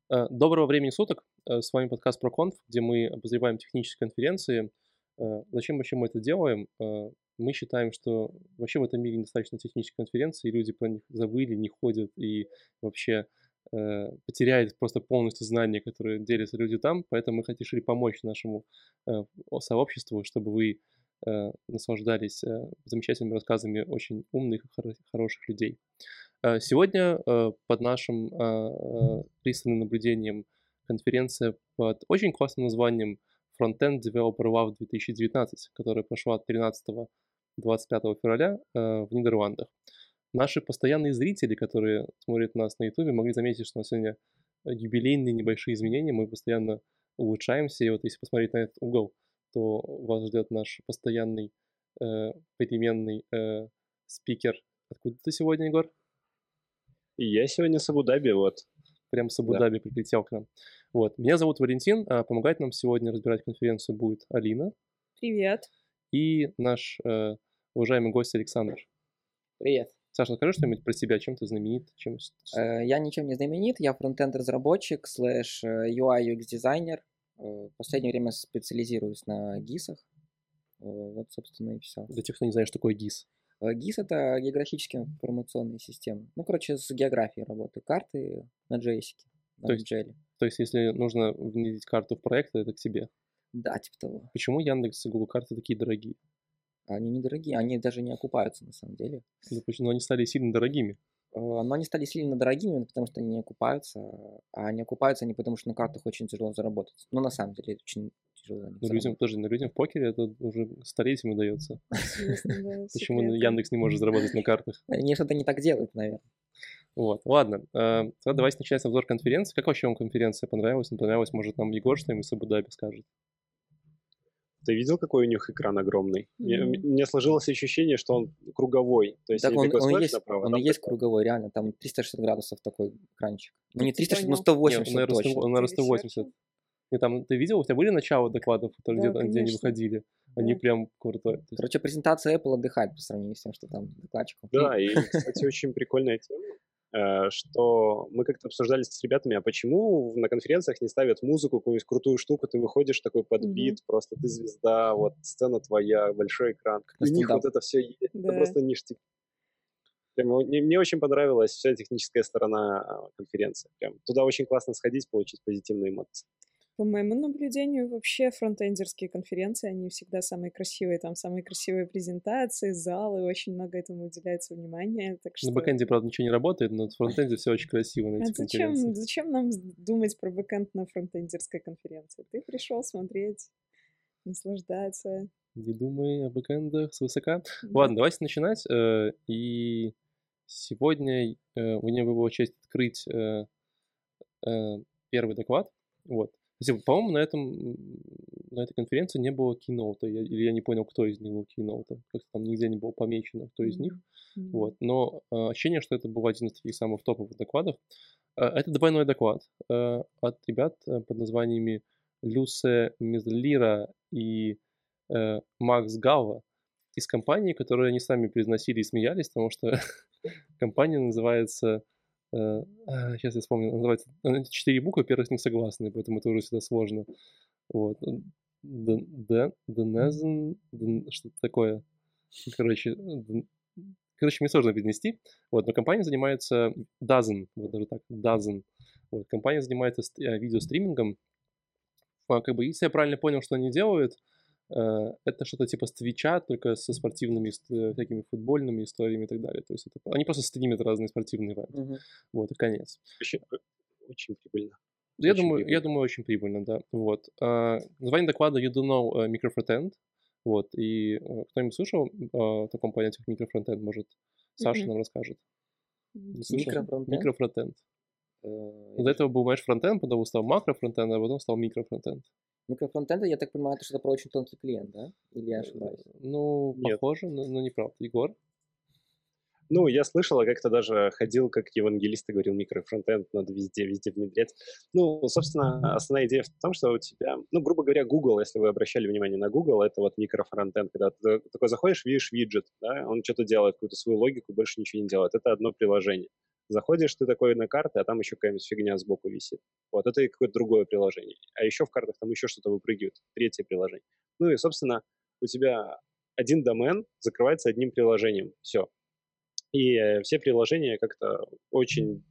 Доброго времени суток. С вами подкаст ProConf, где мы обозреваем технические конференции. Зачем вообще мы это делаем? Мы считаем, что вообще в этом мире недостаточно технических конференций, и люди про них забыли, не ходят и вообще потеряют просто полностью знания, которые делятся люди там. Поэтому мы решили помочь нашему сообществу, чтобы вы наслаждались замечательными рассказами очень умных и хороших людей. Сегодня под нашим пристальным наблюдением конференция под очень классным названием Frontend Developer Lab 2019, которая прошла от 13-25 февраля в Нидерландах. Наши постоянные зрители, которые смотрят нас на YouTube, могли заметить, что у нас сегодня юбилейные небольшие изменения, мы постоянно улучшаемся, и вот если посмотреть на этот угол, то вас ждет наш постоянный переменный спикер. Откуда ты сегодня, Егор? И я сегодня с Абу-Даби, вот. Прям с Абу-Даби прилетел к нам. Вот. Меня зовут Валентин, а помогать нам сегодня разбирать конференцию будет Алина. Привет. И наш уважаемый гость Александр. Привет. Саша, расскажи что-нибудь про себя, чем ты знаменит? Я ничем не знаменит, я фронтенд-разработчик / UI UX-дизайнер. В последнее время специализируюсь на GIS-ах. Вот, собственно, и все. Для тех, кто не знает, что такое GIS. GIS — это географические информационные системы. Ну, короче, с географией работаю. Карты на JS, на GL. То есть, если нужно внедрить карту в проект, это к тебе? Да, типа того. Почему Яндекс и Google карты такие дорогие? Они недорогие, они даже не окупаются на самом деле. Но они стали сильно дорогими. Но они стали сильно дорогими, потому что они не окупаются. А не окупаются они потому, что на картах очень тяжело заработать. Ну, на самом деле, очень тяжело. Людям в покере это уже столетиями удается. Почему Яндекс не может заработать на картах? Они что-то не так делают, наверное. Вот, ладно. Тогда давайте начинать обзор конференции. Как вообще вам конференция понравилась? Не понравилась? Может, нам Егор что-нибудь с Абу-Даби скажет? Ты видел, какой у них экран огромный? Мне сложилось ощущение, что он круговой. То есть так он и есть круговой, реально. Там 360 градусов такой экранчик. Ну, не 360, но 180 Нет, точно. Он, наверное, 180. И там, ты видел, у тебя были начала докладов, где они выходили? Они прям круто. Короче, презентация Apple отдыхает по сравнению с тем, что там докладчиков. Да, и, кстати, очень прикольная тема, что мы как-то обсуждали с ребятами, а почему на конференциях не ставят музыку, какую-нибудь крутую штуку, ты выходишь такой под бит, просто ты звезда, вот сцена твоя, большой экран. У них вот это все есть, это просто ништяк. Мне очень понравилась вся техническая сторона конференции. Прям туда очень классно сходить, получить позитивные эмоции. По моему наблюдению, вообще фронтендерские конференции, они всегда самые красивые, там самые красивые презентации, залы, очень много этому уделяется внимания. Так что... На бэкэнде, правда, ничего не работает, но в фронтенде все очень красиво на этих конференциях. Зачем нам думать про бэкэнд на фронтендерской конференции? Ты пришел смотреть, наслаждаться. Не думай о бэкэндах свысока. Ладно, давайте начинать. И сегодня у меня была честь открыть первый доклад. Вот. По-моему, на этой конференции не было кейноута, или я не понял, кто из них был кейноутом. Как-то там нигде не было помечено, кто из них. Вот. Но ощущение, что это был один из таких самых топовых докладов. Это двойной доклад от ребят под названиями Люсе Мезлира и Макс Галла из компании, которые они сами произносили и смеялись, потому что компания называется... Сейчас я вспомню, называется 4 буквы, первых с них согласны, поэтому это уже всегда сложно. Вот. Денезен, что-то такое. Короче, мне сложно перенести. Вот, но компания занимается Dozen, вот даже так, Dozen. Вот, компания занимается видеостримингом. Как бы, если я правильно понял, что они делают, это что-то типа с Твича, только со спортивными всякими футбольными историями и так далее. То есть они просто стримят разные спортивные ивенты. Вот, и конец. Очень прибыльно. Я думаю, очень прибыльно, да. Вот. Название доклада You Don't Know Microfrontend. Вот. И кто-нибудь слышал о таком понятии, как микрофронтенд? Может, Саша нам расскажет. Микрофронтенд. До этого был, знаешь, фронтенд, потом стал макрофронтенд, а потом стал микрофронтенд. Микрофронтенд, я так понимаю, это что-то про очень тонкий клиент, да? Или я ошибаюсь? Ну, похоже, но не правда. Егор? Ну, я слышал, а как-то даже ходил, как евангелист, и говорил, микрофронтенд надо везде внедрять. Ну, собственно, основная идея в том, что у тебя, ну, грубо говоря, Google, если вы обращали внимание на Google, это вот микрофронтенд, когда ты такой заходишь, видишь виджет, да, он что-то делает, какую-то свою логику, больше ничего не делает. Это одно приложение. Заходишь ты такой на карты, а там еще какая-нибудь фигня сбоку висит. Вот, это и какое-то другое приложение. А еще в картах там еще что-то выпрыгивает, третье приложение. Ну и, собственно, у тебя один домен закрывается одним приложением. Все. И все приложения как-то очень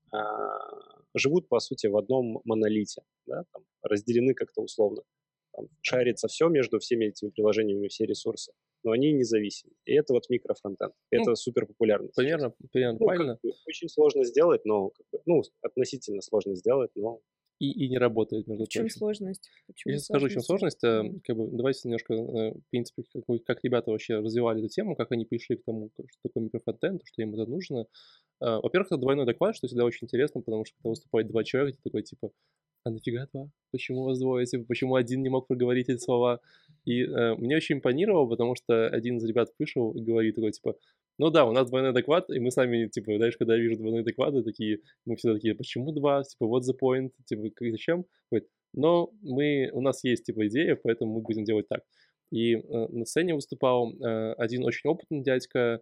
живут, по сути, в одном монолите, да, там, разделены как-то условно. Там шарится все между всеми этими приложениями, все ресурсы, но они независимы. И это вот микрофронтенд. Это супер популярно сейчас. Примерно правильно. Очень сложно сделать, но относительно сложно сделать, но И не работает, между В чем прочим. сложность? Я Почему сейчас скажу, в чем сложность? сложность. Давайте немножко, в принципе, как ребята вообще развивали эту тему, как они пришли к тому, что такое микрофронтенд, что им это нужно. Во-первых, это двойной доклад, что всегда очень интересно, потому что когда выступает два человека, ты такой, типа, а нафига два? Почему вас двое? Типа, почему один не мог проговорить эти слова? И мне очень импонировало, потому что один из ребят вышел и говорит такой, типа, ну да, у нас двойной доклад, и мы сами, типа, знаешь, когда я вижу двойные доклады, мы всегда такие, почему два? Типа, what's the point? Типа, зачем? Говорит, но у нас есть, типа, идея, поэтому мы будем делать так. И на сцене выступал один очень опытный дядька,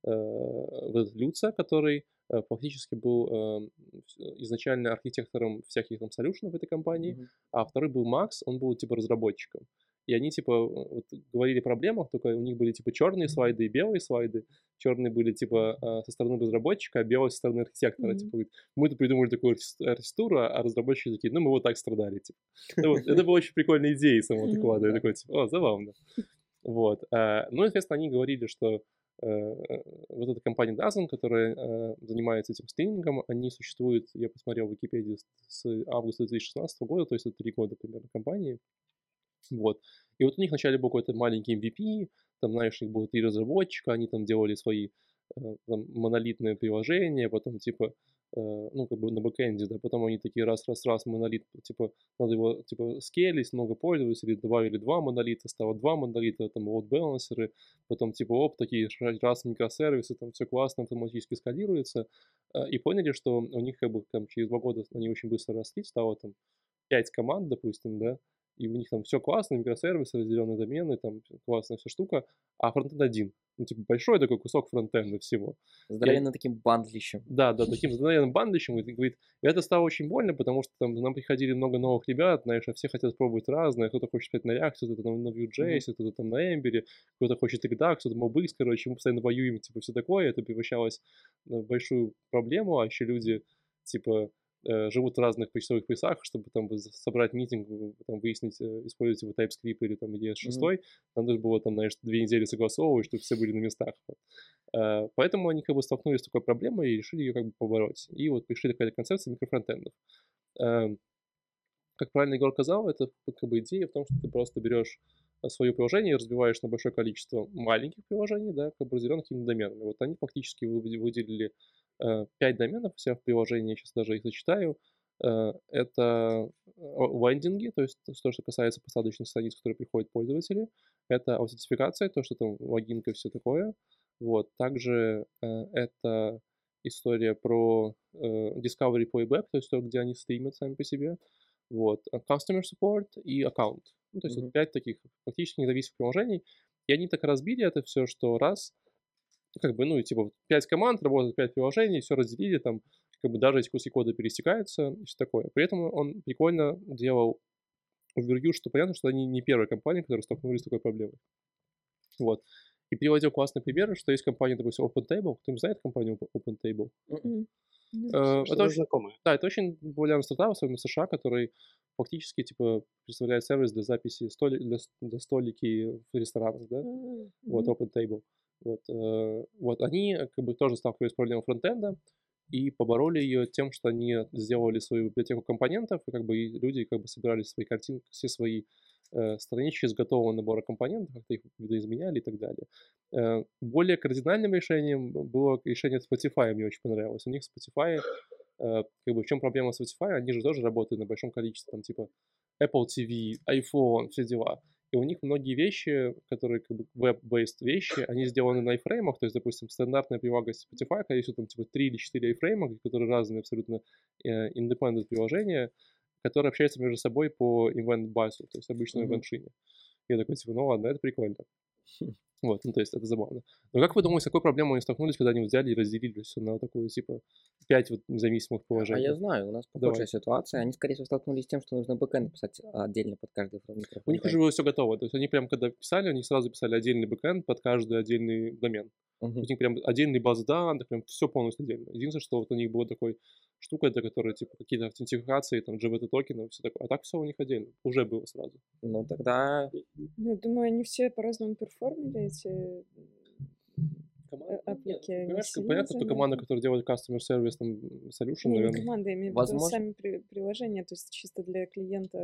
Люца, который фактически был изначально архитектором всяких там солюшенов в этой компании, а второй был Макс, он был типа разработчиком. И они типа вот, говорили о проблемах, только у них были типа черные слайды и белые слайды. Черные были типа со стороны разработчика, а белые со стороны архитектора. Типа, говорит, мы тут придумали такую архитектуру, а разработчики такие, ну мы вот так страдали. Типа. Ну, вот, это была очень прикольная идея самого доклада. Я такой, типа, о, забавно. Вот. Ну, естественно, они говорили, что вот эта компания Dazen, которая занимается этим стримингом, они существуют, я посмотрел в Википедии, с августа 2016 года, то есть это 3 года примерно компании. Вот. И вот у них вначале был какой-то маленький MVP, там, знаешь, у них было 3 разработчика, они там делали свои там, монолитные приложения, потом, типа, ну, как бы на бэкэнде, да, потом они такие раз, монолит, типа, надо его, типа, скейлить, много пользователей, добавили 2 монолита, стало 2 монолита, там, load-балансеры, потом, типа, такие раз микросервисы, там, все классно, автоматически скалируется, и поняли, что у них, как бы, там, через 2 года они очень быстро росли, стало, там, 5 команд, допустим, да, и у них там все классно, микросервисы, разделенные домены, там классная вся штука, а фронтенд один. Ну, типа, большой такой кусок фронтенда всего. Здоровенным таким бандлищем. Да, таким здоровенным бандлищем. И говорит, и это стало очень больно, потому что там нам приходили много новых ребят, знаешь, а все хотят пробовать разное. Кто-то хочет писать на React, кто-то там на Vue.js, кто-то там на Ember, кто-то хочет Redux, кто-то MobX, короче, мы постоянно воюем, типа, все такое. Это превращалось в большую проблему, а еще люди, типа, живут в разных почасовых поясах, чтобы там собрать митинг, там, выяснить, используете вы TypeScript или там ES6, нам нужно было там, знаешь, 2 недели согласовывать, чтобы все были на местах. Поэтому они как бы столкнулись с такой проблемой и решили ее как бы побороть. И вот пришли такая концепция микрофронтендов. Как правильно Егор сказал, это как бы идея в том, что ты просто берешь свое приложение и разбиваешь на большое количество маленьких приложений, да, как бы разделенных какими-то доменами. Вот они фактически выделили 5 доменов у себя в приложении, я сейчас даже их зачитаю. Это вендинги, то есть то, что касается посадочных страниц, которые приходят пользователи. Это аутентификация, то, что там логинка и все такое. Вот. Также это история про Discovery Playback, то есть то, где они стримят сами по себе. Вот. Customer Support и аккаунт. Ну, то есть вот 5 таких практически независимых приложений. И они так разбили это все, что раз, как бы, ну, и типа 5 команд, работают 5 приложений, все разделили, там, как бы даже эти куски кода пересекаются и все такое. При этом он прикольно делал овервью, что понятно, что они не первая компания, которая столкнулись с такой проблемой. Вот. И приводил классные примеры, что есть компания, допустим, OpenTable. Кто-нибудь знает компанию OpenTable? что-то знакомое. Да, это очень популярный стартап, особенно в США, который фактически, типа, представляет сервис для записи для столики в ресторанах, да? Вот, OpenTable. Вот они как бы тоже сталкивались с проблемой фронтенда и побороли ее тем, что они сделали свою библиотеку компонентов, и как бы и люди как бы собирали свои картинки, все свои странички с готового набора компонентов, как-то их видоизменяли и так далее. Более кардинальным решением было решение Spotify, мне очень понравилось. У них Spotify, как бы в чем проблема Spotify, они же тоже работают на большом количестве, там типа Apple TV, iPhone, все дела. И у них многие вещи, которые как бы web-based вещи, они сделаны на iframe, то есть, допустим, стандартная привага Spotify, есть там типа 3 или 4 iframe, которые разные абсолютно independent приложения, которые общаются между собой по event-басу, то есть обычному event-шине. Я такой, типа, ну ладно, это прикольно. Вот, ну, то есть это забавно. Но как вы думаете, с какой проблемой они столкнулись, когда они взяли и разделили все на такую, типа, 5 вот независимых А я приложений? знаю, у нас похожая Давай. ситуация. Они, скорее всего, столкнулись с тем, что нужно бэкэнд писать отдельно под каждый У них уже микрофронтенд. было все готово. То есть они прям, когда писали, они сразу писали отдельный бэкэнд под каждый отдельный домен. У Мгм. них прям отдельные базы данных, прям все полностью отдельно. Единственное, что вот у них была такой штука, для которой, типа, какие-то аутентификации, там, JWT-токены, все такое. А так все у них отдельно. Уже было сразу. Ну, тогда Ну, я думаю, они все по-разному перформили эти Команда, аплики. Они понимаешь, сильно понятно, что команда, заметны. которая делает customer service, там, solution, Не наверное. команда, я имею в виду возможно, сами приложения, то есть чисто для клиента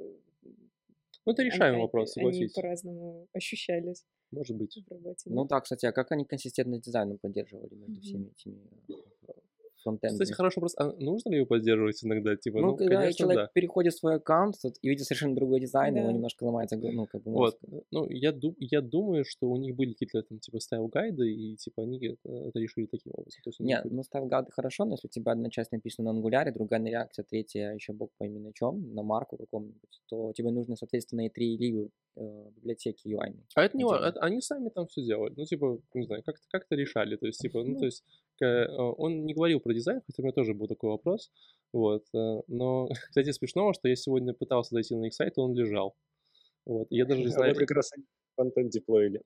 Ну, это решаемый вопрос, они согласись. по-разному ощущались Может быть. в работе. ну Нет? да, кстати, а как они консистентность дизайна поддерживали между Мгм. всеми этими Кстати, фронтендами? хороший вопрос. А нужно ли его поддерживать иногда? Типа, Ну, ну, когда конечно, человек да. переходит в свой аккаунт и видит совершенно другой дизайн, его Да. немножко ломается, ну, как бы Вот. мозг. Ну, я думаю, что у них были какие-то там, типа, стайл-гайды, и, типа, они это решили таким образом. То есть у них Не, были... ну стайл-гайды хорошо, но если у тебя одна часть написана на ангуляре, другая на реакте, третья еще бог пойми на чем, на марку каком-нибудь, то тебе нужно, соответственно, и 3 ливы библиотеки UI. А это не отдельно. важно, они сами там все делали. Ну, типа, не знаю, как-то решали. То есть, типа, ну, Ну. то есть, он не говорил про дизайн, хотя у меня тоже был такой вопрос. Вот. Но, кстати, смешно, что я сегодня пытался зайти на их сайт, и он лежал. Вот. И я даже не А знаю... вот как раз они контент деплоили.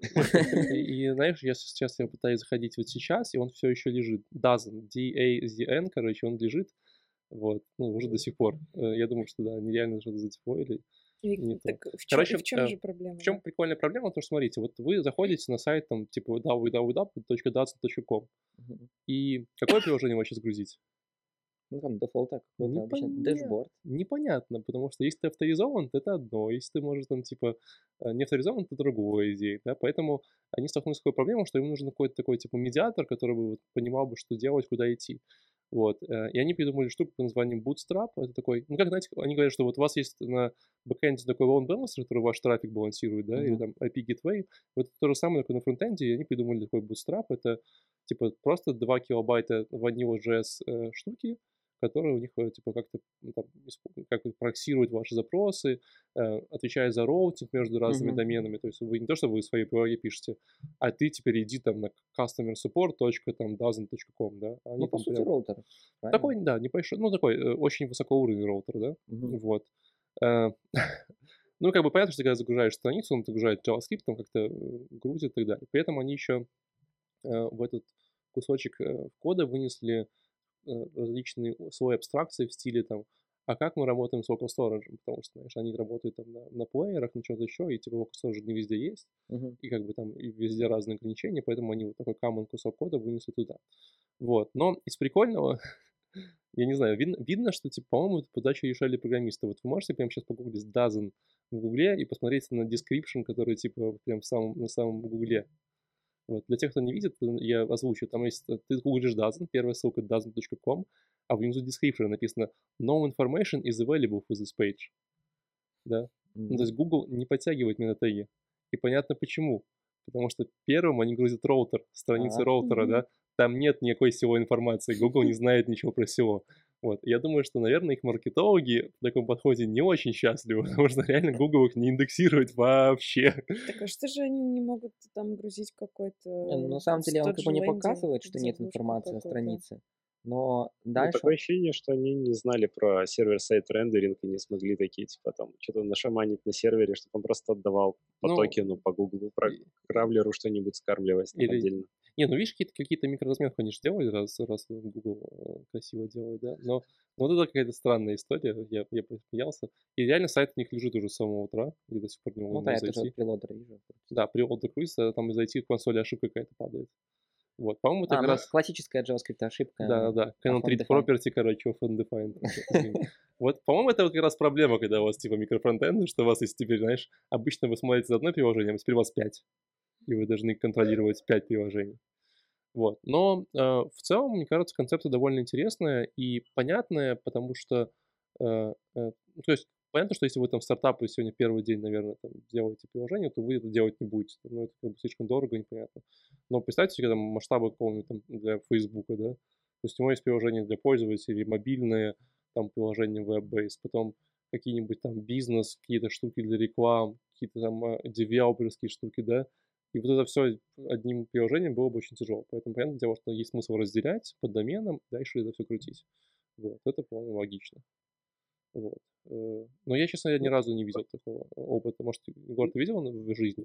И знаешь, я сейчас я пытаюсь заходить вот сейчас, и он все еще лежит. Dozen, D-A-Z-N, короче, он лежит. Вот. Ну, уже до сих пор. Я думаю, что да, они реально что-то задеплоили. Не то. Так в Короче, чем же проблема? в чем Да? прикольная проблема? То, что, смотрите, вот вы заходите на сайт, там, типа, www.datsun.com, Мгм. и какое приложение вы сейчас грузить? Ну, там дефолта какой-то обычно дэшборд. Непонятно, потому что если ты авторизован, то это одно, если ты, может, там, типа, не авторизован, то другое идея, да, поэтому они столкнулись с такой проблемой, что им нужен какой-то такой, типа, медиатор, который бы вот понимал бы, что делать, куда идти. Вот, и они придумали штуку под названием Bootstrap, это такой, ну, как, знаете, они говорят, что вот у вас есть на бэкэнде такой load balancer, который ваш трафик балансирует, да, или Мгм. там IP Gateway, вот то же самое, только на фронтенде, и они придумали такой Bootstrap, это, типа, просто 2 килобайта Vanilla.js штуки, которые у них, типа, как-то там, как бы проксируют ваши запросы, отвечает за роутинг между разными Мгм. доменами. То есть вы не то, что вы свои приложения пишете, а ты теперь иди там на customersupport.dozen.com, да? А Ну, они по там сути, прям... роутер, Такой, правильно? да, небольшой, ну, такой очень высокоуровневый роутер, да? Мгм. Вот. Э, Ну, как бы понятно, что когда загружаешь страницу, он загружает JavaScript, там как-то грузит и так далее. При этом они еще в этот кусочек кода вынесли различные слои абстракции в стиле там, а как мы работаем с local storage, потому что, знаешь, они работают там на плеерах, на чем-то еще, и типа local storage не везде есть, Мгм. и как бы там и везде разные ограничения, поэтому они вот такой common кусок кода вынесли туда. Вот, но из прикольного, я не знаю, видно, что, типа, по-моему, эту задачу решали программисты. Вот вы можете прямо сейчас погуглить Dozen в гугле и посмотреть на description, который, типа, прям на самом гугле. Вот. Для тех, кто не видит, я озвучу. Там есть, ты гуглишь Dozen, первая ссылка dozen.com, а внизу description написано "No information is available for this page". Да? Ну, то Мгм. есть Google не подтягивает метатеги. И понятно почему. Потому что первым они грузят роутер, страницы А. роутера, Мгм. да, там нет никакой SEO информации, Google не знает ничего про SEO. Вот. Я думаю, что, наверное, их маркетологи в таком подходе не очень счастливы, потому что реально Google их не индексирует вообще. Так а что же они не могут там грузить Не, ну, какой-то на самом деле он тот как же бы не лендинг, показывает, что нет заглушку информации на какую-то? странице, но Ну, дальше такое ощущение, что они не знали про сервер-сайд рендеринг и не смогли такие, типа, там, что-то нашаманить на сервере, чтобы он просто отдавал по Ну, токену, по Гуглу, про и- Кравлеру что-нибудь скармливать там или... отдельно. Не, ну видишь, какие-то микроразметки они же делают, раз Google красиво делает, да. Но вот это какая-то странная история, я посмеялся. И реально сайт у них лежит уже с самого утра, я до сих пор не ну могу да, на я тоже зайти. от прилодера вижу. Да, при Order Cruise там зайти в консоли ошибка какая-то падает. Вот, по-моему, это как Ну, раз... классическая JavaScript ошибка Да, Canon of Treat undefined. Property, короче, of undefined. Извини. Вот, по-моему, это вот как раз проблема, когда у вас типа микрофронтенды, что у вас есть теперь, знаешь, обычно вы смотрите за одно приложение, а теперь у вас 5. И вы должны контролировать 5 приложений. Вот. Но в целом, мне кажется, концепция довольно интересная и понятная, потому что, ну, то есть, понятно, что если вы там стартапы сегодня первый день, наверное, там, делаете приложение, то вы это делать не будете. Ну, это как бы слишком дорого, непонятно. Но представьте себе там масштабы какого-нибудь там для Фейсбука, да? То есть у него есть приложение для пользователей, мобильные, там приложение web-based, потом какие-нибудь там бизнес, какие-то штуки для реклам, какие-то там девелоперские штуки, да? И вот это все одним приложением было бы очень тяжело. Поэтому, понятное дело, что есть смысл разделять по доменам, дальше это все крутить. Вот, это, по-моему, логично. Вот. Но я, честно, ни Ну, разу не видел такого опыта. Может, Егор, ты видел в жизни?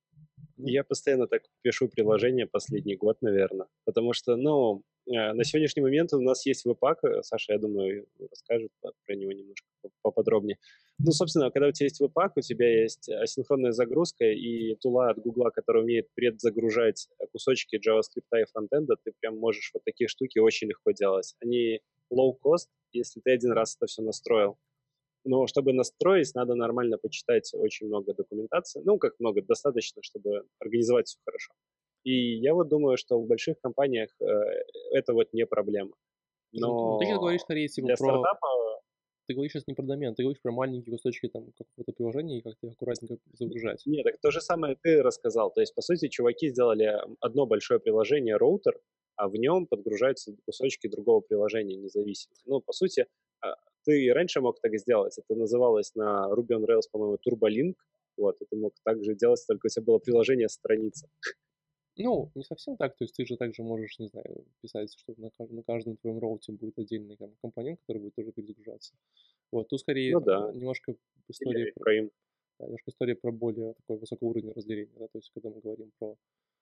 Я постоянно так пишу приложение последний год, наверное, потому что, на сегодняшний момент у нас есть веб-пак, Саша, я думаю, расскажет про него немножко поподробнее. Ну, собственно, когда у тебя есть веб-пак, у тебя есть асинхронная загрузка и тула от Гугла, которая умеет предзагружать кусочки JavaScript и фронтенда, ты прям можешь вот такие штуки очень легко делать. Они low-cost, если ты один раз это все настроил. Но чтобы настроить, надо нормально почитать очень много документации. Ну, как много, достаточно, чтобы организовать все хорошо. И я вот думаю, что в больших компаниях это вот не проблема. Ну, ты сейчас говоришь Но скорее типа для про... стартапа Ты говоришь сейчас не про домен, ты говоришь про маленькие кусочки там какого-то приложения и как их аккуратненько загружать. нет, так то же самое ты рассказал. То есть, по сути, чуваки сделали одно большое приложение, роутер, а в нем подгружаются кусочки другого приложения независимо. Ну, по сути, ты и раньше мог так сделать. Это называлось на Ruby on Rails, по-моему, TurboLink. Вот, и ты мог так же делать, только у тебя было приложение страница. Ну, не совсем так, то есть ты же также можешь, не знаю, писать, что на каждом твоем роуте будет отдельный компонент, который будет тоже перезагружаться. Вот, тут скорее Ну да, немножко история или про, про да, немножко история про более такой высокого уровня разделения, да, то есть когда мы говорим про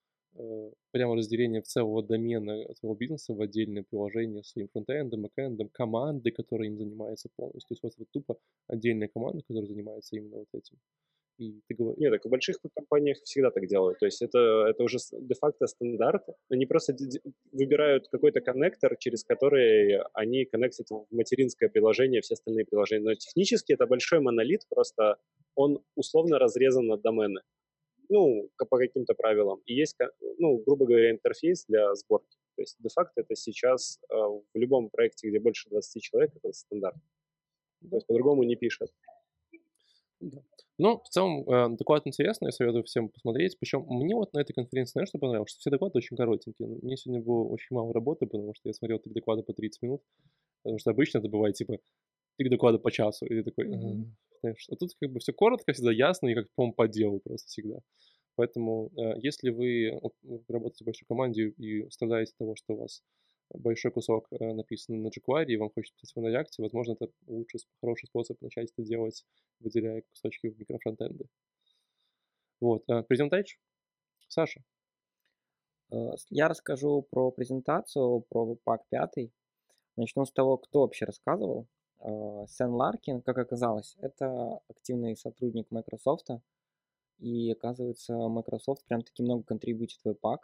прямо разделение целого домена своего бизнеса в отдельное приложение с своим фронтендом, бэкэндом, команды, которые им занимаются полностью. То есть у вас вот тупо отдельная команда, которая занимается именно вот этим. И ты говоришь... Нет, так в больших компаниях всегда так делают. То есть это уже де-факто стандарт. Они просто выбирают какой-то коннектор, через который они коннектят в материнское приложение, все остальные приложения. Но технически это большой монолит, просто он условно разрезан на домены. Ну, по каким-то правилам. И есть, ну, грубо говоря, интерфейс для сборки. То есть де-факто это сейчас в любом проекте, где больше 20 человек, это стандарт. Да. То есть по-другому не пишут. Да. Ну, в целом, доклад интересный, я советую всем посмотреть. Причем мне вот на этой конференции, знаешь, что понравилось? Что все доклады очень коротенькие. Мне сегодня было очень мало работы, потому что я смотрел 3 доклада по 30 минут. Потому что обычно это бывает, типа, 3 доклада по часу. И ты такой, знаешь, а тут как бы все коротко, всегда ясно и как, по-моему, по делу просто всегда. Поэтому, если вы работаете в большой команде и страдаете от того, что у вас большой кусок написан на jQuery, и вам хочется писать его на React, возможно, это лучший, хороший способ начать это делать, выделяя кусочки в микрофронтенды. Вот. Перейдем дальше. Саша. Я расскажу про презентацию, про Webpack 5. Начну с того, кто вообще рассказывал. Сэн Ларкин, как оказалось, это активный сотрудник Microsoft. И оказывается, Microsoft прям таки много контрибьютит в Webpack.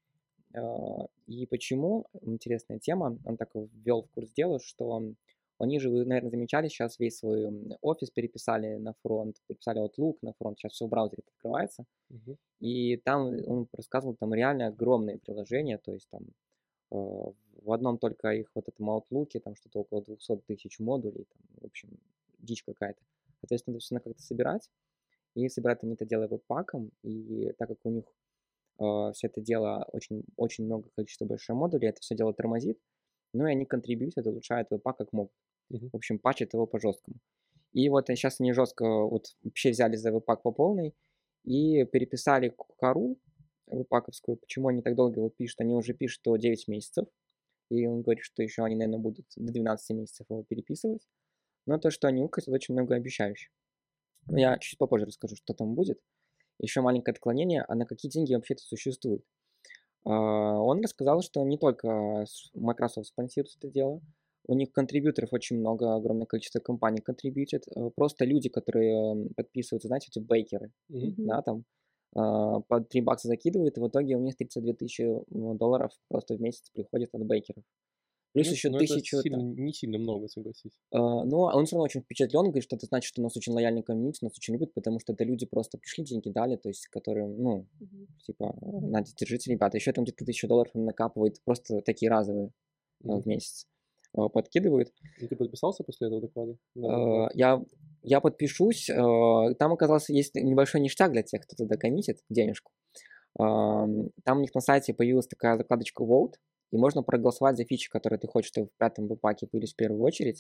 И почему? Интересная тема. Он так ввел в курс дела, что они же, вы, наверное, замечали, сейчас весь свой офис переписали на фронт, переписали Outlook на фронт, сейчас все в браузере открывается. И там он рассказывал, там реально огромные приложения, то есть там в одном только их вот этом Outlook, там что-то около 200 тысяч модулей, там, в общем, дичь какая-то. Соответственно, это все надо как-то собирать, и собирать они это дело веб-паком, и так как у них все это дело очень, очень много количества больших модулей, это все дело тормозит, ну и они контрибьютят, улучшают веб-пак как могут. В общем, патчат его по-жесткому. И вот сейчас они жестко вот вообще взяли за веб-пак по полной и переписали кору веб-паковскую. Почему они так долго его пишут? Они уже пишут его 9 месяцев. И он говорит, что еще они, наверное, будут до 12 месяцев его переписывать. Но то, что они укатят, очень многообещающе. Я чуть попозже расскажу, что там будет. Еще маленькое отклонение, а на какие деньги вообще это существует. Он рассказал, что не только Microsoft спонсирует это дело, у них контрибьюторов очень много, огромное количество компаний контрибьютит. Просто люди, которые подписываются, знаете, эти бейкеры, да, там по $3 закидывают, и в итоге у них 32 тысячи долларов просто в месяц приходит от бейкеров. Плюс еще 1000... Это не сильно много, согласись. Но он все равно очень впечатлен, говорит, что это значит, что у нас очень лояльный комьюнити, нас очень любят, потому что это люди просто пришли, деньги дали, то есть, которые, ну, типа, надо, держите, ребята, еще там где-то $1000 накапывают, просто такие разовые в месяц подкидывают. И ты подписался после этого доклада? Я подпишусь. Там, оказалось, есть небольшой ништяк для тех, кто туда коммитит денежку. Там у них на сайте появилась такая закладочка Vote, и можно проголосовать за фичи, которые ты хочешь, чтобы в 5-м веб-паке появились в первую очередь.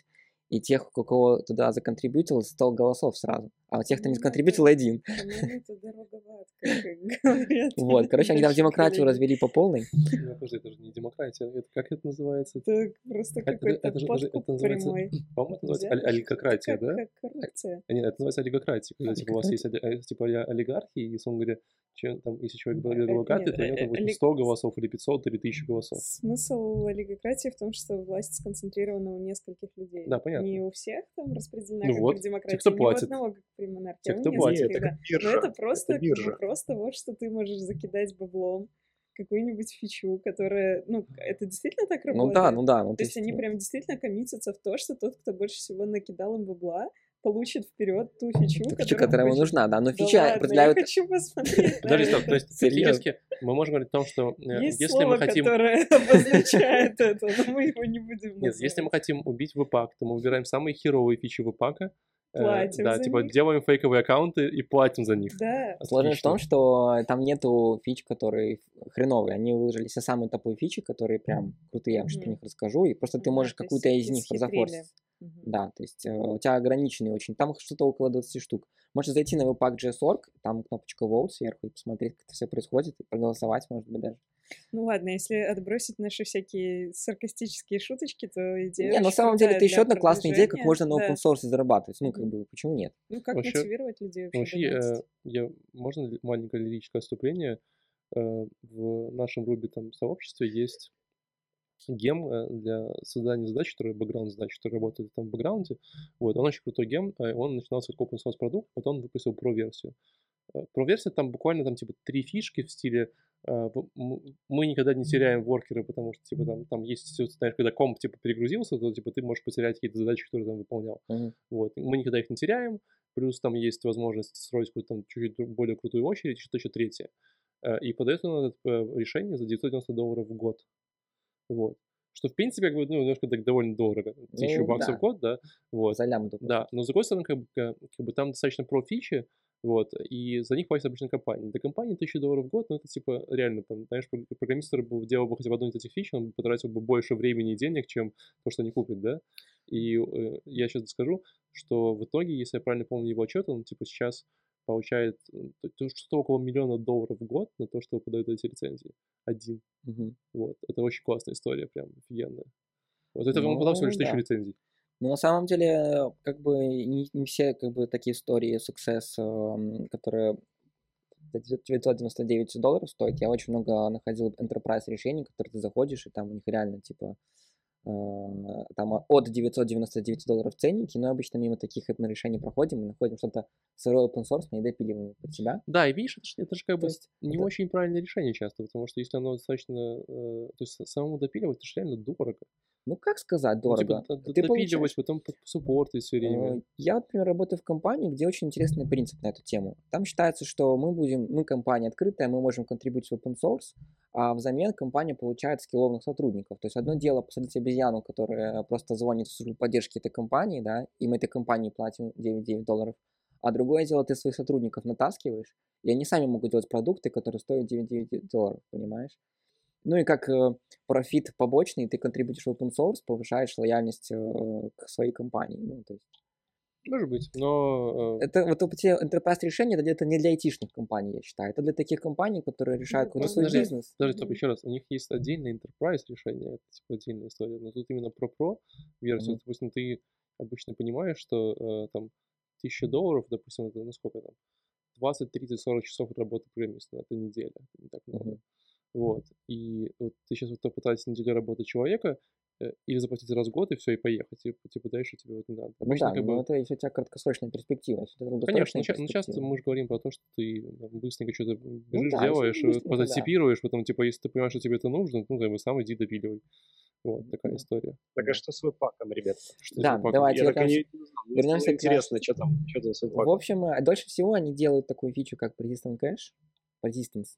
и тех, у кого туда законтрибьютил 100 голосов сразу, а у тех, кто не По-моему, законтрибьютил, это, 1. по-моему, это дороговато, как говорят Вот, короче, они там наши демократию коллеги. развели по полной. Ну, подожди, это же не демократия. Как это называется? Это просто какой-то Это подкуп называется, прямой. по-моему, это называется Взяли что-то. Это олигократия, да? как коррупция. Нет, это называется олигократия, когда типа у вас есть Олигократия. типа олигархи, и, условно говоря, там, если человек был Нет, богатый, то у него там будет 100 голосов или 500 или 1000 голосов. смысл олигократии в том, что власть сконцентрирована у нескольких людей. Да, понятно. Не у всех там распределена, Ну как вот, в демократии, те, кто не у платит. одного, как при монархии, Те, а у кто Не, платит. нескольких, это да. биржа. Но это просто, Это биржа. просто вот, что ты можешь закидать баблом какую-нибудь фичу, которая, ну, это действительно так Ну работает? да, ну То есть они прям действительно коммитятся в то, что тот, кто больше всего накидал им бабла, получит вперед ту фичу, ту фичу, которая ему хочет. нужна, да, но Да фича ладно, я определяют... хочу посмотреть на Подожди, стоп, то это. есть Серьезно? фактически мы можем говорить о том, что Есть если слово, мы хотим... которое обозначает это, но мы его не будем Нет, если мы называть. хотим убить веб-пак, то мы выбираем самые херовые фичи веб-пака, Платим да, за типа них. делаем фейковые аккаунты и платим за них. Да. Сложность в том, Отлично. что там нету фич, которые хреновые. Они выложили все самые топовые фичи, которые прям крутые, я вам сейчас про Мгм. них расскажу, и просто ты Ага, можешь то есть какую-то из них исхитрили. прозафорсить. Мгм. Да, то есть у тебя ограниченный очень. Там что-то около 20 штук. Можешь зайти на webpack.js.org, там кнопочка vote сверху, и посмотреть, как это все происходит, и проголосовать, может быть, даже. Ну ладно, если отбросить наши всякие саркастические шуточки, то идея Не, на очень самом деле, крутая это еще для одна классная идея, как продвижения. можно на Да. open source зарабатывать. Ну, как Мгм. бы, почему нет? Ну, как Вообще, мотивировать людей вообще вообще донатить? можно маленькое лирическое отступление? В нашем Ruby там сообществе есть гем для создания задач, который бэкграунд задач, который работает там в бэкграунде. Вот, он очень крутой гем, он начинался как open source продукт, потом он выпустил про-версию. Про-версия там буквально там типа 3 фишки в стиле мы никогда не теряем воркеры, потому что типа там есть, знаешь, когда комп типа перегрузился, то типа ты можешь потерять какие-то задачи, которые там выполнял. Мгм. Вот, мы никогда их не теряем, плюс там есть возможность строить какую-то там чуть-чуть более крутую очередь, что-то еще третье. И подает он это решение за $990 в год. Вот. Что, в принципе, как бы, ну, немножко так довольно дорого. 1000 Ну, баксов да, в год, да, вот. за лямбду, по Да, сути. но с другой стороны, как бы там достаточно про-фичи, вот, и за них платят обычно компании. Для компании $1000 в год, ну, это, типа, реально, там, знаешь, программист делал бы хотя бы одну из этих фич, он бы потратил бы больше времени и денег, чем то, что они купят, да. И я сейчас скажу, что в итоге, если я правильно помню его отчет, он, типа, сейчас получает что-то около $1 миллиона в год на то, что подает эти лицензии. Один. Мгм. Вот. Это очень классная история, прям офигенная. Вот это он подал всего Ну, лишь 1000 да. лицензий. Но на самом деле, как бы, не все, как бы, такие истории success, которые $999 стоят. Я очень много находил enterprise решений, которые ты заходишь, и там у них реально, типа, там от $999 ценники, но обычно мимо таких решений проходим и находим что-то сырое open source и допиливаем под себя. Да, и видишь, это же как То бы есть не это- очень правильное решение часто, потому что если оно достаточно... то есть самому допиливать, это же реально дорого. ну, как сказать, Ну, типа, дорого. Ты допиливать, получаешь... потом суппортить все время. Я, например, работаю в компании, где очень интересный принцип на эту тему. Там считается, что мы компания открытая, мы можем контрибьютить в open source, а взамен компания получает скиллованных сотрудников. То есть одно дело посадить обезьяну, которая просто звонит в службу поддержки этой компании, да, и мы этой компании платим $999, а другое дело, ты своих сотрудников натаскиваешь, и они сами могут делать продукты, которые стоят $999, понимаешь? Ну и как профит побочный, ты контрибьютишь в open source, повышаешь лояльность к своей компании. Ну, то есть Может быть, но... это вот эти enterprise решения, это где-то не для айтишных компаний, я считаю. Это для таких компаний, которые решают какой-то свой подожди, бизнес. Даже стоп, еще раз, у них есть отдельный enterprise решение, это типа отдельная история, но тут именно про версию, Мгм. допустим, ты обычно понимаешь, что там $1000, допустим, это, ну сколько там, 20, 30, 40 часов работы программиста, это неделя, это не так много. Мгм. Вот. И вот ты сейчас вот потратить неделю работы человека, или заплатить раз в год и все, и поехать. Типа дальше тебе вот не надо. Ну Обычно да, как но бы... это если у тебя краткосрочная перспектива. Если это Конечно, долгосрочная ну часто перспектива. мы же говорим про то, что ты там, быстренько что-то Ну бежишь, да, если делаешь, быстренько, да. прототипируешь, потом, типа, если ты понимаешь, что тебе это нужно, ну, как бы сам иди допиливай. Вот такая история. Так а что с веб-паком, ребята? Что Да, за паком? давайте Я так и вернемся. не знал. Мне Вернемся стало к интересно, что там с В веб-паком. общем, дольше всего они делают такую фичу, как persistent cache. Persistence.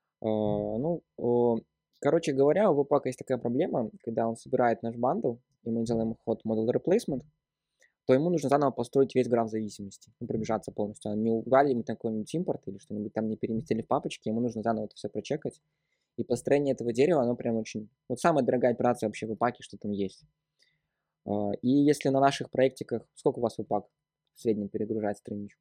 Короче говоря, у Webpack есть такая проблема, когда он собирает наш бандл, и мы делаем hot model replacement, то ему нужно заново построить весь граф зависимости, пробежаться полностью. А не убрали мы какой-нибудь импорт или что-нибудь там не переместили в папочки, ему нужно заново это все прочекать. И построение этого дерева, оно прям очень... Вот самая дорогая операция вообще в Webpack, что там есть. И если на наших проектиках, сколько у вас Webpack в среднем перегружает страничку?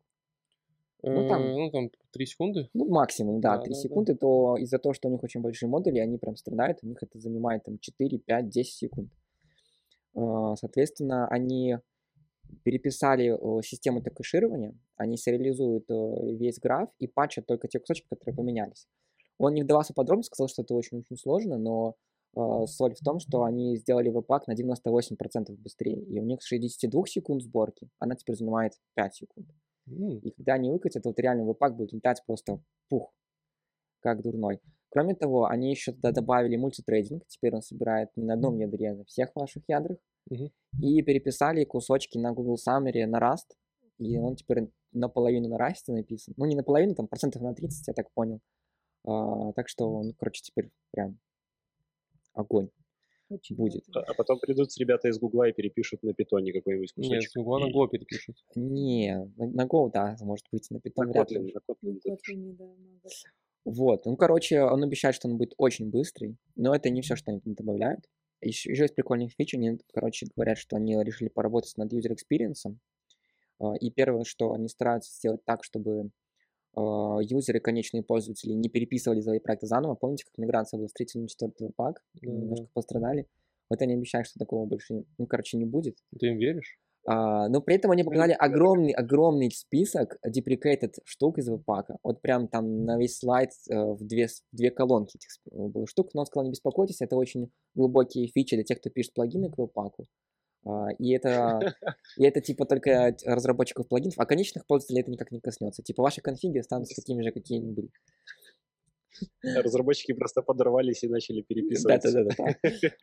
Ну, там 3 секунды. Ну, максимум, да, 3 Да. секунды, то из-за того, что у них очень большие модули, они прям страдают, у них это занимает там 4, 5, 10 секунд. Соответственно, они переписали систему кэширования, они сериализуют весь граф и патчат только те кусочки, которые поменялись. Он не вдавался в подробности, сказал, что это очень-очень сложно, но соль в том, что они сделали Webpack на 98% быстрее, и у них с 62 секунд сборки она теперь занимает 5 секунд. И когда они выкатят, вот реально Webpack будет летать просто пух, как дурной. Кроме того, они еще туда добавили мультитрейдинг, теперь он собирает не на одном ядре, а на всех ваших ядрах, и переписали кусочки на Google Summary на Rust, и он теперь наполовину на Rust написан. Ну, не наполовину, там процентов на 30, я так понял. Так что он, короче, теперь прям огонь Очень будет. круто. А потом придут ребята из Гугла и перепишут на питоне какой-нибудь Нет, кусочек. с Google на Go перепишут. Не, на Go, да, может быть, на Python На вряд ли. Kotlin, на Kotlin Ну, запишут. Kotlin, да, много. Вот, ну, короче, он обещает, что он будет очень быстрый, но это не все, что они там добавляют. Еще есть прикольные фичи, они, короче, говорят, что они решили поработать над user experience. И первое, что они стараются сделать так, чтобы юзеры, конечные пользователи, не переписывали свои проекты заново. Помните, как миграция была с 3 на 4 пак? Немножко пострадали. Вот они обещают, что такого больше, ну, короче, не будет. Ты им веришь? Но при этом они показали огромный список deprecated штук из веб-пака. Вот прям там на весь слайд в две колонки этих было штук. Но он сказал, не беспокойтесь, это очень глубокие фичи для тех, кто пишет плагины к веб-паку. И это типа только разработчиков плагинов, а конечных пользователей это никак не коснется. Типа ваши конфиги останутся такими же, какие они были. Разработчики просто подорвались и начали переписывать. Да.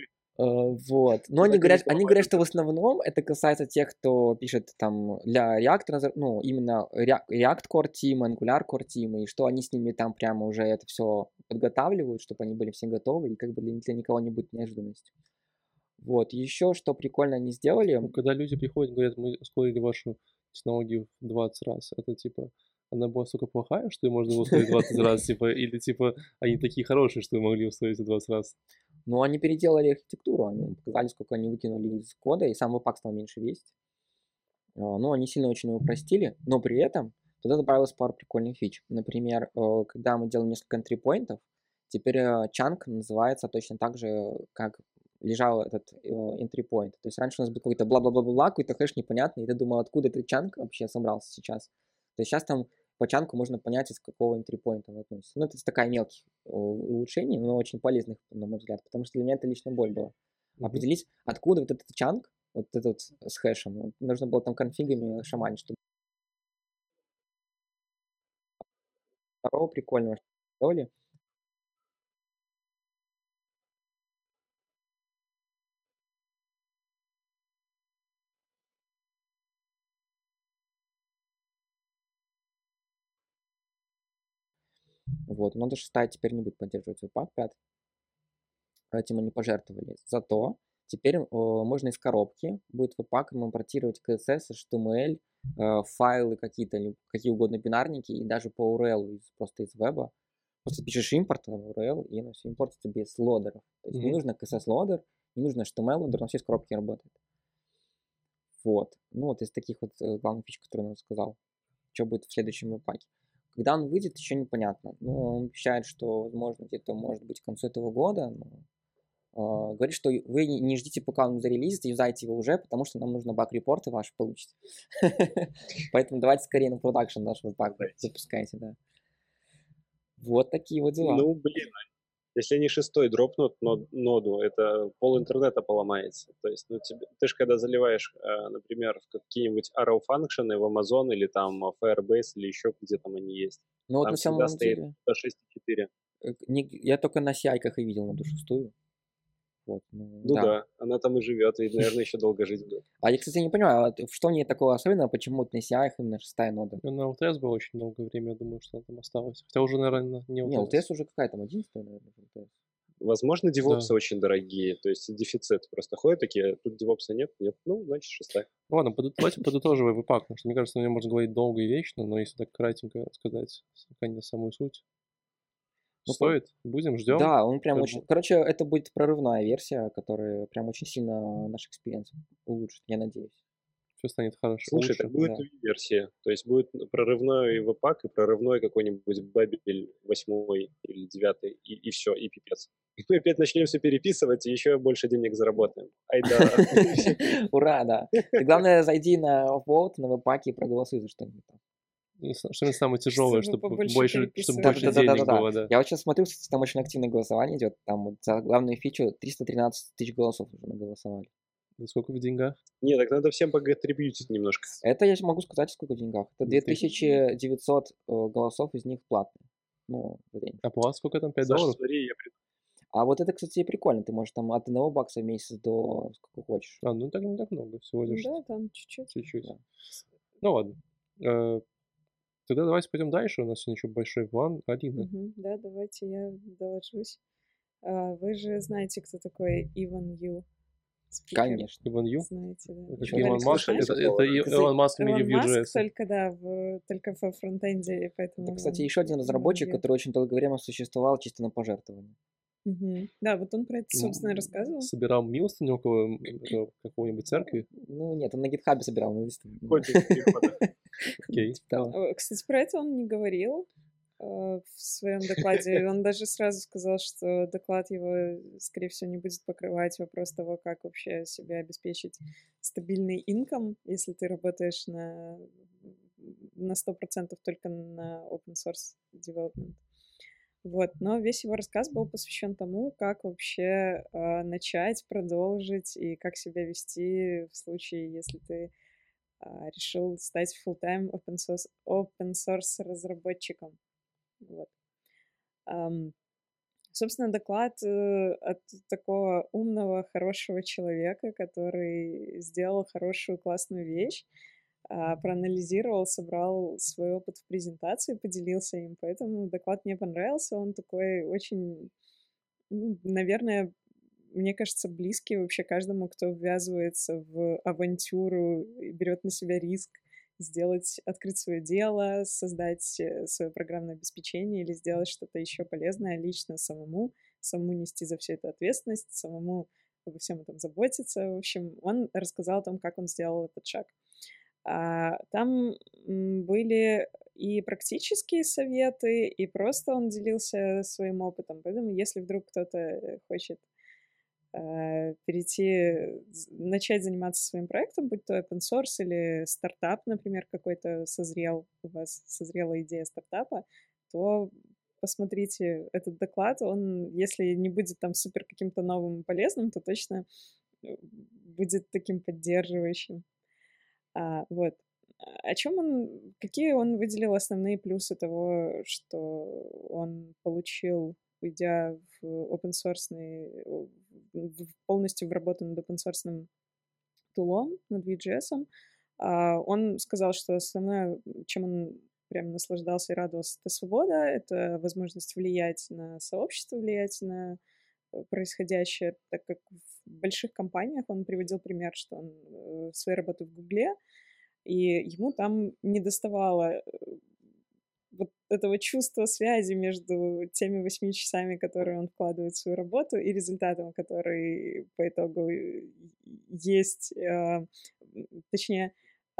Вот. Но они говорят, что в основном это касается тех, кто пишет там для React, ну, именно React Core Team, Angular Core Team, и что они с ними там прямо уже это все подготавливают, чтобы они были все готовы, и как бы для никого не будет неожиданностью. Вот. Еще что прикольно они сделали. Ну, когда люди приходят и говорят, мы ускорили вашу технологию в 20 раз, это типа, она была столько плохая, что ее можно было ускорить 20 раз, типа, или типа, они такие хорошие, что могли ускорить в 20 раз. Ну, они переделали архитектуру, они показали, сколько они выкинули из кода, и сам Webpack стал меньше весить. Ну, они сильно очень его упростили, но при этом туда добавилось пару прикольных фич. Например, когда мы делаем несколько entry-поинтов, теперь chunk называется точно так же, как лежал этот entry-point. То есть раньше у нас был какой-то бла-бла-бла-бла, какой-то хэш непонятный, и ты думал, откуда этот chunk вообще собрался сейчас. То есть сейчас там по чанку можно понять, из какого entry-point он относится. Ну, это такая мелкие улучшения, но очень полезных, на мой взгляд, потому что для меня это лично боль была. Определить, откуда вот этот чанк, вот этот с хэшем. Вот нужно было там конфигами шаманить, чтобы... Второго прикольного, что сделали. Вот, но до 6 теперь не будет поддерживать Webpack 5. Этим они пожертвовали. Зато теперь можно из коробки будет Webpack импортировать CSS, HTML, файлы какие-то, какие угодно бинарники, и даже по URL просто из веба. Просто пишешь импорт, URL, и оно все импортится без лодеров. То есть не нужно CSS-лодер, не нужно HTML-лодер, он все из коробки работает. Вот. Ну вот из таких вот главных фич, которые я сказал. Что будет в следующем Webpack. Когда он выйдет, еще непонятно. Ну, он обещает, что, возможно, где-то, может быть, к концу этого года. Но, говорит, что вы не ждите, пока он зарелизит, юзайте его уже, потому что нам нужно баг-репорты ваши получить. Поэтому давайте скорее на продакшн наш Webpack запускайте, да. Вот такие вот дела. Ну, блин, если они 6 дропнут ноду, это пол интернета поломается. То есть, ну, ты же когда заливаешь, например, в какие-нибудь arrow функшены в Amazon или там Firebase или еще где там они есть, Ну вот там на всегда самом стоит деле, 6.4. я только на CI-ках и видел на эту 6. Вот, Ну да, она там и живет, и, наверное, еще долго жить будет. А я, кстати, не понимаю, что в ней такого особенного, почему вот на CI именно 6 нода? На LTS было очень долгое время, я думаю, что она там осталась. Хотя уже, наверное, не LTS. Не, LTS уже какая там, 11, наверное, LTS. Возможно, девопсы очень дорогие, то есть дефицит. Просто ходят такие, тут девопса нет, ну, значит, 6. Ладно, давайте подытоживай Webpack, потому что, мне кажется, о нем можно говорить долго и вечно, но если так кратенько сказать, самую суть. Ну, Стоит? Будем, ждем. Да, он прям Как очень... бы- Короче, это будет прорывная версия, которая прям очень сильно наш экспириенс улучшит, я надеюсь. Все станет хорошо, Слушай, так лучше. будет Да. версия. То есть будет прорывной веб-пак и прорывной какой-нибудь Бабель 8 или 9, и все, и пипец. И мы опять начнем все переписывать, и еще больше денег заработаем. Айда. Ура, да. Ты, главное, зайди на Vote, на веб-паке и проголосуй за что-нибудь там. Ну, что-нибудь самое тяжелое, Чтобы чтобы побольше больше переписывать. денег Да-да-да-да-да. было, да. Я вот сейчас смотрю, кстати, там очень активное голосование идет. Там вот за главную фичу 313 тысяч голосов уже наголосовали. Да сколько в деньгах? Не, так надо всем погатрибьютить немножко. Это я могу сказать, сколько в деньгах. Это 2900 голосов, из них платные. Ну, в день. А плат сколько там? 5 Саша, долларов? смотри, А вот это, кстати, прикольно. Ты можешь там от 1 бакса в месяц до сколько хочешь. А, ну так не так много, всего лишь Да, там чуть-чуть. чуть-чуть. Да. Ну ладно. Тогда давайте пойдем дальше. У нас сегодня еще большой план. Алина. Да, давайте я доложусь. Вы же знаете, кто такой Иван Ю? Спикер. Конечно. Иван Ю? Знаете, да. Это Ещё Илон Далеко Маск? знаешь? Это Илон Маск Илон имени Маск Vue.js. только, да, только во фронтенде, и поэтому... Это, кстати, он еще один Иван разработчик, Ю. который очень долгое время существовал чисто на пожертвования. Да, вот он про это, собственно, рассказывал. Собирал милостыню около какой-нибудь церкви. Ну, нет, он на гитхабе собирал. Ну, действительно. Ходит перехода. Окей. Типа того. Кстати, про это он не говорил в своем докладе. Он даже сразу сказал, что доклад его, скорее всего, не будет покрывать вопрос того, как вообще себе обеспечить стабильный инком, если ты работаешь на 100% только на open source development. Вот, но весь его рассказ был посвящен тому, как вообще начать, продолжить и как себя вести в случае, если ты решил стать full-time open source разработчиком. Вот. Собственно, доклад от такого умного, хорошего человека, который сделал хорошую, классную вещь, проанализировал, собрал свой опыт в презентации, поделился им, поэтому доклад мне понравился, он такой очень, наверное, мне кажется, близкий вообще каждому, кто ввязывается в авантюру и берет на себя риск открыть свое дело, создать свое программное обеспечение или сделать что-то еще полезное лично самому нести за все это ответственность, самому обо всем этом заботиться. В общем, он рассказал о том, как он сделал этот шаг. Там были и практические советы, и просто он делился своим опытом. Поэтому, если вдруг кто-то хочет начать заниматься своим проектом, будь то open source или стартап, например, какой-то у вас созрела идея стартапа, то посмотрите этот доклад. Он, если не будет там супер каким-то новым и полезным, то точно будет таким поддерживающим. Вот. Какие он выделил основные плюсы того, что он получил, уйдя в open source, полностью вработан над open source тулом, над Vue.js. Он сказал, что основное, чем он прям наслаждался и радовался, это свобода, это возможность влиять на сообщество, влиять на происходящее, так как в больших компаниях, он приводил пример, что он в своей работе в Гугле, и ему там не доставало вот этого чувства связи между теми 8 часами, которые он вкладывает в свою работу, и результатом, который по итогу есть, точнее,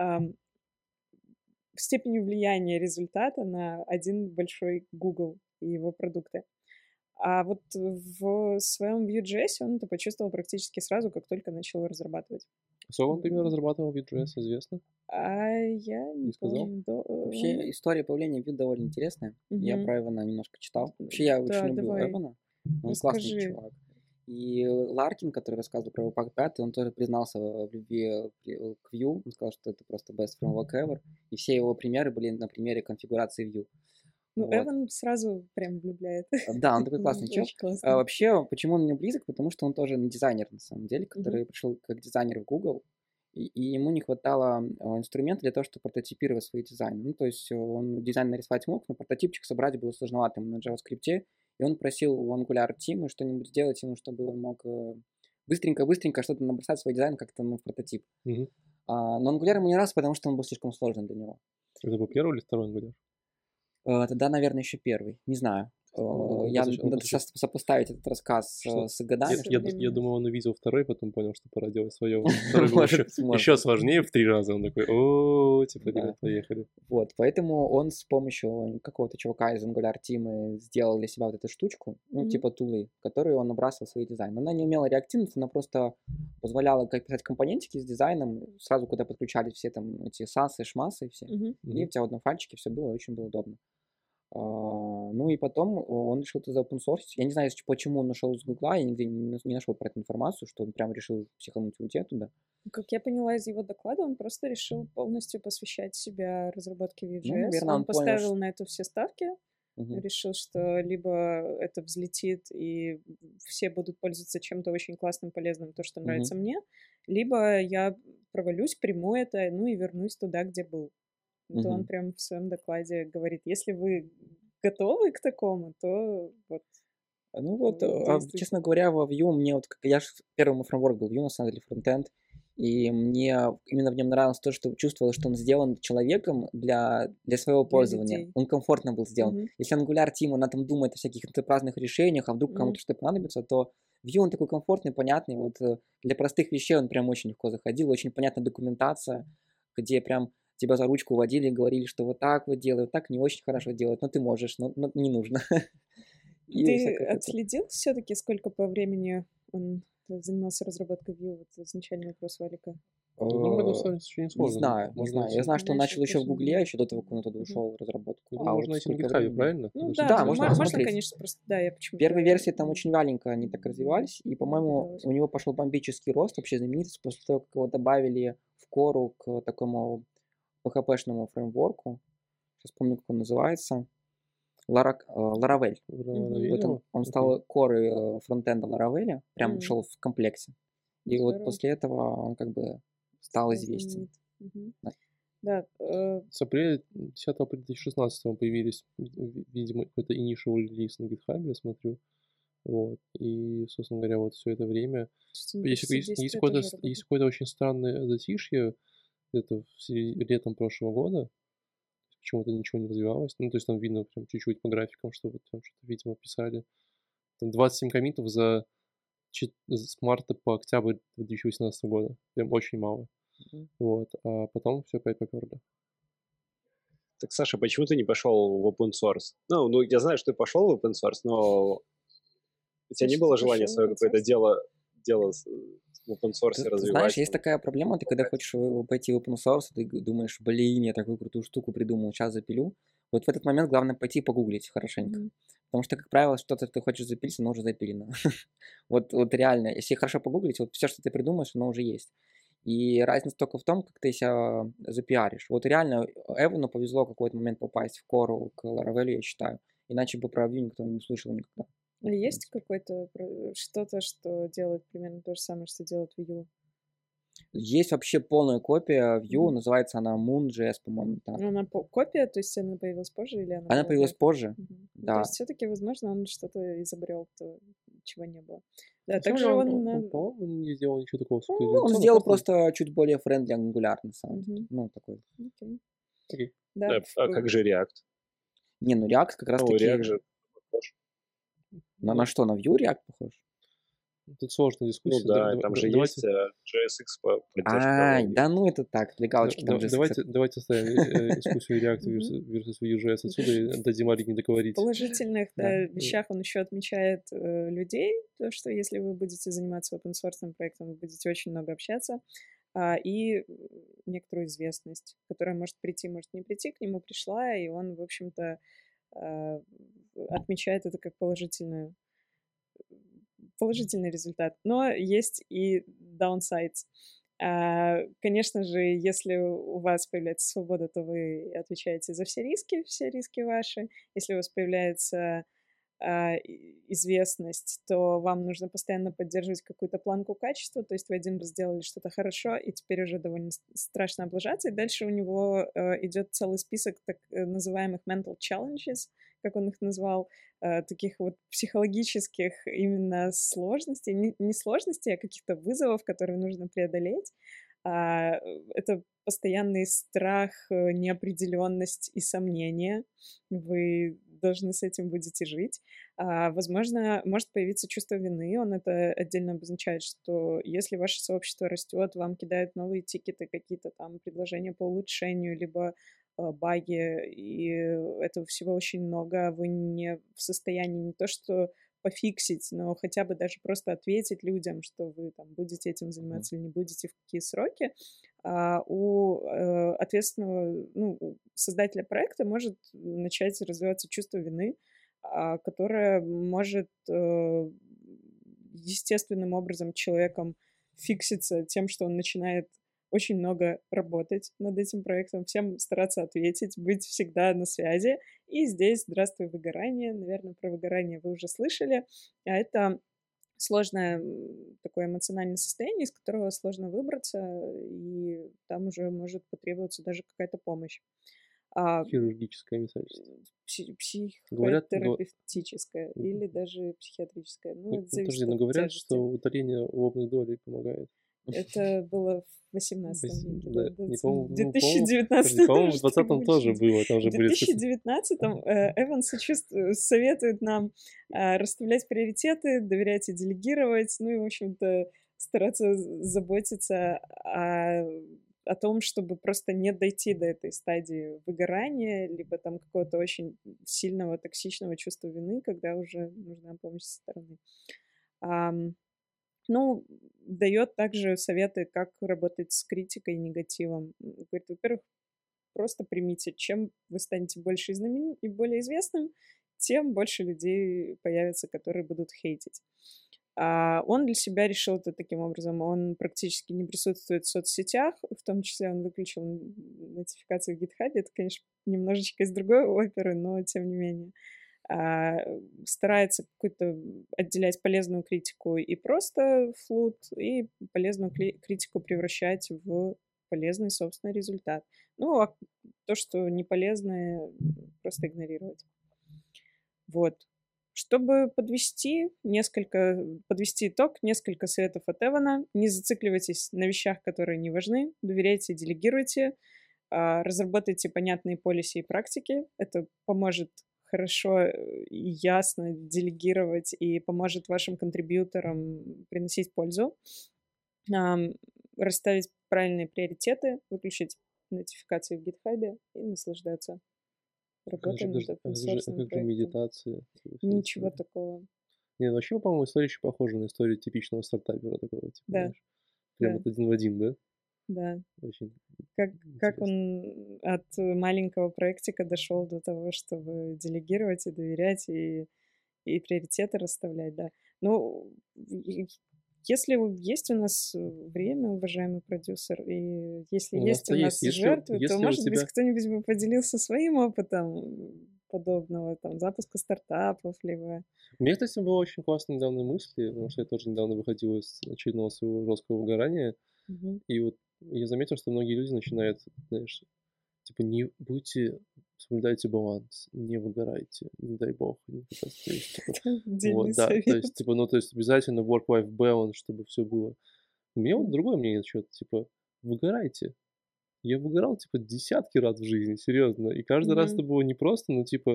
степенью влияния результата на один большой Google и его продукты. А вот в своем Vue.js он это почувствовал практически сразу, как только начал разрабатывать. Сколько он примерно разрабатывал Vue.js, известно? Я не сказал? помню. Вообще, история появления Vue довольно интересная. Я про Эвана немножко читал. Вообще, я очень люблю давай. Эвана. Он классный Расскажи. чувак. И Ларкин, который рассказывал про Webpack 5, он тоже признался в любви к Vue. Он сказал, что это просто best framework ever. И все его примеры были на примере конфигурации Vue. Ну, Вот. Эван сразу прям влюбляет. Да, он такой классный чел. Очень классный. А вообще, почему он мне близок? Потому что он тоже дизайнер, на самом деле, который пришел как дизайнер в Google, и ему не хватало инструмента для того, чтобы прототипировать свои дизайны. Ну, то есть он дизайн нарисовать мог, но прототипчик собрать было сложновато ему на JavaScript, и он просил у Angular Team что-нибудь сделать ему, чтобы он мог быстренько что-то набросать свой дизайн как-то в прототип. Но Angular ему не нравился, потому что он был слишком сложный для него. Это был первый или второй Angular? Тогда, наверное, еще первый. Не знаю. Я Он надо сейчас сопоставить этот рассказ с годами. Я думаю, он увидел второй, потом понял, что пора делать свое. Второй был Может, еще сложнее в 3 раза. Он такой, типа, Да. ребят, поехали. Вот, поэтому он с помощью какого-то чувака из Angular Team сделал для себя вот эту штучку, ну, Мгм. типа тулы, которую он набрасывал в свои дизайны. Она не умела реактивность, она просто позволяла как писать компонентики с дизайном, сразу куда подключались все там эти сасы, шмасы все, Мгм. и у тебя в одном фальчике все было, очень было удобно. Ну и потом он решил это open source. Я не знаю, почему он нашел с Гугла, я нигде не нашел про эту информацию, что он прям решил психануть уйти оттуда. Как я поняла из его доклада, он просто решил полностью посвящать себя разработке Vue.js. Ну, наверное, он понял, поставил на это все ставки, Мгм. решил, что либо это взлетит и все будут пользоваться чем-то очень классным, полезным, то, что нравится мне, либо я провалюсь, приму это, ну и вернусь туда, где был. То он Мгм. прям в своем докладе говорит, если вы готовы к такому, то вот Ну вот, действуйте. честно говоря, во Vue мне вот, я же первый мой фреймворк был Vue, на самом деле, фронтенд, и мне именно в нем нравилось то, что чувствовалось, что он сделан человеком для своего Для пользования. людей. Он комфортно был сделан. Мгм. Если Angular Team, она там думает о всяких энтерпрайзных решениях, а вдруг кому-то что-то понадобится, то Vue он такой комфортный, понятный. Вот для простых вещей он прям очень легко заходил, очень понятная документация, где прям тебя за ручку водили и говорили, что вот так вот делай, вот так не очень хорошо делать, но ты можешь, но не нужно. И Ты всякое такое. отследил все-таки, сколько по времени он занимался разработкой Vue? Вот изначальный вопрос Валика. Ну, это Э, достаточно Не сложно. знаю, не знаю. Я знаю, что он Знаешь, начал еще в тоже Гугле, не- еще до того, как он туда Мгм. ушел в разработку. Я А думаю, вот можно найти на сколько гитхабе, времени? правильно? Ну Подожди. да, Да, можно можно, посмотреть. конечно, просто, да, я почему-то... Первые версии там очень вяленько они так развивались, и, по-моему, догадалась. у него пошел бомбический рост, вообще знаменитость, после того, как его добавили в кору к такому PHP-шному фреймворку. Сейчас помню, как он называется. Laravel. Вот он стал корой фронтенда Laravel, прям Мгм. шел в комплекте. И вот Здорово. после этого он как бы стал Стал известен. знаменит. Мгм. Да. Да, С апреля, 10 апреля 2016 появились, видимо, какой-то initial релиз на GitHub, я смотрю. Вот. И, собственно говоря, вот все это время. мне Есть, кажется, есть, 10 есть лет какое-то, уже есть работает. какое-то очень странное затишье, это летом прошлого года. Почему-то ничего не развивалось. Ну, то есть там видно прям чуть-чуть по графикам, что вот там что-то, видимо, писали. Там 27 коммитов с марта по октябрь 2018 года. Прям очень мало. Мгм. Вот. А потом все опять поперли. Так, Саша, почему ты не пошел в open source? Ну, я знаю, что ты пошел в open source, но у тебя не Саша, было ты желания пошел в свое open какое-то source? дело в open source Ты знаешь, развивать? есть такая проблема, ты когда хочешь пойти в open source, ты думаешь, блин, я такую крутую штуку придумал, сейчас запилю. Вот в этот момент главное пойти и погуглить хорошенько. Мгм. Потому что, как правило, что-то ты хочешь запилить, оно уже запилено. Вот реально, если хорошо погуглить, вот все, что ты придумаешь, оно уже есть. И разница только в том, как ты себя запиаришь. Вот реально Эвану повезло в какой-то момент попасть в кору к Laravel, я считаю. Иначе бы про Vue никто не слышал никогда. А в есть принципе. какое-то что-то, что делает примерно то же самое, что делает Vue? Есть вообще полная копия Vue, Мгм. называется она Moon.js, по-моему, так. Ну, она копия, то есть она появилась позже или она Она была появилась до? позже, Мгм. Ну, то да. есть все-таки, возможно, он что-то изобрел, чего не было. Да, На самом также деле он... по-моему, не сделал ничего такого супер Ну, он революционного, сделал просто чуть более friendly Angular, на самом деле. Мгм. Ну, такой. Окей. Окей. Да, А как же React? Не, ну React как раз Ну, React таки... же похож. На что, на Vue React похож? Тут сложная Ну дискуссия. да, там же есть JSX поддержка. Ай, да ну это так, для галочки там JSX. Давайте оставим дискуссию React versus Vue.js отсюда и дадим Арине в договорить. положительных Да. вещах он еще отмечает людей, то, что если вы будете заниматься open source проектом, вы будете очень много общаться, и некоторую известность, которая может прийти, может не прийти, к нему пришла, и он, в общем-то, отмечает это как положительный результат. Но есть и downsides. Конечно же, если у вас появляется свобода, то вы отвечаете за все риски ваши. Если у вас появляется известность, то вам нужно постоянно поддерживать какую-то планку качества, то есть вы один раз сделали что-то хорошо, и теперь уже довольно страшно облажаться, и дальше у него идет целый список так называемых mental challenges, как он их назвал, таких вот психологических именно сложностей, не сложностей, а каких-то вызовов, которые нужно преодолеть. Это постоянный страх, неопределенность и сомнения. Вы должны с этим будете жить. Возможно, может появиться чувство вины, он это отдельно обозначает, что если ваше сообщество растет, вам кидают новые тикеты, какие-то там предложения по улучшению, либо баги, и этого всего очень много, вы не в состоянии не то что пофиксить, но хотя бы даже просто ответить людям, что вы там будете этим заниматься или не будете, в какие сроки, у ответственного, ну, у создателя проекта может начать развиваться чувство вины, которое может естественным образом человеком фикситься тем, что он начинает очень много работать над этим проектом, всем стараться ответить, быть всегда на связи. И здесь здравствуй, выгорание. Наверное, про выгорание вы уже слышали. А это сложное такое эмоциональное состояние, из которого сложно выбраться, и там уже может потребоваться даже какая-то помощь. Хирургическое вмешательство. Говорят, Психотерапевтическое или даже психиатрическое. Ну, это подожди, зависит но от говорят, тяжести. что удаление лобной доли помогает. Это было в 18 веке. Да, да, не в помню, 2019 по-моему, в 20-м тоже было, там В же были... 2019-м Эванс советует нам расставлять приоритеты, доверять и делегировать, ну и, в общем-то, стараться заботиться о том, чтобы просто не дойти до этой стадии выгорания, либо там какого-то очень сильного токсичного чувства вины, когда уже нужна помощь со стороны. Ну, дает также советы, как работать с критикой и негативом. Говорит, во-первых, просто примите, чем вы станете больше и более известным, тем больше людей появится, которые будут хейтить. Он для себя решил это таким образом. Он практически не присутствует в соцсетях, в том числе он выключил нотификации в GitHub. Это, конечно, немножечко из другой оперы, но тем не менее. Старается какую-то отделять полезную критику и просто флут, и полезную критику превращать в полезный, собственно, результат. Ну, а то, что не полезное, просто игнорировать. Вот. Чтобы подвести итог, несколько советов от Эвана. Не зацикливайтесь на вещах, которые не важны. Доверяйте, делегируйте. Разработайте понятные полиси и практики. Это поможет хорошо и ясно делегировать и поможет вашим контрибьюторам приносить пользу. Расставить правильные приоритеты, выключить нотификации в GitHub и наслаждаться работой над open-source как же медитация? Ничего такого. Не, вообще, по-моему, история очень похожа на историю типичного стартапера такого, типа, Да. знаешь, прям вот один в один, да? Да. Очень как он от маленького проектика дошел до того, чтобы делегировать и доверять, и приоритеты расставлять, да. Ну, если есть у нас время, уважаемый продюсер, и если есть у нас жертвы, то, может быть, кто-нибудь бы поделился своим опытом подобного, там, запуска стартапов, либо... У меня, кстати, была очень классная недавно мысль, потому что я тоже недавно выходил из очередного своего жесткого выгорания, и вот я заметил, что многие люди начинают, знаешь, типа, не будьте, соблюдайте баланс, не выгорайте, не дай бог, не катастрофе. Вот, да, то есть, типа, ну, то есть обязательно work-life balance, чтобы все было. У меня вот другое мнение насчет, типа, выгорайте. Я выгорал, типа, десятки раз в жизни, серьезно, и каждый раз это было непросто, но, типа,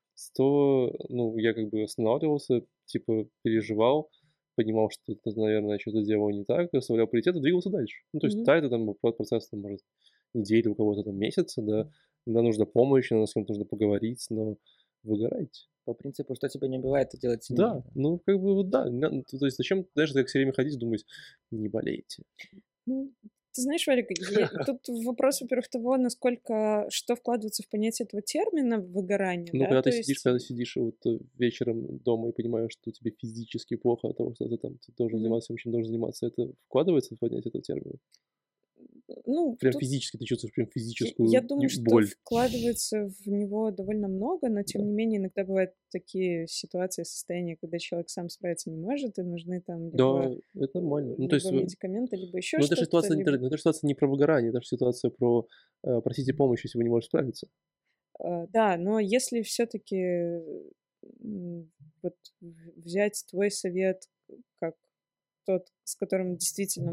я как бы останавливался, типа, переживал, понимал, что, наверное, что-то делал не так, расставлял приоритеты, двигался дальше. Ну, то есть, да, это там процесс, там, может, недели, у кого-то там месяца, да, нам нужна помощь, нам с кем-то нужно поговорить, но выгорайте. По принципу, что тебя не убивает, то делать сильнее. Да, ну, как бы, вот, да, то есть, зачем, даже так все время ходить и думать, не болейте. Ну, ты знаешь, Валик, тут вопрос, во-первых, того, насколько, что вкладывается в понятие этого термина выгорание. Ну, да? когда ты сидишь вот вечером дома и понимаешь, что тебе физически плохо от того, что ты должен заниматься, чем должен заниматься, это вкладывается в понятие этого термина? Ну, прям физически, ты чувствуешь прям физическую боль. Я думаю, что вкладывается в него довольно много, но тем не менее иногда бывают такие ситуации, состояния, когда человек сам справиться не может, и нужны там либо, это нормально. Ну, то есть, медикаменты, либо еще что-то. Это ситуация не про выгорание, это ситуация про просите помощи, если вы не можете справиться. Да, но если все-таки вот взять твой совет как тот, с которым действительно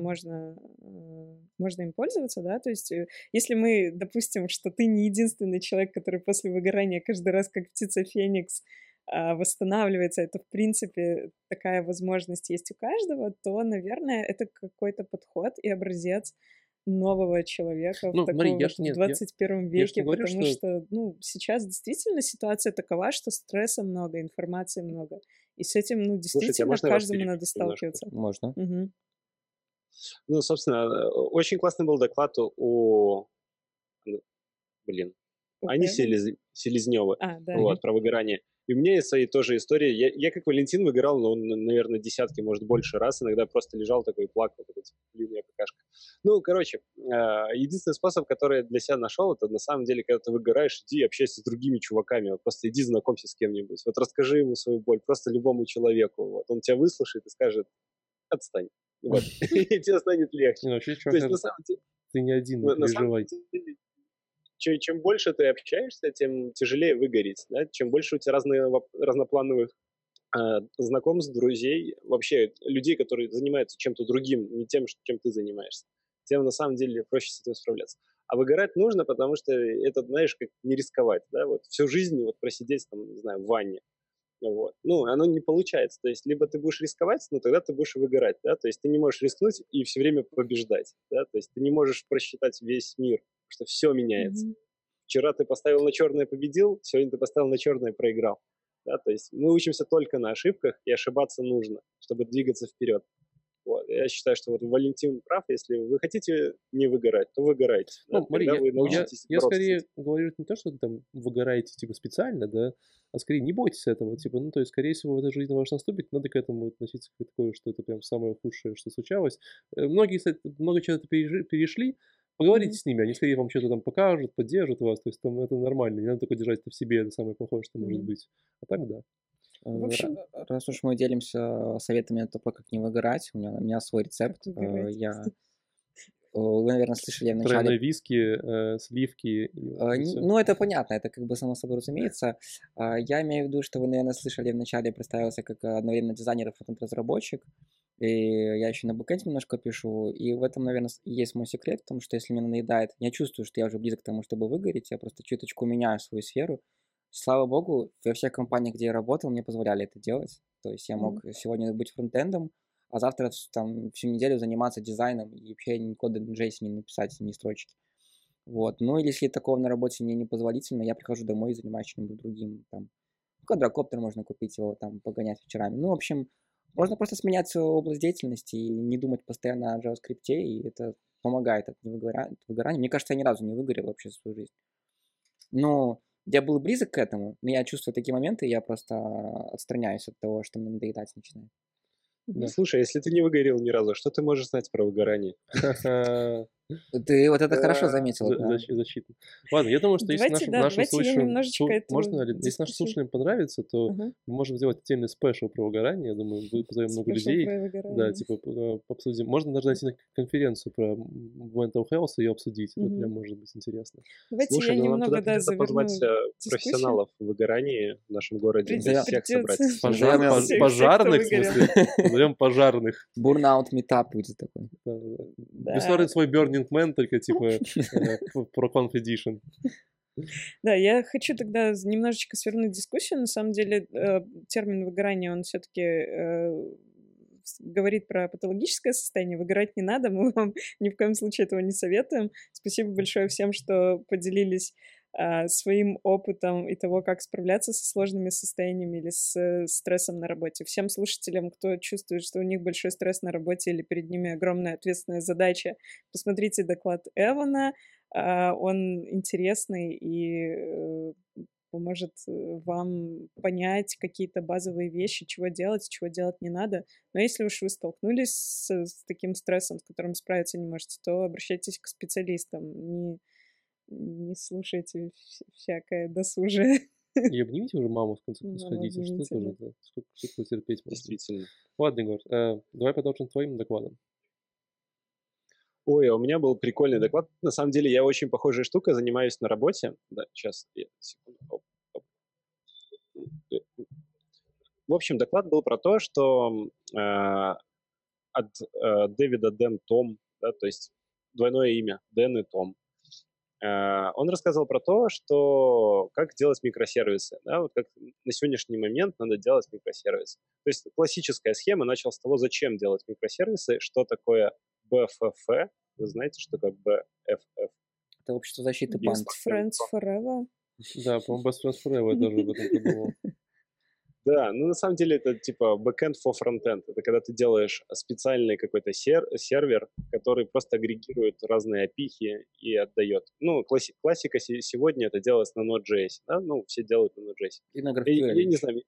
можно им пользоваться, да, то есть если мы допустим, что ты не единственный человек, который после выгорания каждый раз как птица Феникс восстанавливается, это, в принципе, такая возможность есть у каждого, то, наверное, это какой-то подход и образец нового человека в Ну, смотри, таком я вот ж в не, 21 я ж не веке, говорю, потому что что, ну, сейчас действительно ситуация такова, что стресса много, информации много. И с этим, ну, Слушайте, а действительно можно я вас каждому перебью надо немножко? сталкиваться. Можно. Мгм. Ну, собственно, очень классный был доклад ну, блин, У Ани Эван? Селезневой, Да. Мгм. вот, про выгорание. И у меня есть свои тоже истории. Я как Валентин выгорал, ну, наверное, десятки, может, больше раз. Иногда просто лежал такой и плакал, такой, типа, блин, я какашка. Ну, короче, единственный способ, который я для себя нашел, это на самом деле, когда ты выгораешь, иди общайся с другими чуваками. Вот просто иди знакомься с кем-нибудь. Вот расскажи ему свою боль, просто любому человеку. Вот. Он тебя выслушает и скажет, отстань. Вот. И тебе станет легче. не, вообще То чувак есть, на скажет, самом деле, ты не один, не на самом переживай. деле, чем больше ты общаешься, тем тяжелее выгореть, да? Чем больше у тебя разноплановых знакомств, друзей, вообще людей, которые занимаются чем-то другим, не тем, чем ты занимаешься, тем на самом деле проще с этим справляться. А выгорать нужно, потому что это, знаешь, как не рисковать, да, вот всю жизнь вот просидеть там, не знаю, в ванне, вот. Ну, оно не получается. То есть, либо ты будешь рисковать, но тогда ты будешь выгорать, да, то есть ты не можешь рискнуть и все время побеждать, да, то есть ты не можешь просчитать весь мир, потому что все меняется. Мгм. Вчера ты поставил на черное, победил, сегодня ты поставил на черное, проиграл. Да, то есть мы учимся только на ошибках, и ошибаться нужно, чтобы двигаться вперед. Вот. Я считаю, что вот Валентин прав, если вы хотите не выгорать, то выгорайте. Да? Ну, смотри, Тогда вы я, научитесь я бороться с скорее этим. говорю не то, что вы там выгораете типа специально, да, а скорее не бойтесь этого, типа, ну, то есть, скорее всего, в этой жизни ваша наступит, надо к этому относиться как такое, что это прям самое худшее, что случалось. Многие, кстати, много чего перешли, поговорите Мгм. с ними, они скорее вам что-то там покажут, поддержат вас, то есть там это нормально, не надо только держать это в себе, это самое плохое, что может Мгм. быть. А так да. В общем, Раз уж мы делимся советами на то, как не выгорать, у меня свой рецепт. как выгорать. Вы, наверное, слышали в Тройное начале. виски, сливки и вот это все. Ну, это понятно, это как бы само собой разумеется. Я имею в виду, что вы, наверное, слышали в начале, представился как одновременно дизайнер и фронтенд-разработчик. И я еще на бэкэнде немножко пишу. И в этом, наверное, и есть мой секрет, потому что если мне надоедает, я чувствую, что я уже близок к тому, чтобы выгореть, я просто чуточку меняю свою сферу. Слава богу, во всех компаниях, где я работал, мне позволяли это делать. То есть я мог сегодня быть фронтендом, а завтра там всю неделю заниматься дизайном и вообще ни кода на JS не написать, ни строчки. Вот. Ну, или если такого на работе мне непозволительно, я прихожу домой и занимаюсь чем-нибудь другим. Там, квадрокоптер можно купить, его там погонять вечерами. Ну, в общем, можно просто сменять свою область деятельности и не думать постоянно о JavaScript, и это помогает от выгорания. Мне кажется, я ни разу не выгорел вообще за свою жизнь. Но я был близок к этому, но я чувствую такие моменты, и я просто отстраняюсь от того, что мне надоедать начинает. Да. Слушай, если ты не выгорел ни разу, что ты можешь знать про выгорание? Ты вот это хорошо заметил, да. Защита. Ладно, я думаю, что если Давайте, нашим я слушателям, немножечко эту можно ли, если нашим дискуссию. слушателям понравится, то Ага. мы можем сделать отдельный спешл про выгорание. Я думаю, мы позовем много Спешл людей. про Да, выгорание. типа обсудим. Можно даже найти конференцию про mental health и ее обсудить. Это прям Мгм. может быть интересно. Давайте Слушай, я ну нам туда немного, придется позвать заверну дискуссию. профессионалов в выгорании в нашем городе, то есть всех собрать. Придется. Зовем его- Все, Пожарных, в кто выгорел. смысле? Позовем пожарных. Бурнаут метап будет такой. Да. Да. Бесспорный свой Burning Man, только типа про Conf Edition. Да, я хочу тогда немножечко свернуть дискуссию. На самом деле термин выгорание, он все-таки говорит про патологическое состояние. Выгорать не надо, мы вам ни в коем случае этого не советуем. Спасибо большое всем, что поделились своим опытом и того, как справляться со сложными состояниями или с стрессом на работе. Всем слушателям, кто чувствует, что у них большой стресс на работе или перед ними огромная ответственная задача, посмотрите доклад Эвана. Он интересный и поможет вам понять какие-то базовые вещи, чего делать не надо. Но если уж вы столкнулись с таким стрессом, с которым справиться не можете, то обращайтесь к специалистам. Не слушайте всякое досужие. И обнимите уже маму, в конце концов, Маму сходите. Что обнимите, тоже, да. да, сколько терпеть можно. Действительно. Ладно, Егор, давай продолжим твоим докладом. Ой, а у меня был прикольный доклад. На самом деле я очень похожей штукой занимаюсь на работе. Да, сейчас, секунду. Оп. В общем, доклад был про то, что от Дэвида Дэн Том, да, то есть двойное имя, Дэн и Том. Он рассказывал про то, что как делать микросервисы, да, вот как на сегодняшний момент надо делать микросервисы. То есть классическая схема начала с того, зачем делать микросервисы, что такое BFF, вы знаете, что такое BFF? Это общество защиты Best банд. Friends Forever. Да, по-моему, Best Friends Forever я тоже об этом подумал. Да, ну на самом деле это типа backend for frontend. Это когда ты делаешь специальный какой-то сервер, который просто агрегирует разные API и отдает. Ну, классика сегодня это делать на Node.js, да? Ну, все делают на Node.js. И на Я GraphQL. не знаю,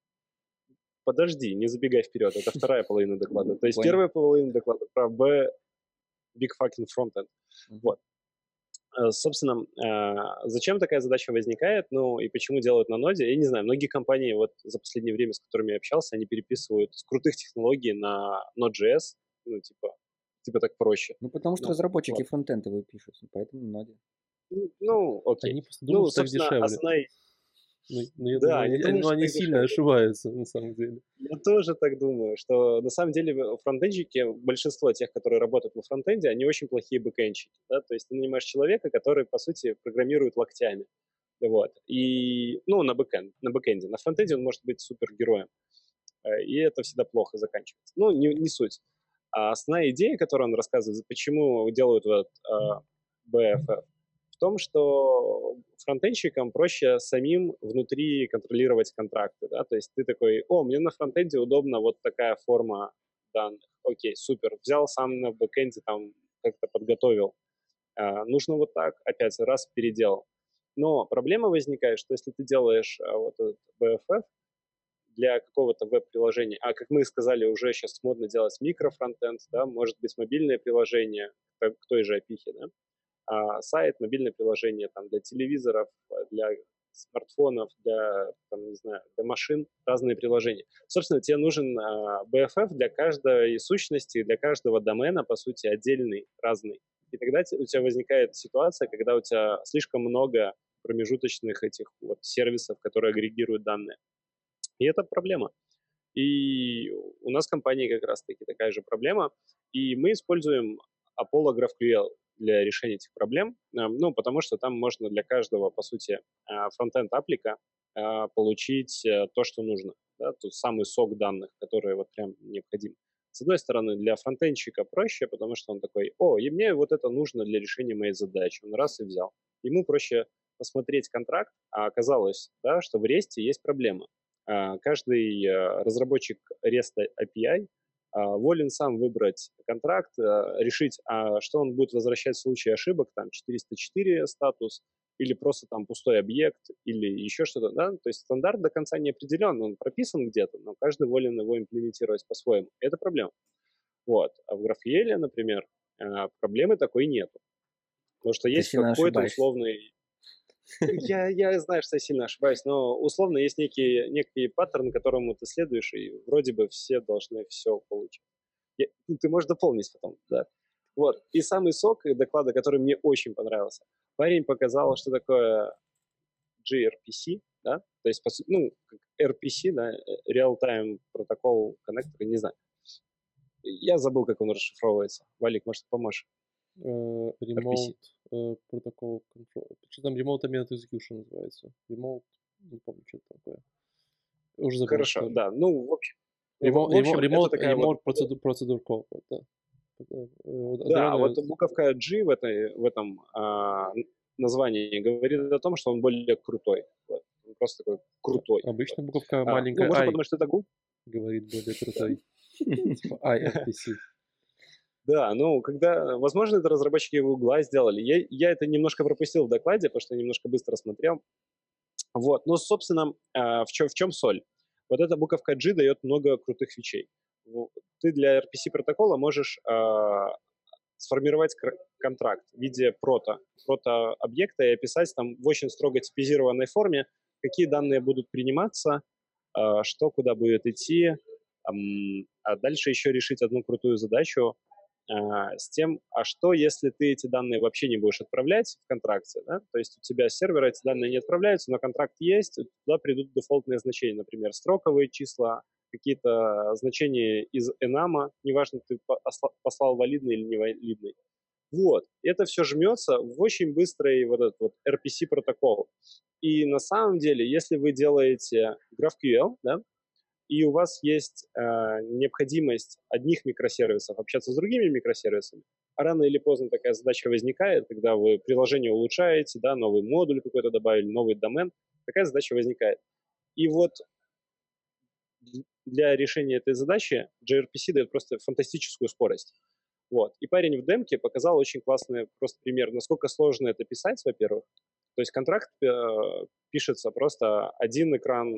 подожди, не забегай вперед, это вторая половина доклада. То есть Понял. первая половина доклада про big fucking frontend. Вот. Собственно, зачем такая задача возникает, ну и почему делают на ноде, я не знаю. Многие компании вот за последнее время, с которыми я общался, они переписывают с крутых технологий на Node.js, ну типа так проще. Ну, потому что Ну, разработчики ладно. фронтенда его пишут, поэтому на ноде. Ну, окей. Они просто думают, Ну, что так собственно, дешевле. основная... Ну, я Да, думаю, они они, думают, ну, что они так сильно дешевле. ошибаются, на самом деле. Я тоже так думаю, что на самом деле фронтенщики, большинство тех, которые работают во фронтенде, они очень плохие бэкэндщики. Да? То есть ты нанимаешь человека, который, по сути, программирует локтями. Вот. И, ну, на бэкэнде. На фронтенде он может быть супергероем. И это всегда плохо заканчивается. Ну, не суть. А основная идея, которую он рассказывает, почему делают вот BFF, в том, что фронтенщикам проще самим внутри контролировать контракты, да, то есть ты такой, мне на фронтенде удобно вот такая форма данных, окей, супер, взял сам на бэкенде там как-то подготовил, нужно вот так, опять раз переделал. Но проблема возникает, что если ты делаешь вот этот BFF для какого-то веб-приложения, а как мы сказали, уже сейчас модно делать микрофронтенд, да, может быть мобильное приложение к той же API, да, сайт, мобильное приложение там, для телевизоров, для смартфонов, для, там, не знаю, для машин, разные приложения. Собственно, тебе нужен BFF для каждой сущности, для каждого домена, по сути, отдельный, разный. И тогда у тебя возникает ситуация, когда у тебя слишком много промежуточных этих вот сервисов, которые агрегируют данные. И это проблема. И у нас в компании как раз-таки такая же проблема. И мы используем Apollo GraphQL для решения этих проблем, ну, потому что там можно для каждого, по сути, фронтенд-апплика получить то, что нужно, да, тот самый сок данных, который вот прям необходим. С одной стороны, для фронтендщика проще, потому что он такой, и мне вот это нужно для решения моей задачи. Он раз и взял. Ему проще посмотреть контракт, а оказалось, да, что в REST есть проблема. Каждый разработчик REST API волен сам выбрать контракт, решить, что он будет возвращать в случае ошибок, там 404 статус, или просто там пустой объект, или еще что-то, да, то есть стандарт до конца не определен, он прописан где-то, но каждый волен его имплементировать по-своему. Это проблема. Вот. А в GraphQL, например, проблемы такой нету, потому что есть какой-то условный... Я знаю, что я сильно ошибаюсь, но условно есть некий паттерн, которому ты следуешь, и вроде бы все должны все получить. Ты можешь дополнить потом, да. Вот. И самый сок доклада, который мне очень понравился. Парень показал, что такое gRPC, да, то есть, RPC, да, Real-Time Protocol Connector, не знаю. Я забыл, как он расшифровывается. Валик, может, поможешь? Remote Protocol Control. Что там Remote Ambient Execution называется? Remote, не помню, что это такое. Уже забыл. Хорошо, да. Ну, в общем, Remote, это такая remote вот... Procedure Call, да. Да, вот буковка G в этом названии говорит о том, что он более крутой. Вот. Он просто такой крутой. Обычно буковка маленькая можно I подумать, что это Google. Говорит более крутой. Типа IRPC. Да, возможно, это разработчики Гугла сделали. Я это немножко пропустил в докладе, потому что немножко быстро смотрел. Вот, но, собственно, в чем соль? Вот эта буковка G дает много крутых фичей. Ты для RPC протокола можешь сформировать контракт в виде прото-объекта и описать там в очень строго типизированной форме, какие данные будут приниматься, что куда будет идти, а дальше еще решить одну крутую задачу с тем, что если ты эти данные вообще не будешь отправлять в контракте, да? То есть у тебя с сервера эти данные не отправляются, но контракт есть, туда придут дефолтные значения, например, строковые числа, какие-то значения из enum, неважно, ты послал валидный или невалидный. Вот, это все жмется в очень быстрый вот этот вот RPC протокол. И на самом деле, если вы делаете GraphQL, да, и у вас есть необходимость одних микросервисов общаться с другими микросервисами, а рано или поздно такая задача возникает, когда вы приложение улучшаете, да, новый модуль какой-то добавили, новый домен, такая задача возникает. И вот для решения этой задачи gRPC дает просто фантастическую скорость. Вот. И парень в демке показал очень классный просто пример, насколько сложно это писать, во-первых. То есть контракт пишется просто один экран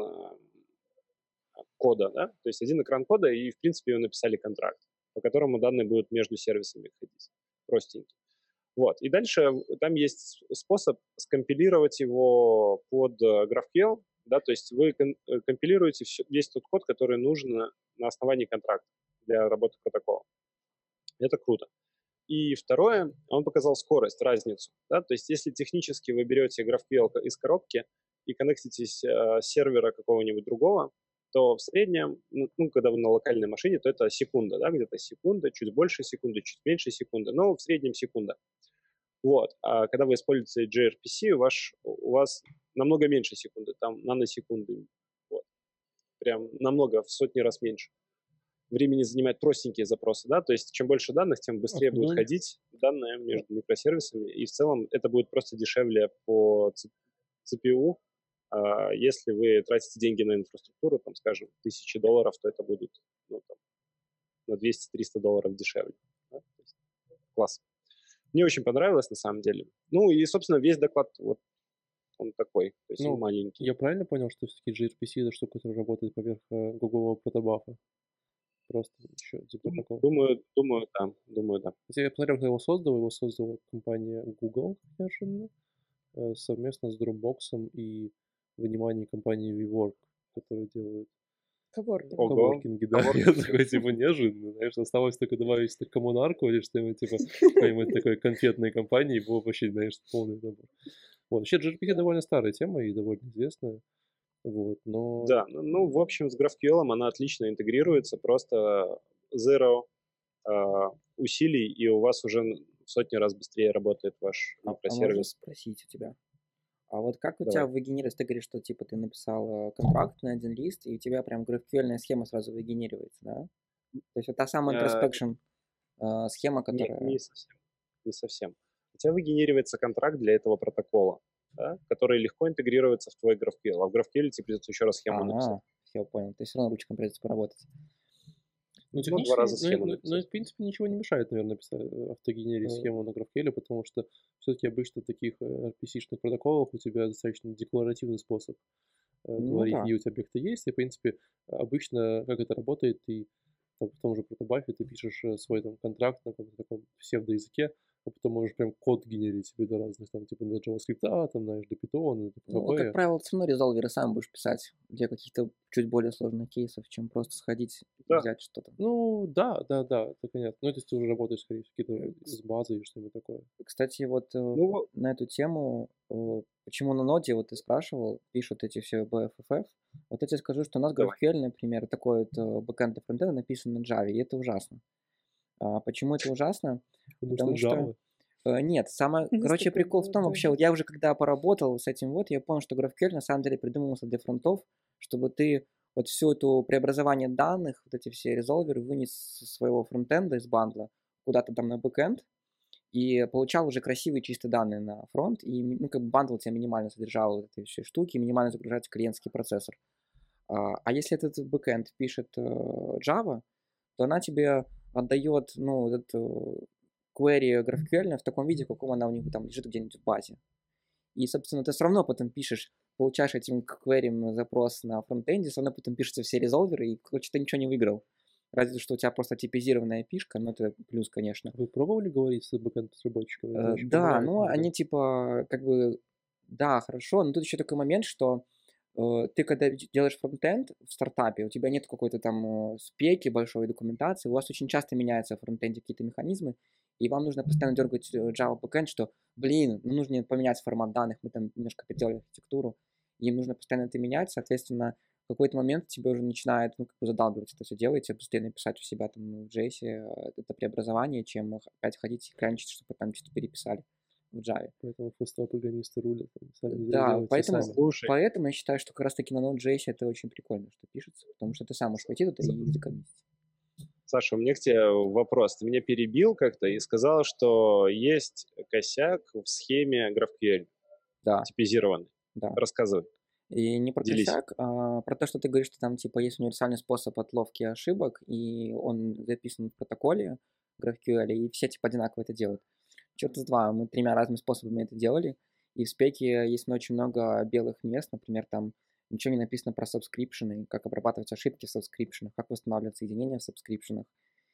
кода, да? То есть один экран кода, и, в принципе, вы написали контракт, по которому данные будут между сервисами ходить. Простенький. Вот. И дальше там есть способ скомпилировать его под GraphQL, да, то есть вы компилируете весь тот код, который нужен на основании контракта для работы протокола. Это круто. И второе, он показал скорость, разницу. Да? То есть если технически вы берете GraphQL из коробки и коннектитесь с сервера какого-нибудь другого, то в среднем, ну, когда вы на локальной машине, то это секунда, да, где-то секунда, чуть больше секунды, чуть меньше секунды, но в среднем секунда. Вот. А когда вы используете gRPC, у вас намного меньше секунды, там наносекунды. Вот. Прям намного, в сотни раз меньше. Времени занимают простенькие запросы, да, то есть чем больше данных, тем быстрее будут ходить данные между микросервисами, и в целом это будет просто дешевле по CPU. Если вы тратите деньги на инфраструктуру, там, скажем, $1000, то это будут, ну, там, на $200-300 дешевле. Да? То есть, класс. Мне очень понравилось, на самом деле. Ну, и, собственно, весь доклад, вот, он такой, то есть он маленький. Я правильно понял, что все-таки gRPC — это штука, которая работает поверх гуглового протобафа? Просто еще типа такого. Думаю, да. Я посмотрел, кто его создала компания Google, неожиданно, совместно с Dropbox и внимание компании WeWork, которая делает коворкинги, да. Я такой, типа, неожиданно, знаешь, осталось только добавить коммунарку или что-нибудь, типа, какой-нибудь такой конфетной компании, было вообще, знаешь, полный набор. Вот, вообще, gRPC довольно старая тема и довольно известная. Вот, но... Да, ну, в общем, с GraphQL она отлично интегрируется, просто zero усилий, и у вас уже в сотни раз быстрее работает ваш микросервис. А можно спросить у тебя? А вот как у тебя выгенерируется? Ты говоришь, что типа ты написал контракт на один лист, и у тебя прям GraphQL схема сразу выгенерируется, да? То есть вот та самая introspection схема, которая... Не совсем. У тебя выгенеривается контракт для этого протокола, да, который легко интегрируется в твой GraphQL. А в GraphQL тебе придется еще раз схему написать. Я понял. То есть все равно ручками придется поработать. Ну, технически, 2 раза схему написать. В принципе, ничего не мешает, наверное, автогенерить схему на GraphQL, потому что все-таки обычно в таких RPC-шных протоколах у тебя достаточно декларативный способ говорить, где у тебя объекты есть, и, в принципе, обычно, как это работает, ты там, в том же протобафе ты пишешь свой там контракт на каком-то таком псевдоязыке, а потом можешь прям код генерить себе до разных, там, типа, до JavaScript, там, знаешь, до Python, до PHP. Ну, как правило, все равно резолверы сам будешь писать для каких-то чуть более сложных кейсов, чем просто сходить и взять что-то. Ну, да, это понятно. Ну, то есть ты уже работаешь, скорее всего, какие-то с базой или что-нибудь такое. Кстати, вот на эту тему, почему на ноде, вот ты спрашивал, пишут эти все BFFF, вот я тебе скажу, что у нас GraphQL, например, такой вот бэкэнд и фронтенд написан на Java, и это ужасно. Почему это ужасно? Потому что нет, короче, прикол в том, вообще, вот я уже когда поработал с этим я понял, что GraphQL на самом деле придумывался для фронтов, чтобы ты вот всю эту преобразование данных, вот эти все резолверы вынес со своего фронтенда из бандла куда-то там на бэкэнд и получал уже красивые чистые данные на фронт, и, ну, как бы бандл тебя минимально содержал вот эти все штуки, минимально загружать в клиентский процессор. А если этот бэкэнд пишет Java, то она тебе отдает, ну, этот query GraphQL в таком виде, в каком она у них там лежит где-нибудь в базе. И, собственно, ты все равно потом получаешь этим query запрос на фронтенде, все равно потом пишутся все резолверы, и, короче, ты ничего не выиграл. Разве что у тебя просто типизированная пишка, но это плюс, конечно. Вы пробовали говорить с бэкэнд-разработчиками? Да, ну, они типа, как бы, да, хорошо, но тут еще такой момент, что ты когда делаешь фронтенд в стартапе, у тебя нет какой-то там спеки, большой документации, у вас очень часто меняются в фронтенде какие-то механизмы, и вам нужно постоянно дергать Java backend, что, нужно поменять формат данных, мы там немножко переделали архитектуру, им нужно постоянно это менять, соответственно, в какой-то момент тебе уже начинает, ну, как бы задалбивать это все делать, тебе быстрее написать у себя там в JS это преобразование, чем опять ходить и клянчить, чтобы там что-то переписали в Java. Поэтому фуллстек-программисты рулят, они сами Да, делают все поэтому, сами. Слушай, поэтому я считаю, что как раз-таки на Node.js это очень прикольно, что пишется, потому что ты сам можешь пойти туда и закоммитить. Саша, у меня к тебе вопрос. Ты меня перебил как-то и сказал, что есть косяк в схеме GraphQL Да, типизированный. да. Рассказывай. И не про Делись. косяк, а про то, что ты говоришь, что там типа есть универсальный способ отловки ошибок, и он записан в протоколе GraphQL, и все типа одинаково это делают. Черт с два, мы 3 разными способами это делали, и в спеке есть очень много белых мест, например, там ничего не написано про сабскрипшены, как обрабатывать ошибки в сабскрипшенах, как восстанавливать соединения в сабскрипшенах.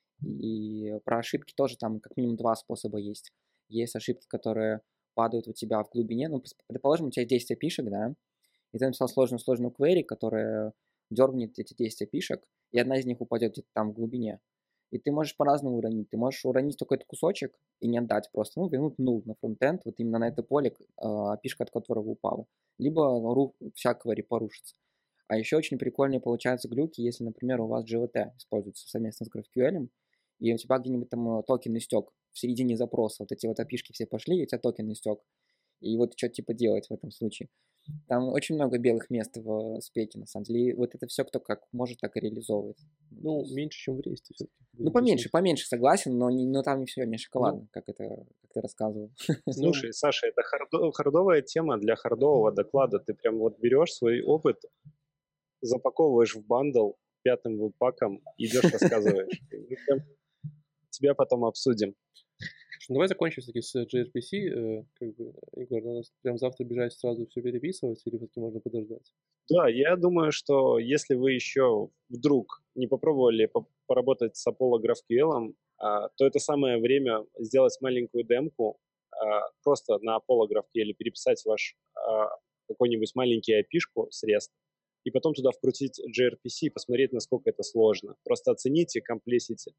И про ошибки тоже там как минимум 2 способа есть. Есть ошибки, которые падают у тебя в глубине, ну, предположим, у тебя есть 10 опишек, да, и ты написал сложную query, которая дергнет эти 10 опишек, и одна из них упадет где-то там в глубине. И ты можешь по-разному уронить. Ты можешь уронить только этот кусочек и не отдать просто, ну, вернуть null на фронтенд, вот именно на это поле, опишка от которого упала. Либо вся query порушится. А еще очень прикольные получаются глюки, если, например, у вас GVT используется совместно с GraphQL, и у тебя где-нибудь там токен истек в середине запроса. Вот эти вот опишки все пошли, и у тебя токен истек. И вот что типа делать в этом случае. Там очень много белых мест в спеке, на самом деле. И вот это все, кто как может, так и реализовывает. Ну, меньше, чем в ресте все-таки. Ну, поменьше, согласен, но там не все не шоколадно, как ты рассказывал. Слушай, Саша, это хардовая тема для хардового доклада. Ты прям вот берешь свой опыт, запаковываешь в бандл 5-м веб-паком, идешь рассказываешь. Мы прям тебя потом обсудим. Ну, давай закончим все-таки с gRPC. Как бы, Егор, надо прям завтра бежать сразу все переписывать, или все-таки можно подождать? Да, я думаю, что если вы еще вдруг не попробовали поработать с Apollo GraphQL, то это самое время сделать маленькую демку, просто на Apollo GraphQL переписать ваш какой-нибудь маленький API-шку с REST, и потом туда вкрутить gRPC и посмотреть, насколько это сложно. Просто оцените complexity.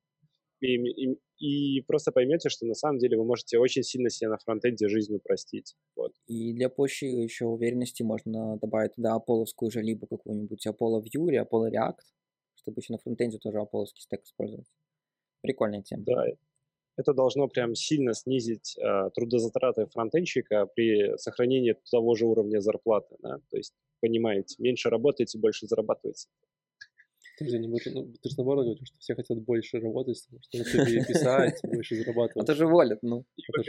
И просто поймете, что на самом деле вы можете очень сильно себе на фронтенде жизнь упростить. Вот. И для пущей еще уверенности можно добавить туда аполловскую же, либо какую-нибудь Apollo View или Apollo React, чтобы еще на фронтенде тоже аполловский стек использовать. Прикольная тема. Да, это должно прям сильно снизить трудозатраты фронтенщика при сохранении того же уровня зарплаты. Да? То есть, понимаете, меньше работаете, больше зарабатываете. Ты же наоборот говоришь, что все хотят больше работать, потому что все переписать, больше зарабатывать. Это же волят, ну.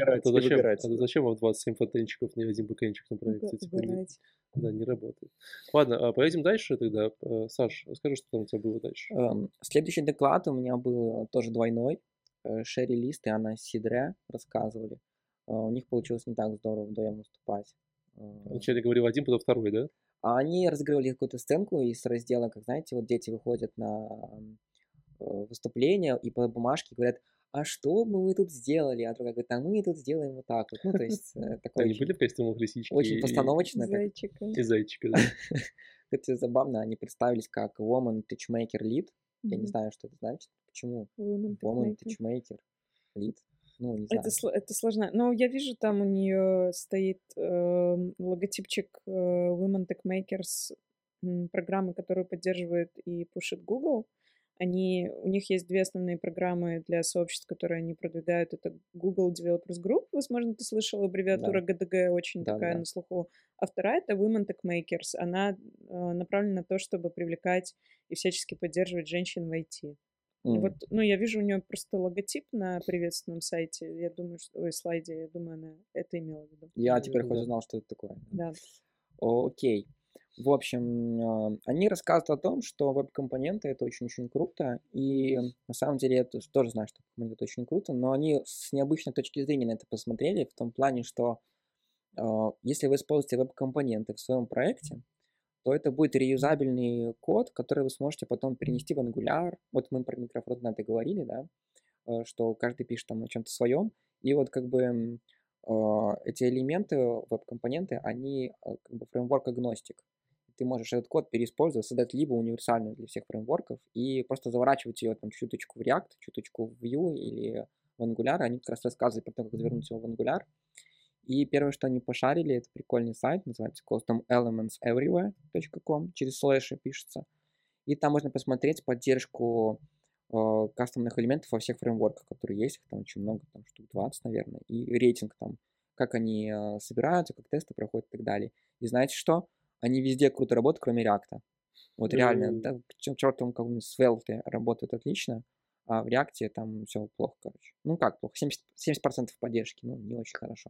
Это зачем вам 27 фронтенщиков, ни один бэкэндчик на проекте? Да, не работает. Ладно, поедем дальше тогда. Саш, расскажи, что там у тебя было дальше. Следующий доклад у меня был тоже двойной. Шерри Лист и Анна Сидре рассказывали. У них получилось не так здорово вдвоем выступать. Вначале говорил один, потом второй, да? А они разыгрывали какую-то сценку из раздела, как, знаете, вот дети выходят на выступление и по бумажке говорят, а что мы тут сделали? А другая говорит, а мы тут сделаем вот так вот. Ну, то есть такое Они были в костюмах лисички? Очень постановочно. И зайчика, да. Это забавно, они представились как Woman Touchmaker Lead. Я не знаю, что это значит. Почему? Woman Touchmaker Lead. Ну, не знаю. Это сложно. Но я вижу, там у нее стоит логотипчик Women Tech Makers, программы, которую поддерживает и пушит Google. У них есть 2 основные программы для сообществ, которые они продвигают. Это Google Developers Group. Возможно, ты слышал, аббревиатура GDG очень такая на слуху. А вторая — это Women Tech Makers. Она направлена на то, чтобы привлекать и всячески поддерживать женщин в IT. Вот, я вижу у нее просто логотип на приветственном сайте. Я думаю, слайде, я думаю, она это имела в виду. Я теперь хоть узнал, что это такое. Да. Окей. В общем, они рассказывают о том, что веб-компоненты — это очень-очень круто, и на самом деле я тоже знаю, что компоненты — это очень круто, но они с необычной точки зрения на это посмотрели, в том плане, что если вы используете веб-компоненты в своем проекте, то это будет реюзабельный код, который вы сможете потом перенести в Angular. Вот мы про микрофронтенды говорили, да, что каждый пишет там на чем-то своем, и вот как бы эти элементы, веб-компоненты, они как бы фреймворк-агностик. Ты можешь этот код переиспользовать, создать либо универсальную для всех фреймворков и просто заворачивать ее там чуточку в React, чуточку в Vue или в Angular. Они как раз рассказывают про то, как завернуть его в Angular. И первое, что они пошарили, это прикольный сайт, называется customelementseverywhere.com, через слэши пишется. И там можно посмотреть поддержку кастомных элементов во всех фреймворках, которые есть. Их там очень много, там штук 20, наверное. И рейтинг там, как они собираются, как тесты проходят и так далее. И знаете что? Они везде круто работают, кроме React. Вот реально, да, чертом каком-нибудь Svelte работают отлично, а в React там все плохо, короче. Ну как плохо? 70% поддержки, ну не очень хорошо.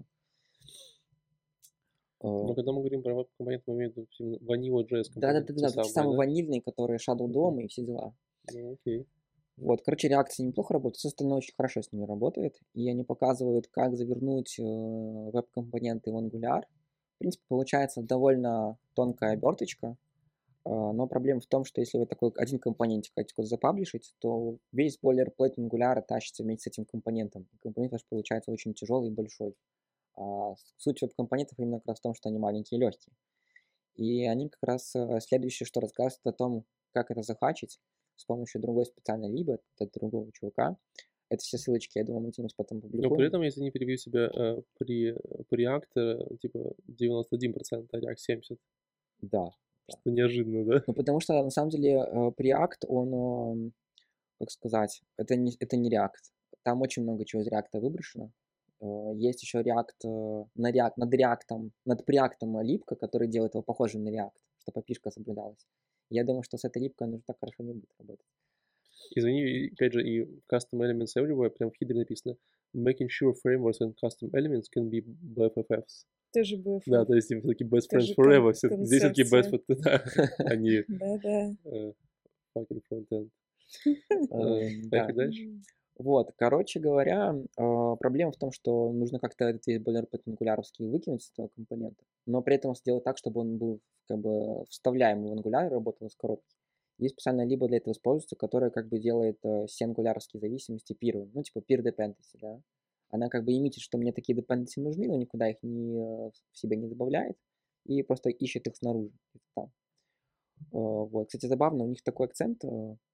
Но когда мы говорим про веб-компоненты, мы имеем в виду Vanilla.js компоненты. Да, те самые ванильные, которые Shadow DOM и все дела. Ну, окей. Вот, короче, реакция неплохо работает, все остальное очень хорошо с ними работает. И они показывают, как завернуть веб-компоненты в Angular. В принципе, получается довольно тонкая оберточка, но проблема в том, что если вы такой один компонентик хотите запаблишить, то весь бойлерплейт Angular тащится вместе с этим компонентом. И компонент ваш получается очень тяжелый и большой. А суть веб-компонентов именно как раз в том, что они маленькие и легкие. И они как раз следующее, что рассказывают о том, как это захачить с помощью другой специальной либо от другого чувака. Это все ссылочки, я думаю, мы где-нибудь потом публикуем. Но при этом, если не перебью себя, при React типа 91%, а React 70%. Да. Что неожиданно, да? Ну, потому что, на самом деле, React, он, как сказать, это не React. Там очень много чего из React выброшено. Есть еще React, над Preact липка, который делает его похожим на React, чтобы API-шка соблюдалась. Я думаю, что с этой липкой оно так хорошо не будет работать. Извини, опять же, и Custom Elements Everywhere, прям в хидре написано Making sure frameworks and custom elements can be BFFs. Тоже BFF. Да, то есть все-таки best friends forever. Здесь все-таки best friends, а не fucking frontend. Поехали дальше. Вот, короче говоря, проблема в том, что нужно как-то этот весь бойлерплейт ангуляровский выкинуть из этого компонента, но при этом сделать так, чтобы он был как бы вставляемый в Angular и работал из коробки. Есть специальная либо для этого используется, которая как бы делает все ангуляровские зависимости пиром, ну типа peer dependency, да. Она как бы имитит, что мне такие dependency нужны, но никуда их в себя не добавляет и просто ищет их снаружи. Там. Вот, кстати, забавно, у них такой акцент.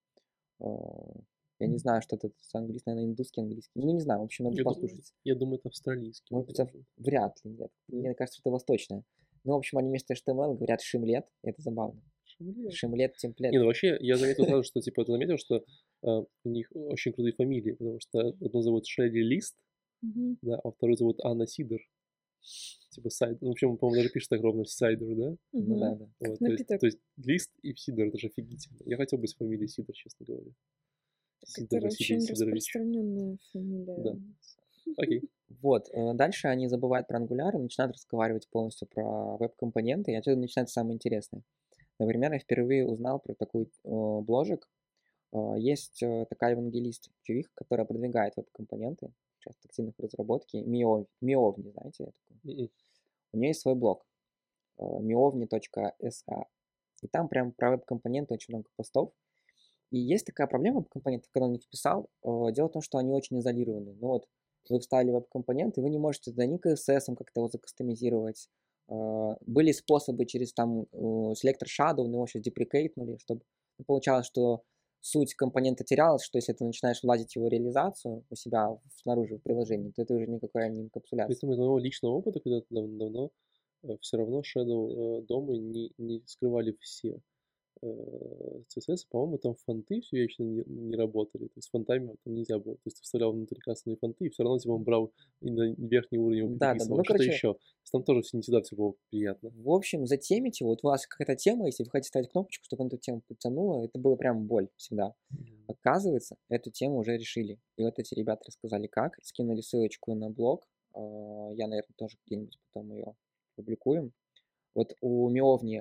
Я не знаю, что это с английским, наверное, индусский английский. Ну, не знаю, в общем, надо послушать. Я думаю, это австралийский. Может быть, вряд ли, нет. Мне кажется, что это восточное. Ну, в общем, они вместо HTML говорят шимлет, и это забавно. Шимлет, темплет. Не, ну вообще, я заметил сразу, что, типа, ты заметил, что у них очень крутые фамилии, потому что одну зовут Шерри Лист, да, а вторую зовут Анна Сидор. Типа сайдер. Ну, в общем, по-моему, даже пишет так ровно сайдер, да? Ну да. Вот, то есть Лист и Сидор, это же офигительно. Я хотел быть с фамилией Сидор, честно говоря. Это очень распространенная фамилия. Да. Окей. Вот, дальше они забывают про Angular и начинают разговаривать полностью про веб-компоненты, и отсюда начинается самое интересное. Например, я впервые узнал про такой бложек. Есть такая евангелист Чувих, которая продвигает веб-компоненты, сейчас в активных разработке. Miovni, знаете? У нее есть свой блог miovni.sa. И там прям про веб-компоненты очень много постов. И есть такая проблема веб-компонентов, когда он их вписал. Дело в том, что они очень изолированы. Ну вот, вы вставили веб-компонент, и вы не можете туда ни CSS как-то его закастомизировать. Были способы через там селектор Shadow, но его сейчас деприкейтнули, чтобы получалось, что суть компонента терялась, что если ты начинаешь влазить в его реализацию у себя снаружи в приложении, то это уже никакая не инкапсуляция. Из моего личного опыта, когда-то давно, все равно Shadow дома не скрывали все CSS, по-моему, там фонты все вечно не работали. То есть фонтами там нельзя было. То есть ты вставлял внутри кастомные фонты, и все равно типа он брал и на верхний уровень его переписывал. Ну, что-то еще. То есть там тоже не всегда все было приятно. В общем, затемите, вот у вас какая-то тема, если вы хотите ставить кнопочку, чтобы он эту тему подтянула, это было прям боль всегда. Оказывается, эту тему уже решили. И вот эти ребята рассказали как, скинули ссылочку на блог. Я, наверное, тоже где-нибудь потом ее публикуем. Вот у Miovni.ca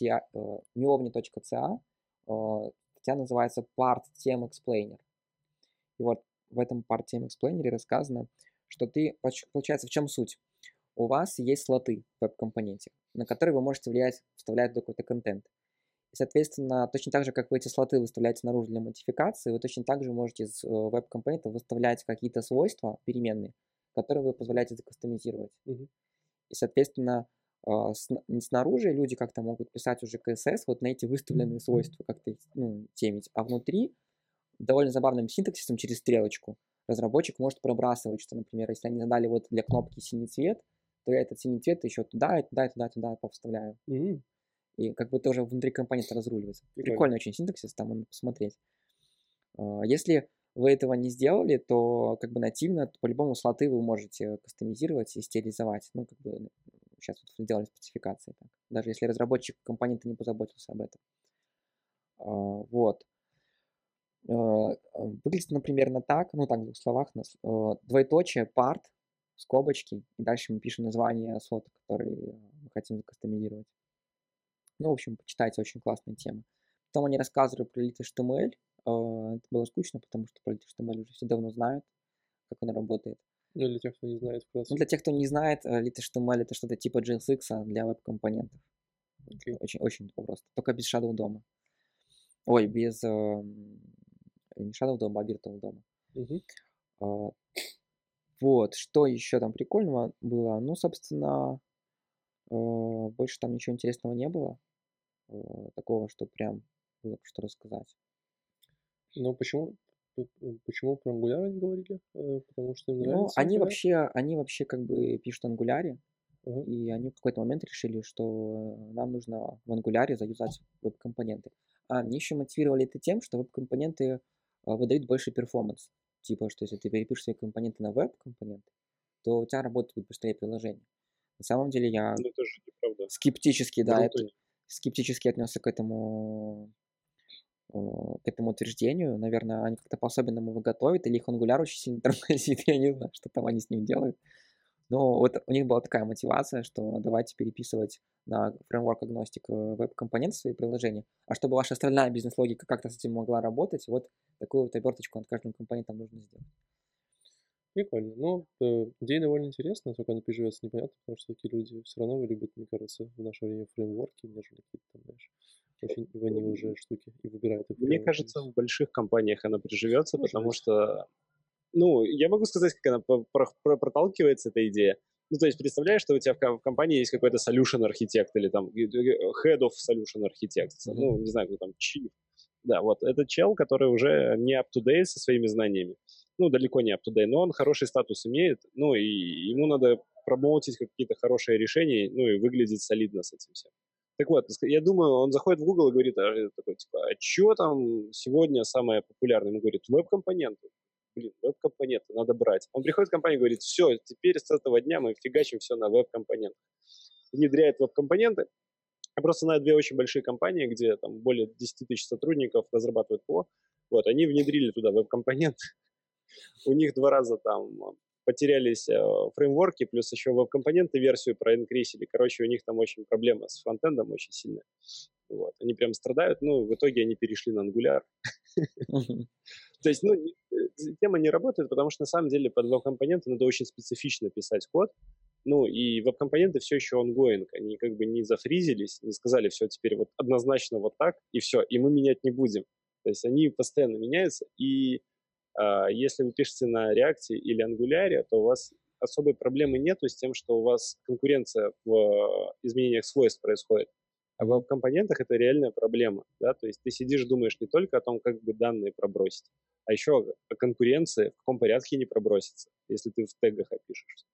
статья называется Part Theme Explainer. И вот в этом Part Theme Explainer рассказано, что получается, в чем суть? У вас есть слоты в веб-компоненте, на которые вы можете вставлять какой-то контент. И, соответственно, точно так же, как вы эти слоты выставляете наружу для модификации, вы точно так же можете из веб-компонента выставлять какие-то свойства переменные, которые вы позволяете закастомизировать. И, соответственно, снаружи люди как-то могут писать уже CSS вот на эти выставленные свойства, как-то темить. А внутри довольно забавным синтаксисом через стрелочку разработчик может пробрасывать, что, например, если они задали вот для кнопки синий цвет, то я этот синий цвет еще туда, и туда, и туда, и туда повставляю. Мгм. И как бы тоже внутри компонента разруливается. Прикольно. Прикольный очень синтаксис, там надо посмотреть. Если вы этого не сделали, то как бы нативно по-любому слоты вы можете кастомизировать и стилизовать. Ну, как бы сейчас вот сделали спецификации. Так. Даже если разработчик компонента не позаботился об этом. Вот. Выглядит, например, так, ну так в двух словах, двоеточие, part, скобочки, и дальше мы пишем название слота, который мы хотим закастомизировать. Ну, в общем, почитайте, очень классная тема. Потом они рассказывали про Lit HTML. Это было скучно, потому что про Lit HTML уже все давно знают, как он работает. Ну, для тех, кто не знает, Ну, вкратце. для тех, кто не знает, Lit HTML это что-то типа JSX для веб-компонентов. Окей. Очень, очень просто. Только без Shadow DOM. Ой, без не Shadow DOM, а Virtual DOM. Мгм. Вот, что еще там прикольного было? Ну, собственно, больше там ничего интересного не было. Такого, что прям было что рассказать. Ну, почему про Angular они говорили? Потому что им Ну, нравится они Angular? вообще как бы пишут Angular, Ага. и они в какой-то момент решили, что нам нужно в Angular заюзать веб-компоненты. Они еще мотивировали это тем, что веб-компоненты выдают больше перформанс. Типа, что если ты перепишешь свои компоненты на веб-компоненты, то у тебя работает будет быстрее приложение. На самом деле я Ну, это же неправда. скептически, да, Круто. скептически отнесся к этому утверждению. Наверное, они как-то по-особенному его готовят, или их Angular очень сильно тормозит, я не знаю, что там они с ним делают. Но вот у них была такая мотивация, что давайте переписывать на фреймворк агностик веб-компоненты свои приложения, а чтобы ваша остальная бизнес-логика как-то с этим могла работать, вот такую вот оберточку над каждым компонентом нужно сделать. Прикольно. Ну, идея довольно интересная, только она приживется непонятно, потому что такие люди все равно любят, мне кажется, в наше время фреймворки, нежели какие-то там, знаешь, очень ваниловые штуки, и выбирают их Мне прямо. кажется, в больших компаниях она приживется, Может потому быть. что, ну, я могу сказать, как она проталкивается, эта идея. Ну, то есть, представляешь, что у тебя в компании есть какой-то solution архитект или там head of solution architect, ну, не знаю, кто там, chief. Да, вот, это чел, который уже не up-to-date со своими знаниями. Ну, далеко не up-to-date, но он хороший статус имеет, ну, и ему надо промоутить какие-то хорошие решения, ну, и выглядеть солидно с этим всем. Так вот, я думаю, он заходит в Google и говорит, такой, типа, а что там сегодня самое популярное? Ему говорит, веб-компоненты. Блин, веб-компоненты надо брать. Он приходит в компанию и говорит, все, теперь с этого дня мы фигачим все на веб-компонентах. Внедряет веб-компоненты. Я просто знаю две очень большие компании, где там более 10 тысяч сотрудников разрабатывают ПО. Вот, они внедрили туда веб-компоненты. У них 2 раза там потерялись фреймворки, плюс еще веб-компоненты версию проинкрисили. Короче, у них там очень проблема с фронтендом очень сильная. Вот. Они прям страдают, ну, в итоге они перешли на Angular. То есть, ну, тема не работает, потому что на самом деле под веб-компоненты надо очень специфично писать код. Ну, и веб-компоненты все еще ongoing. Они как бы не зафризились, не сказали, все, теперь вот однозначно вот так, и все, и мы менять не будем. То есть они постоянно меняются, и если вы пишете на React или Angular, то у вас особой проблемы нету с тем, что у вас конкуренция в изменениях свойств происходит. А в веб-компонентах это реальная проблема. Да? То есть ты сидишь, думаешь не только о том, как бы данные пробросить, а еще о конкуренции, в каком порядке они пробросятся, если ты в тегах опишешь.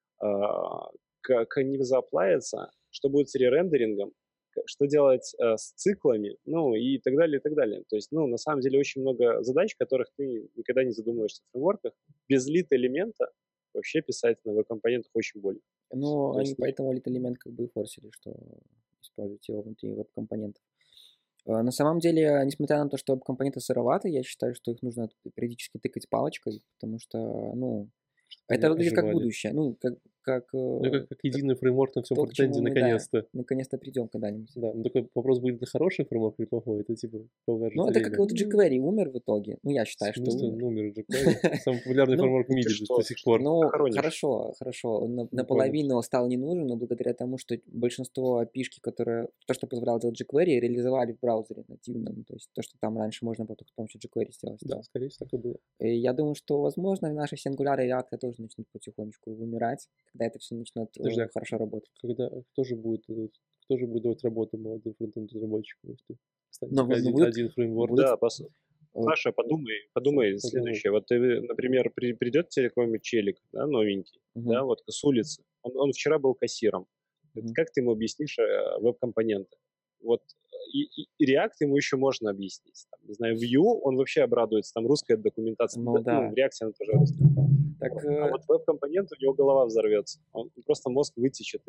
Как они заплавятся, что будет с ререндерингом, что делать с циклами, ну и так далее, и так далее. То есть, ну, на самом деле очень много задач, которых ты никогда не задумываешься в фреймворках. Без лид-элемента вообще писать на веб-компонентах очень больно. Ну, То они есть, поэтому лид-элемент как бы и форсили, что используют его внутри веб-компонентов. На самом деле, несмотря на то, что веб-компоненты сыроваты, я считаю, что их нужно периодически тыкать палочкой, потому что, ну, это Они выглядит как оживали. будущее. Ну, как единый фреймворк на всем то, к чему фронтенде, мы, да, наконец-то. наконец-то придем когда-нибудь. Да, но только вопрос, будет это хороший фреймворк или плохой, это типа покажет Ну, это как время. вот jQuery умер в итоге. Ну, я В считаю, что смысле, умер. он умер jQuery? Самый популярный Ну, фреймворк в мире до сих пор. Ну, хоронишь. хорошо. Он наполовину стал не нужен, но благодаря тому, что большинство API-шки, которые то, что позволяло делать jQuery, реализовали в браузере нативном. То есть то, что там раньше можно было только с помощью jQuery сделать. Да, скорее всего, так и было. И я думаю, что, возможно, наши все Angular и React тоже начнут потихонечку вымирать, когда это все начнет Подожди, хорошо работать. кто же будет давать работу молодым фронтенд-разработчикам, если станет Но будут- один фреймворк? будут- Да, Саша, подумай следующее. Вот ты, например, придет тебе какой-нибудь челик, да, новенький, Мгм. да, вот с улицы, Он вчера был кассиром. Как ты ему объяснишь веб-компоненты? Вот и React ему еще можно объяснить. Там, не знаю, Vue, он вообще обрадуется, там русская документация. Ну да. В React она тоже русская. Так, А вот веб-компонент, у него голова взорвется. Он просто мозг вытечет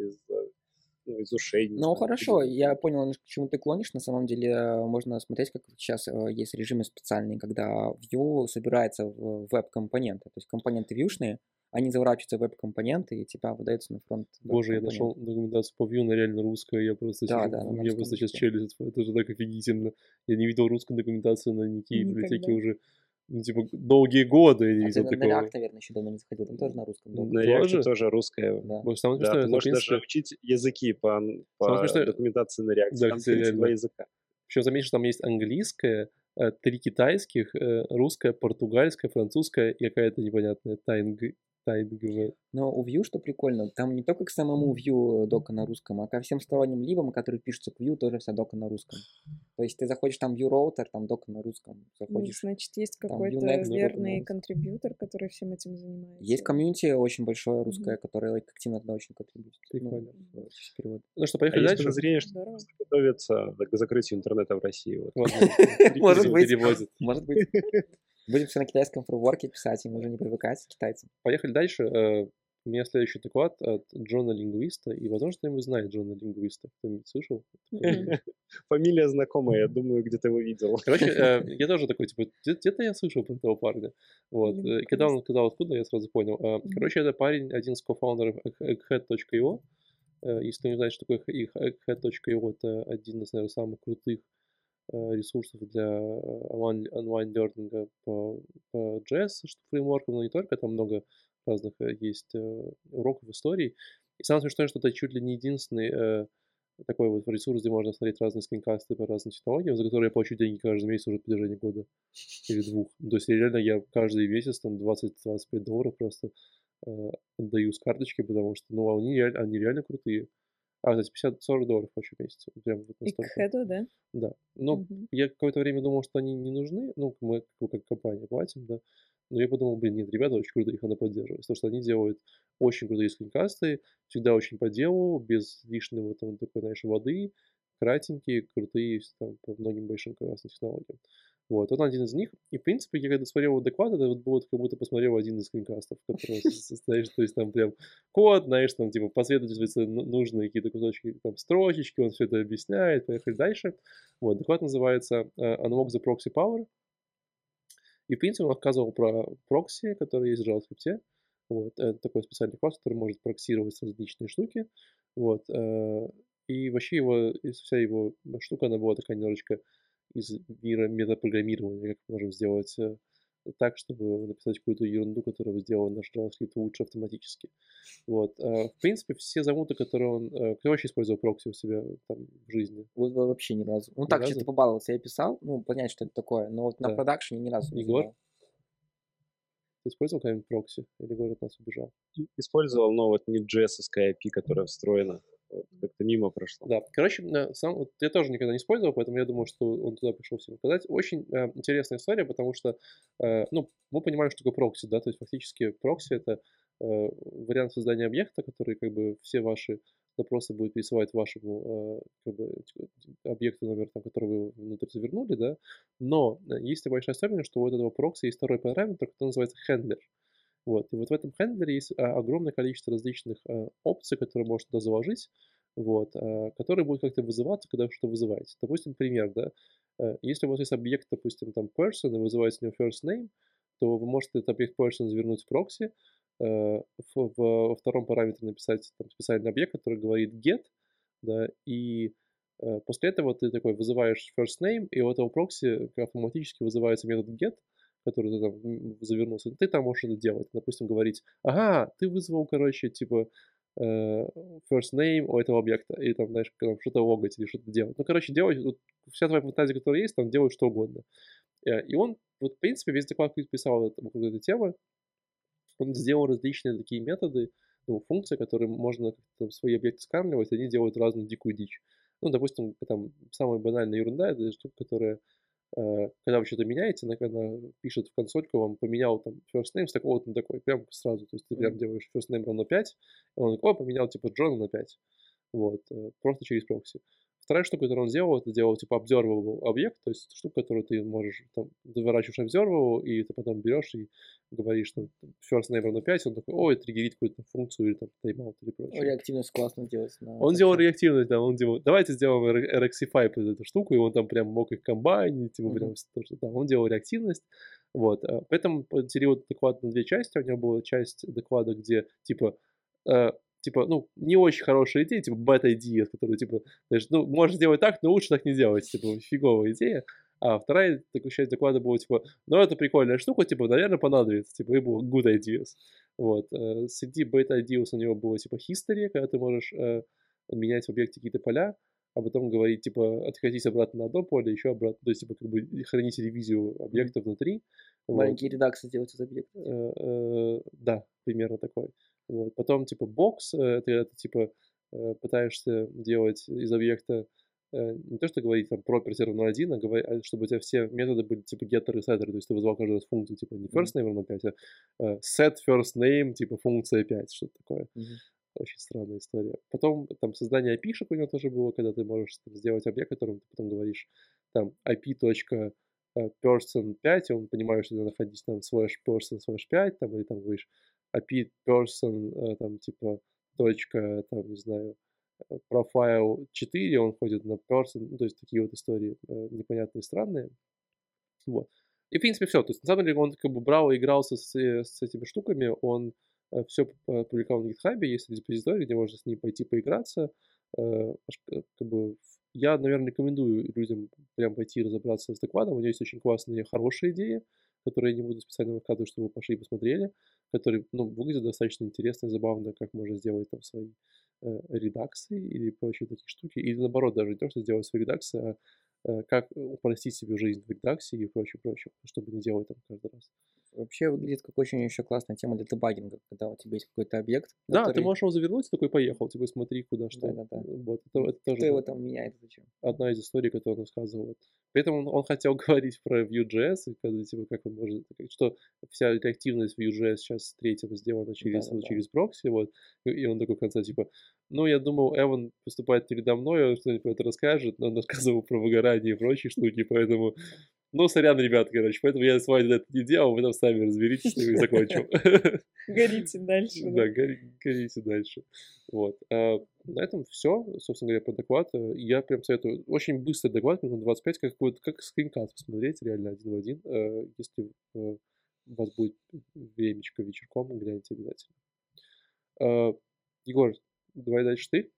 из ушей. Не ну знаю, хорошо, я понял, немножко, к чему ты клонишь. На самом деле можно смотреть, как сейчас есть режимы специальные, когда Vue собирается в веб-компоненты. То есть компоненты вьюшные, они заворачиваются в веб-компоненты и тебя выдаются на фронт. Боже, я нашел документацию по Vue, она реально русская, я просто Да, сижу, да, у на меня русском просто сейчас языке. челюсть, это же так офигительно. Я не видел русскую документацию на никакие библиотеки Никогда. уже, ну, типа, долгие годы я не А ты видел на такого. React, наверное, еще давно не заходил, там тоже на русском долго. На React Тоже? тоже русская. Да. Потому что самое Да, смешное, ты это, в можешь даже принципе, учить языки по самое смешное, документации на React. да, Там, в кстати, принципе, два реально. языка. Причем заметишь, что там есть английское, 3 китайских, русское, португальское, французское и какая-то непонятная тайнговая. Но у Vue, что прикольно, там не только к самому Vue дока на русском, а ко всем сторонним либам, которые пишутся к Vue, тоже вся дока на русском. То есть ты заходишь там Vue Router, там дока на русском. Ну, Заходишь, значит, есть там какой-то Vuenext, дока на верный русском. контрибьютор, который всем этим занимается. Есть комьюнити очень большое русское, которое активно туда очень контрибьютит. Прикольно. Перевод. Ну что, А поехали есть дальше? подозрение, что Здорово. готовится к закрытию интернета в России. Вот. Может быть. Переводит. Может быть. Будем все на китайском фреймворке писать, им уже не привыкать, китайцам. Поехали дальше. У меня следующий доклад от Джона Лингвиста, и, возможно, кто-нибудь знает Джона Лингвиста. Кто-нибудь слышал? Фамилия знакомая, я думаю, где-то его видел. Короче, я тоже такой, типа, где-то я слышал про этого парня. Вот. И когда он сказал, откуда, я сразу понял. Короче, это парень, один из кофаундеров egghead.io. Если кто не знает, что такое egghead.io, это один из, наверное, самых крутых ресурсов для онлайн-лернинга по JS фреймворкам, но не только, там много разных есть уроков истории. И самое смешное, что это чуть ли не единственный такой вот ресурс, где можно смотреть разные скринкасты по разным технологиям, за которые я плачу деньги каждый месяц уже в протяжении года или двух. То есть реально я каждый месяц там $20-25 просто отдаю с карточки, потому что, ну, они реально крутые. Кстати, $50-40 плачу в месяц. Прям вот И к настолько. хеду, да? Да. Ну, я какое-то время думал, что они не нужны. Ну, мы как компания платим, да. Но я подумал, блин, нет, ребята очень круто, их надо поддерживать. Потому что они делают очень крутые скринкасты, всегда очень по делу, без лишнего там такой, знаешь, воды, кратенькие, крутые там, по многим большим классным технологиям. Вот, он один из них. И, в принципе, я когда смотрел его доклад, это вот было как будто посмотрел один из скринкастов, который состоишь, то есть там прям код, знаешь, там типа последовательно нужные какие-то кусочки, там строчечки, он все это объясняет, поехали дальше. Вот, доклад называется Unlock the Proxy Power. И, в принципе, он рассказывал про прокси, которые есть в JavaScript. Вот, это такой специальный класс, который может проксировать различные штуки. Вот, и вообще вся его штука, она была такая немножечко из мира метапрограммирования, как мы можем сделать так, чтобы написать какую-то ерунду, которая сделала наш JavaScript лучше автоматически. Вот. В принципе, все замуты, которые он... Кто вообще использовал прокси у себя там в жизни? Вот вообще ни разу. Ну Ни так, разу? что-то побаловался, я писал, ну, понять, что это такое, но вот на Да. продакшене ни разу не Егор? забрал. Ты использовал когда-нибудь прокси? Или Егор от нас убежал? Использовал, но вот не JS-овская API, которая встроена. Вот, как-то мимо прошло. Да, короче, вот я тоже никогда не использовал, поэтому я думаю, что он туда пришел всем показать. Очень интересная история, потому что, ну, мы понимаем, что такое прокси, да, то есть фактически прокси — это вариант создания объекта, который как бы все ваши запросы будет пересылать вашему как бы, объекту, номер, там, который вы внутрь завернули, да, но есть большая особенность, что у этого прокси есть второй параметр, который называется handler. Вот. И вот в этом хендлере есть огромное количество различных опций, которые можно туда заложить, вот, которые будут как-то вызываться, когда вы что-то вызываете. Допустим, пример, да, если у вас есть объект, допустим, там person, и вызывается у него first name, то вы можете этот объект person завернуть в прокси, во втором параметре написать там специальный объект, который говорит get, да, и после этого ты такой вызываешь first name, и у этого прокси автоматически вызывается метод get, который ты там завернулся, ты там можешь это делать. Допустим, говорить, ага, ты вызвал, короче, типа first name у этого объекта, и там, знаешь, что-то логать или что-то делать. Ну, короче, делать, вот, вся твоя фантазия, которая есть, там делать что угодно. И он, вот, в принципе, весь доклад писал вокруг этой темы, он сделал различные такие методы, ну, функции, которые можно как-то в свои объекты скармливать, они делают разную дикую дичь. Ну, допустим, там самая банальная ерунда — это штука, которая когда вы что-то меняете, она пишет в консольку, вам поменял там first name с такого-то на такой, прям сразу. То есть ты прям делаешь first name равно 5, и он такой, поменял типа Джона на 5. Вот, просто через прокси. Вторая штука, которую он сделал, это делал типа observable объект, то есть штука, которую ты можешь, там, заворачиваешь observable, и ты потом берешь и говоришь, что first name равно 5, он такой, ой, триггерит какую-то функцию или там тайм-аут или прочее. Реактивность классно делать. Он делал реактивность, да, он делал, давайте сделаем RxifY под эту штуку, и он там прям мог их комбайнить, типа прям то, что там, он делал реактивность, вот, поэтому поделил доклад на две части, у него была часть доклада, где, типа, ну, не очень хорошая идея, типа, bad idea, которую, типа, знаешь, ну, можно сделать так, но лучше так не делать, типа, фиговая идея. А вторая такая часть доклада была, типа, ну, это прикольная штука, типа, наверное, понадобится, типа, и было good ideas. Вот. Среди bad ideas у него было, типа, history, когда ты можешь менять в объекте какие-то поля, а потом говорить, типа, откатись обратно на одно поле, еще обратно, то есть, типа, как бы хранить ревизию объекта внутри. Маленькие редакции делать из объекта. Да, примерно такой. Вот. Потом, типа, бокс, это типа, пытаешься делать из объекта не то, что говорить там property равно 1, а чтобы у тебя все методы были типа getter и setter, то есть ты вызвал каждую раз функцию, типа не first name равно 5, а set first name, типа функция 5, что-то такое. Очень странная история. Потом там создание IP-шек у него тоже было, когда ты можешь там, сделать объект, которым ты потом говоришь там IP.person 5, и он понимает, что надо находить там /person/5, там, или там говоришь API person, там, типа, точка, там, не знаю, profile 4, он ходит на person, ну, то есть такие вот истории непонятные, странные. Вот. И, в принципе, все. То есть, на самом деле, он как бы брал и игрался с этими штуками, он все публиковал на GitHub, есть репозиторий, где можно с ним пойти поиграться. Как бы, я, наверное, рекомендую людям прям пойти разобраться с докладом. У него есть очень классные, хорошие идеи, которые я не буду специально выкладывать, чтобы вы пошли и посмотрели, которые, ну, выглядят достаточно интересно и забавно, как можно сделать там свои редакции или прочие такие штуки. Или наоборот, даже не то, что сделать свои редакции, а как упростить себе жизнь в редакции и прочее, чтобы не делать там каждый раз. Вообще выглядит как очень еще классная тема для дебагинга, когда у тебя есть какой-то объект, Да, который... ты можешь его завернуть, такой поехал, типа смотри, куда что. Да. Вот, это Кто тоже его там меняет, зачем? одна из историй, которую он рассказывал. При этом он хотел говорить про Vue.js, и когда, типа, как он может, что вся реактивность Vue.js сейчас третьим сделана через прокси, вот, и он такой в конце, типа, ну, я думал, Эван поступает передо мной, он что-нибудь про это расскажет, но он рассказывал про выгорание и прочие штуки, поэтому, ну, сорян, ребята, короче, поэтому я с вами это не делал, вы там сами разберитесь, и закончил. Горите дальше. Да, горите дальше. Вот. На этом все, собственно говоря, по докладу. Я прям советую. Очень быстрый доклад, минут 25, как скринкаст посмотреть, реально один в один. Если у вас будет времечко вечерком, гляньте обязательно. Егор, давай дальше ты.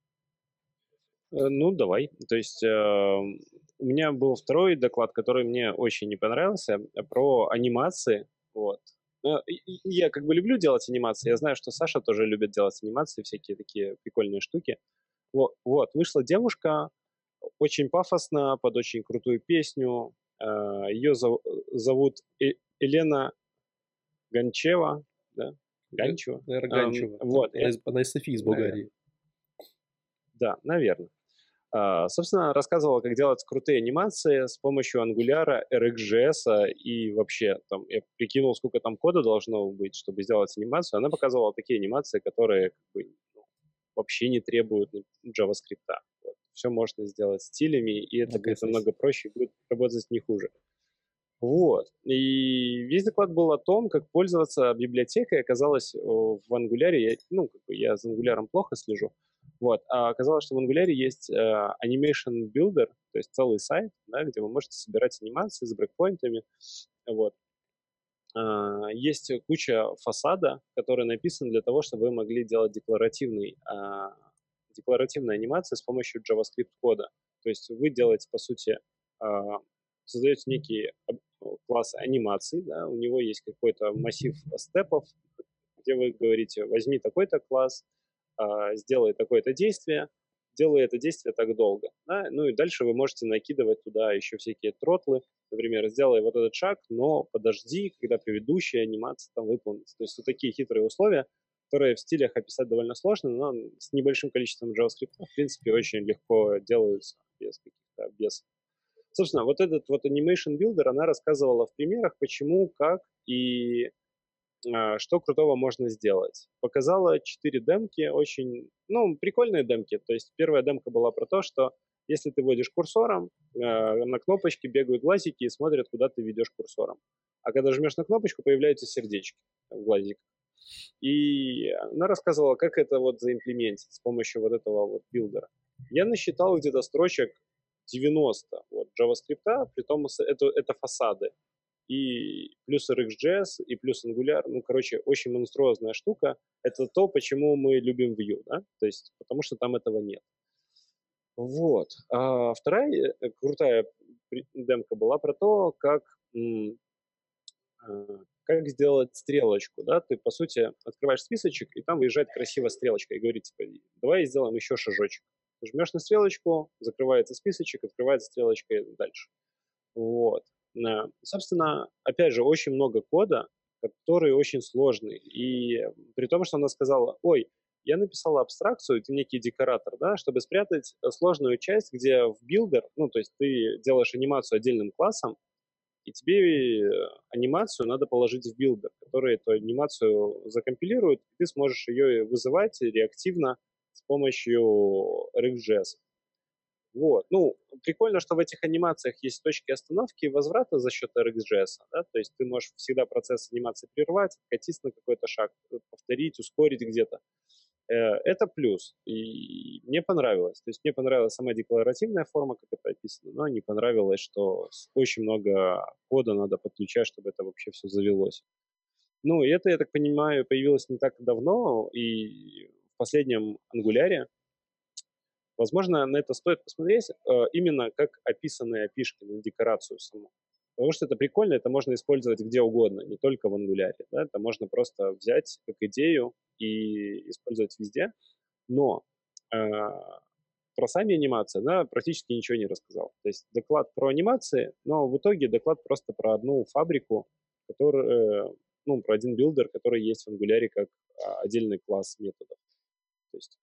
Ну, давай. То есть у меня был второй доклад, который мне очень не понравился, про анимации. Вот. Я как бы люблю делать анимации. Я знаю, что Саша тоже любит делать анимации, всякие такие прикольные штуки. Вот. Вышла девушка, очень пафосно, под очень крутую песню. Ее зовут Елена Гончева, да? Ганчева. Наверное, Ганчева. Вот. Она из Софии, из Болгарии. Да, наверное. Собственно, рассказывала, как делать крутые анимации с помощью Angular, RxJS и вообще, там, я прикинул, сколько там кода должно быть, чтобы сделать анимацию. Она показывала такие анимации, которые как бы, вообще не требуют JavaScript. Вот. Все можно сделать стилями, и это будет намного проще, будет работать не хуже. Вот. И весь доклад был о том, как пользоваться библиотекой. Оказалось, в Angular, я за Angular плохо слежу, вот. А оказалось, что в Angular есть Animation Builder, то есть целый сайт, да, где вы можете собирать анимации с брейкпоинтами. Вот. Есть куча фасада, который написан для того, чтобы вы могли делать декларативные анимации с помощью JavaScript кода. То есть вы делаете, по сути, создаете некий класс анимаций, да, у него есть какой-то массив степов, где вы говорите, возьми такой-то класс, сделай такое-то действие, делай это действие так долго. Да? Ну и дальше вы можете накидывать туда еще всякие тротлы. Например, сделай вот этот шаг, но подожди, когда предыдущая анимация там выполнится. То есть вот такие хитрые условия, которые в стилях описать довольно сложно, но с небольшим количеством JavaScript, в принципе, очень легко делаются без Собственно, вот этот вот Animation Builder, она рассказывала в примерах, почему, как и что крутого можно сделать. Показала 4 демки, очень, прикольные демки. То есть первая демка была про то, что если ты вводишь курсором, на кнопочке бегают глазики и смотрят, куда ты ведешь курсором. А когда жмешь на кнопочку, появляются сердечки в глазиках. И она рассказывала, как это вот заимплементить с помощью вот этого вот билдера. Я насчитал где-то строчек 90 вот, JavaScript, притом это фасады. И плюс RxJS, и плюс Angular. Очень монструозная штука. Это то, почему мы любим Vue, да? То есть, потому что там этого нет. Вот. А вторая крутая демка была про то, как сделать стрелочку, да, ты, по сути, открываешь списочек, и там выезжает красиво стрелочка и говорит, типа, давай сделаем еще шажочек. Ты жмешь на стрелочку, закрывается списочек, открывается стрелочка и дальше. Вот. Собственно, опять же, очень много кода, который очень сложный. И при том, что она сказала, ой, я написала абстракцию, это некий декоратор, да, чтобы спрятать сложную часть, где в билдер, то есть ты делаешь анимацию отдельным классом, и тебе анимацию надо положить в билдер, который эту анимацию закомпилирует, и ты сможешь ее вызывать реактивно с помощью RxJS. Вот. Прикольно, что в этих анимациях есть точки остановки и возврата за счет RxJS, да, то есть ты можешь всегда процесс анимации прервать, откатиться на какой-то шаг, повторить, ускорить где-то. Это плюс, и мне понравилось. То есть мне понравилась сама декларативная форма, как это описано, но не понравилось, что очень много кода надо подключать, чтобы это вообще все завелось. И это, я так понимаю, появилось не так давно, и в последнем ангуляре. Возможно, на это стоит посмотреть именно как описанные опишки на декорацию саму. Потому что это прикольно, это можно использовать где угодно, не только в Angular. Да? Это можно просто взять как идею и использовать везде. Но про сами анимации она практически ничего не рассказала. То есть доклад про анимации, но в итоге доклад просто про одну фабрику, которая, про один билдер, который есть в Angular как отдельный класс методов. То есть,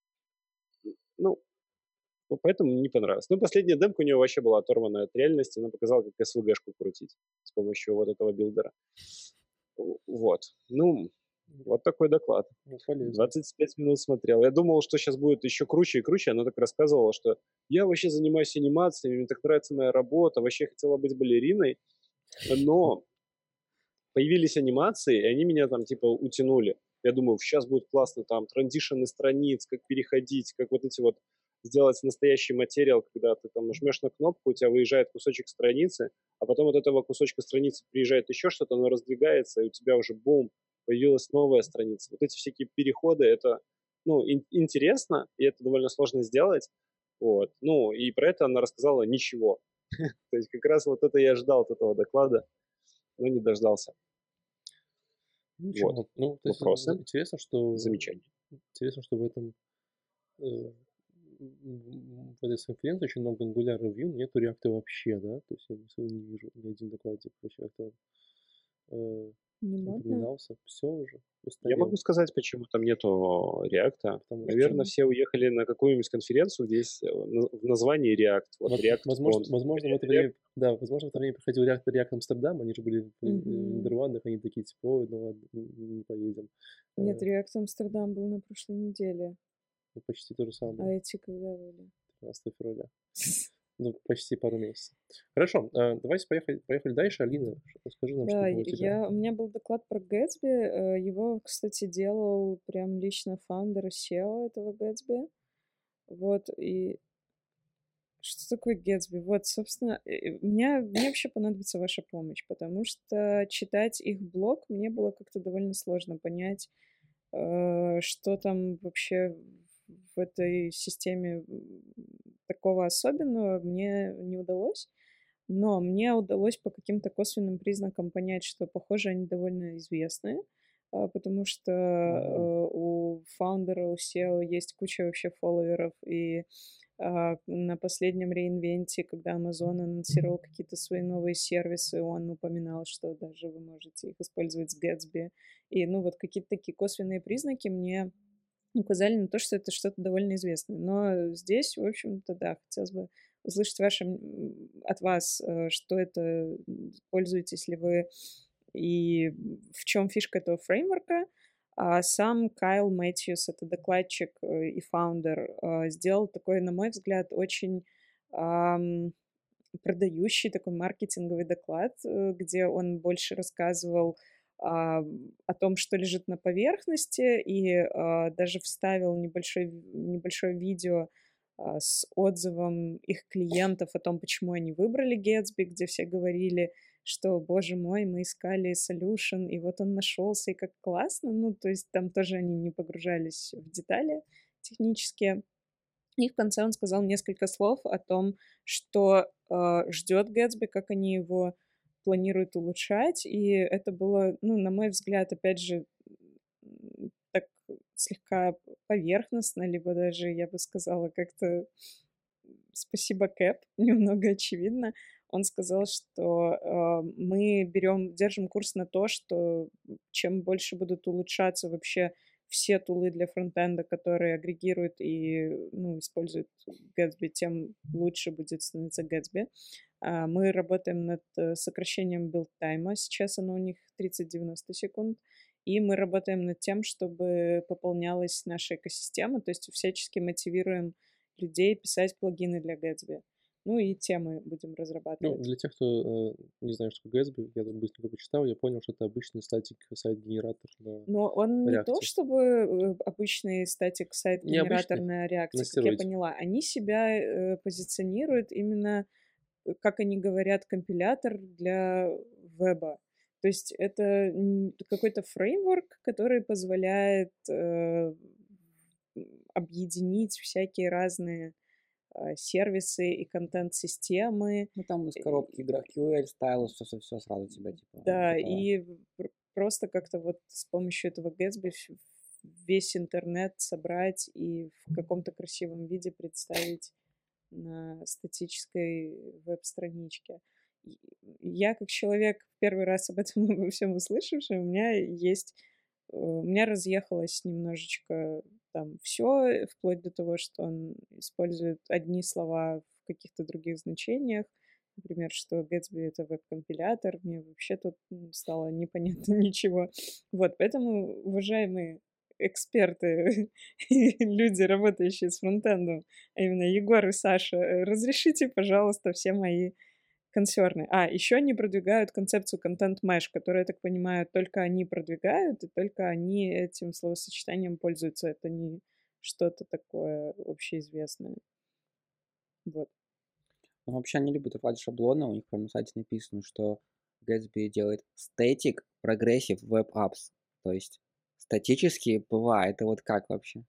поэтому не понравилось. Последняя демка у нее вообще была оторвана от реальности. Она показала, как SVG-шку крутить с помощью вот этого билдера. Вот. Вот такой доклад. 25 минут смотрел. Я думал, что сейчас будет еще круче и круче. Она так рассказывала, что я вообще занимаюсь анимациями, мне так нравится моя работа, вообще хотела быть балериной. Но появились анимации, и они меня там типа утянули. Я думаю, сейчас будет классно там транзишены страниц, как переходить, как вот эти вот сделать настоящий материал, когда ты там нажмешь на кнопку, у тебя выезжает кусочек страницы, а потом от этого кусочка страницы приезжает еще что-то, оно раздвигается, и у тебя уже бум, появилась новая страница. Вот эти всякие переходы, это, интересно, и это довольно сложно сделать. Вот. И про это она рассказала ничего. То есть как раз вот это я ждал от этого доклада, но не дождался. Ничего. Вот. То есть Вопросы? интересно, что Замечания. Интересно, что в этом в этой конференции очень много Angular Review, но нету React вообще, да? То есть я не вижу ни один доклад, где React упоминался. Все уже устарел. Я могу сказать, почему там нету React. Наверное, все уехали на какую-нибудь конференцию, где есть в названии React. Вот React. Возможно, в это время, возможно, в это время приходил React Амстердам, они же были в Нидерландах, они такие, типа, ой, ладно, не поедем. Нет, React Амстердам был на прошлой неделе. Почти то же самое. А эти когда были? 13 февраля. Почти пару месяцев. Хорошо, давайте поехали дальше. Алина, расскажи нам, что было у тебя. У меня был доклад про Gatsby. Его, кстати, делал прям лично фаундер SEO этого Gatsby. Вот, и что такое Gatsby? Вот, собственно, мне вообще понадобится ваша помощь, потому что читать их блог мне было как-то довольно сложно понять, что там вообще в этой системе такого особенного мне не удалось. Но мне удалось по каким-то косвенным признакам понять, что, похоже, они довольно известные, потому что у фаундера, у SEO есть куча вообще фолловеров, и на последнем реинвенте, когда Amazon анонсировал какие-то свои новые сервисы, он упоминал, что даже вы можете их использовать с Gatsby. И, вот какие-то такие косвенные признаки мне указали на то, что это что-то довольно известное. Но здесь, в общем-то, да, хотелось бы услышать от вас, что это, пользуетесь ли вы и в чем фишка этого фреймворка. А сам Кайл Мэтьюс, это докладчик и фаундер, сделал такой, на мой взгляд, очень продающий такой маркетинговый доклад, где он больше рассказывал о том, что лежит на поверхности, и даже вставил небольшое видео с отзывом их клиентов о том, почему они выбрали Gatsby, где все говорили, что, боже мой, мы искали solution, и вот он нашелся, и как классно. Ну, то есть там тоже они не погружались в детали технические. И в конце он сказал несколько слов о том, что ждет Гэтсби, как они его планируют улучшать. И это было, ну, на мой взгляд, опять же, так слегка поверхностно, либо даже, я бы сказала, как-то спасибо, Кэп, немного очевидно. Он сказал, что мы держим курс на то, что чем больше будут улучшаться вообще все тулы для фронтенда, которые агрегируют и используют Gatsby, тем лучше будет становиться Gatsby. Мы работаем над сокращением билд-тайма. Сейчас оно у них 30-90 секунд. И мы работаем над тем, чтобы пополнялась наша экосистема, то есть всячески мотивируем людей писать плагины для Gatsby. Ну и темы будем Ну, разрабатывать. для тех, кто не знает, что такое Gatsby, я тут быстренько почитал, я понял, что это обычный статик сайт-генератор на Но он не то React. чтобы обычный статик сайт-генератор Необычный, на React, на как я стероиде. поняла. Они себя позиционируют именно, как они говорят, компилятор для веба. То есть это какой-то фреймворк, который позволяет объединить всякие разные сервисы и контент-системы. Ну, там из коробки GraphQL, Stylus, все сразу тебя, типа, Да, готово. и просто как-то вот с помощью этого Gatsby весь интернет собрать и в каком-то красивом виде представить на статической веб-страничке. Я, как человек, первый раз об этом обо всем услышавший, у меня разъехалось немножечко там все, вплоть до того, что он использует одни слова в каких-то других значениях. Например, что Gatsby — это веб-компилятор. Мне вообще тут стало непонятно ничего. Вот, поэтому, уважаемые эксперты, люди, работающие с фронтендом, а именно Егор и Саша, разрешите, пожалуйста, все мои консерны. Еще они продвигают концепцию Content Mesh, которую, я так понимаю, только они продвигают, и только они этим словосочетанием пользуются. Это не что-то такое общеизвестное. Вот. Ну, вообще они любят рвать шаблоны, у них прям на сайте написано, что Gatsby делает Static Progressive Web Apps. То есть статические ПВА, это вот как вообще?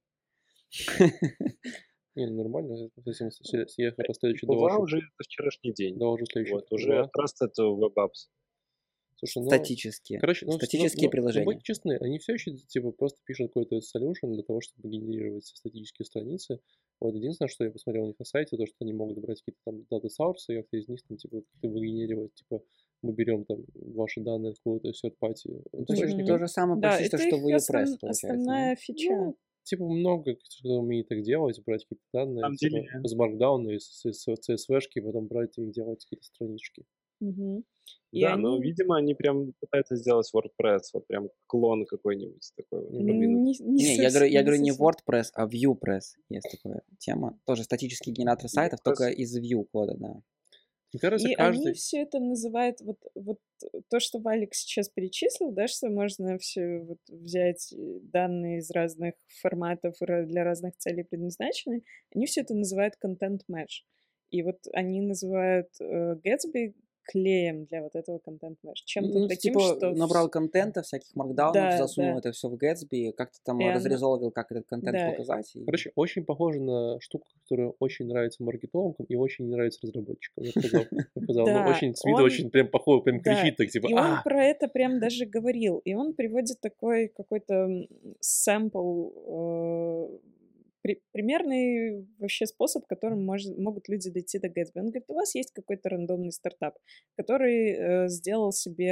Не, ну нормально, если мы съехали по следующий ПВА уже это вчерашний день. доложу следующий Вот, уже просто это WebApps. Слушай, Статические. Статические приложения. будьте честны, они все еще типа просто пишут какой-то solution для того, чтобы генерировать статические страницы. Вот единственное, что я посмотрел у них на сайте, то, что они могут брать какие-то там data sources, и как-то из них там типа как-то выгенерировать, типа мы берем там ваши данные какого-то third party. То же самое Да, почти, это что их в WordPress, получается. основная фича. Ну, типа много кто умеет так делать, брать какие-то данные самом типа, деле- с Markdown, из CSV-шки, потом брать и делать какие-то странички. Мгм. И Да, но, они видимо, они прям пытаются сделать WordPress, вот прям клон какой-нибудь такой вот продвинутый. Не, я совсем, говорю не совсем. WordPress, а ViewPress. Есть такая тема. Тоже статический генератор сайтов, ViewPress. только из View кода, да. Мне кажется, И каждый... они все это называют, вот то, что Валик сейчас перечислил, да, что можно все вот взять данные из разных форматов для разных целей предназначены, они все это называют content mesh. И вот они называют Gatsby клеем для вот этого content mesh. Чем-то Ну, таким, типа что... набрал контента, всяких маркдаунов, Да, засунул да. это все в Gatsby, как-то там И оно- разрезолвил, как этот контент Да. показать. и- Короче, очень похоже на штуку, которая очень нравится маркетологам и очень не нравится разработчикам. Я сказал, Да, очень с виду он- очень прям похоже, прям да, кричит так, типа, И он про это прям даже говорил. И он приводит такой какой-то сэмпл, примерный вообще способ, которым могут люди дойти до Gatsby. Он говорит, у вас есть какой-то рандомный стартап, который сделал себе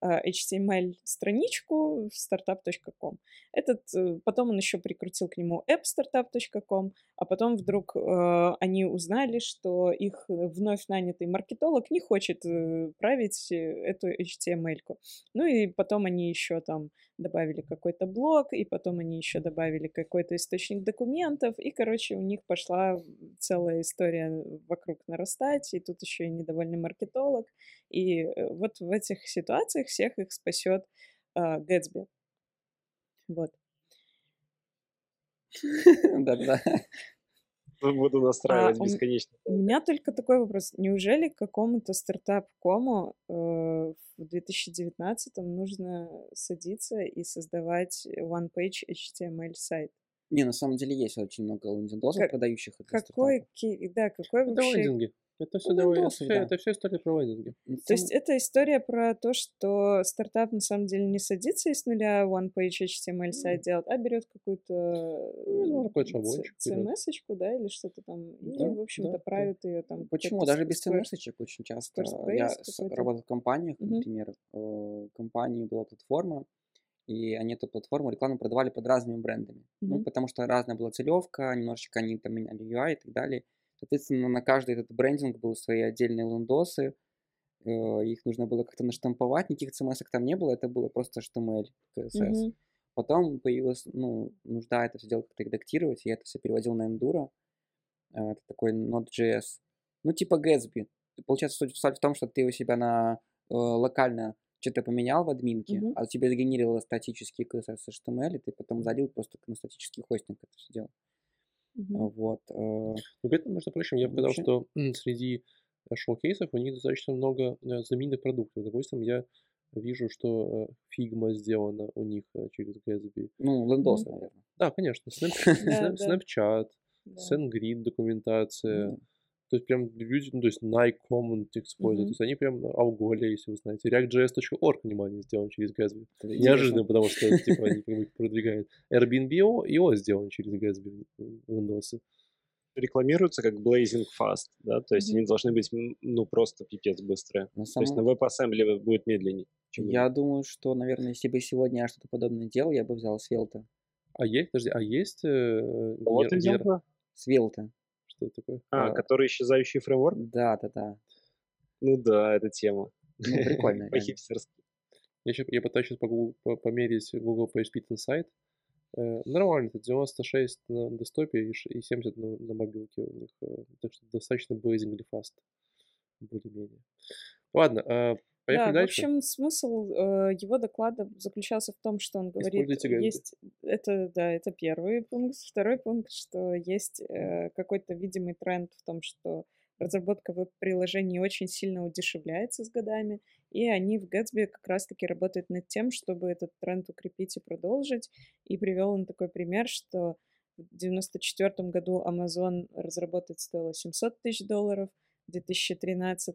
HTML-страничку в startup.com. Потом он еще прикрутил к нему appstartup.com, а потом вдруг они узнали, что их вновь нанятый маркетолог не хочет править эту HTML-ку. Ну и потом они еще там добавили какой-то блог, и потом они еще добавили какой-то источник документов, и, короче, у них пошла целая история вокруг нарастать, и тут еще и недовольный маркетолог. И вот в этих ситуациях всех их спасет Гэтсби. Вот. Да-да. Буду настраивать У бесконечно. меня только такой вопрос. Неужели какому-то стартап-кому в 2019-м нужно садиться и создавать one-page HTML-сайт? Не, на самом деле есть очень много лендингов, продающих это Какой Это вообще... лендинги. Это все, это все история про лендинги. То есть это история про то, что стартап на самом деле не садится и с нуля one-page HTML сайт делает, а берет какую-то какой-то шаблончик CMS-очку, да, или что-то там, и, Да, в общем-то, да, правит ее там. Почему? Даже без CMS-очек очень часто. Я какой-то. работал в компаниях, например, в компании была платформа, и они эту платформу рекламу продавали под разными брендами. Ну, потому что разная была целевка, немножечко они там меняли UI и так далее. Соответственно, на каждый этот брендинг был свои отдельные лендосы, их нужно было как-то наштамповать, никаких CMS-ок там не было, это было просто HTML, CSS. Потом появилась, нужда это все дело как-то редактировать, я это все переводил на Enduro, это такой Node.js, типа Gatsby. Получается, суть в том, что ты у себя локально что-то поменял в админке, а тебе сгенерировало статический CSS HTML, и ты потом залил просто на статический хостинг это все дело. Вот. Между прочим, я показал, что среди шоу-кейсов у них достаточно много знаменитых продуктов. Допустим, я вижу, что Figma сделана у них через Gatsby. Windows, наверное. Да, конечно. Snapchat, SendGrid документация. То есть прям люди, то есть Nycommon используют. То есть они прям Algolia, если вы знаете. React.js.org, внимание, сделан через Gatsby. Неожиданно, потому что типа они как бы продвигают. Airbnb.io сделан через Gatsby Windows. Рекламируются как blazing fast, да, то есть они должны быть, просто пипец быстрые. То есть на WebAssembly будет медленнее. Я думаю, что, наверное, если бы сегодня я что-то подобное делал, я бы взял Svelte. Есть... Вот ты взял? Svelte. Что это такое? Который исчезающий фреймворк? Да. Ну да, это тема. Прикольно. По-хипстерски. Я пытаюсь сейчас померить Google PageSpeed Insight. Нормально, это 96 на десктопе и 70 на мобилке у них. Так что достаточно blazingly fast. Более-менее. Ладно, поехали дальше. В общем, смысл его доклада заключался в том, что он говорит, это первый пункт. Второй пункт, что есть какой-то видимый тренд в том, что разработка веб-приложений очень сильно удешевляется с годами, и они в Gatsby как раз-таки работают над тем, чтобы этот тренд укрепить и продолжить. И привел он такой пример, что в 1994 году Amazon разработать стоило $700 тысяч, в 2013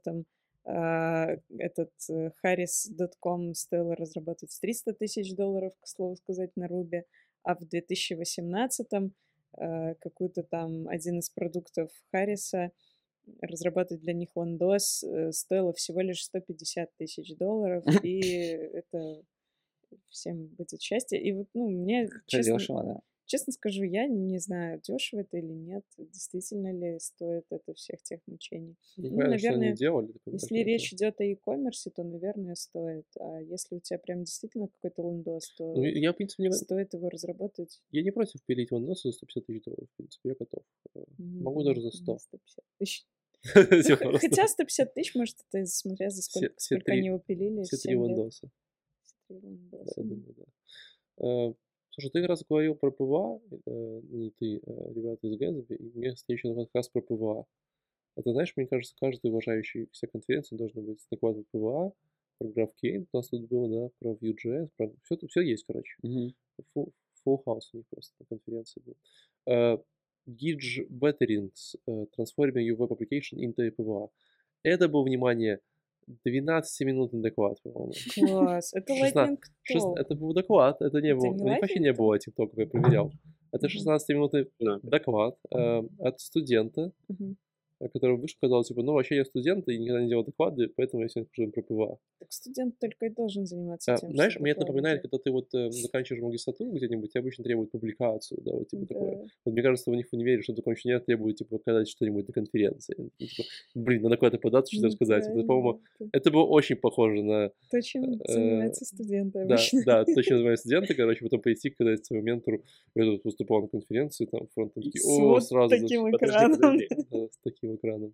этот Harris.com стоило разработать $300 тысяч, к слову сказать, на Ruby, а в 2018 какой-то там один из продуктов Харриса разрабатывать для них лендос стоило всего лишь $150 тысяч, и это всем будет счастье. И вот, мне, честно скажу, я не знаю, дешево это или нет, действительно ли стоит это всех тех мучений. Наверное, если речь идет о e-commerce, то, наверное, стоит. А если у тебя прям действительно какой-то лендос, то я, в принципе, стоит его разработать. Я не против пилить лендос за $150 тысяч, в принципе, я готов. Могу даже за 100. 150 тысяч. Хотя 150 тысяч, может, это смотря за сколько они его пилили. Все три лендоса. Я думаю, да. Слушай, ты как раз говорил про ПВА, не ты, ребята из Gatsby, и мне встреча как раз про ПВА. Это, знаешь, мне кажется, каждый уважающий все конференции должен быть доклад про ПВА, про GraphQL, у нас тут было, да, про Vue.js, все есть, короче. Full house у них просто на конференции был. Gidge Betterings, Transforming Your Web Application into PWA. Это был, внимание, 12-минутный доклад, по-моему. Класс, это Lightning Talk. Это был доклад, это не был, вообще не было TikTok, я проверял. Это 16-минутный доклад от студента, который вышел, сказал, типа, ну, вообще я студент и никогда не делал доклады, поэтому я сегодня хожу про ПВА. Так студент только и должен заниматься тем, Знаешь, что мне это доклады напоминает, делать. когда ты вот заканчиваешь магистратуру где-нибудь, тебе обычно требуют публикацию, да, вот типа такое. Да. Вот мне кажется, у них в универе что-то такое еще нет, требует, типа, показать что-нибудь на конференции. И, типа, блин, надо куда-то податься, что-то рассказать. Это, Правильно, по-моему, да. это было очень похоже на... То, чем э, занимаются студенты Да, обычно. да, точно называют студенты, короче, потом пойти, когда своему ментору, я тут выступал на конференции, там, фронтом такие, С о, вот сразу, таким Подожди, экраном. подожди. да, с таким экраном.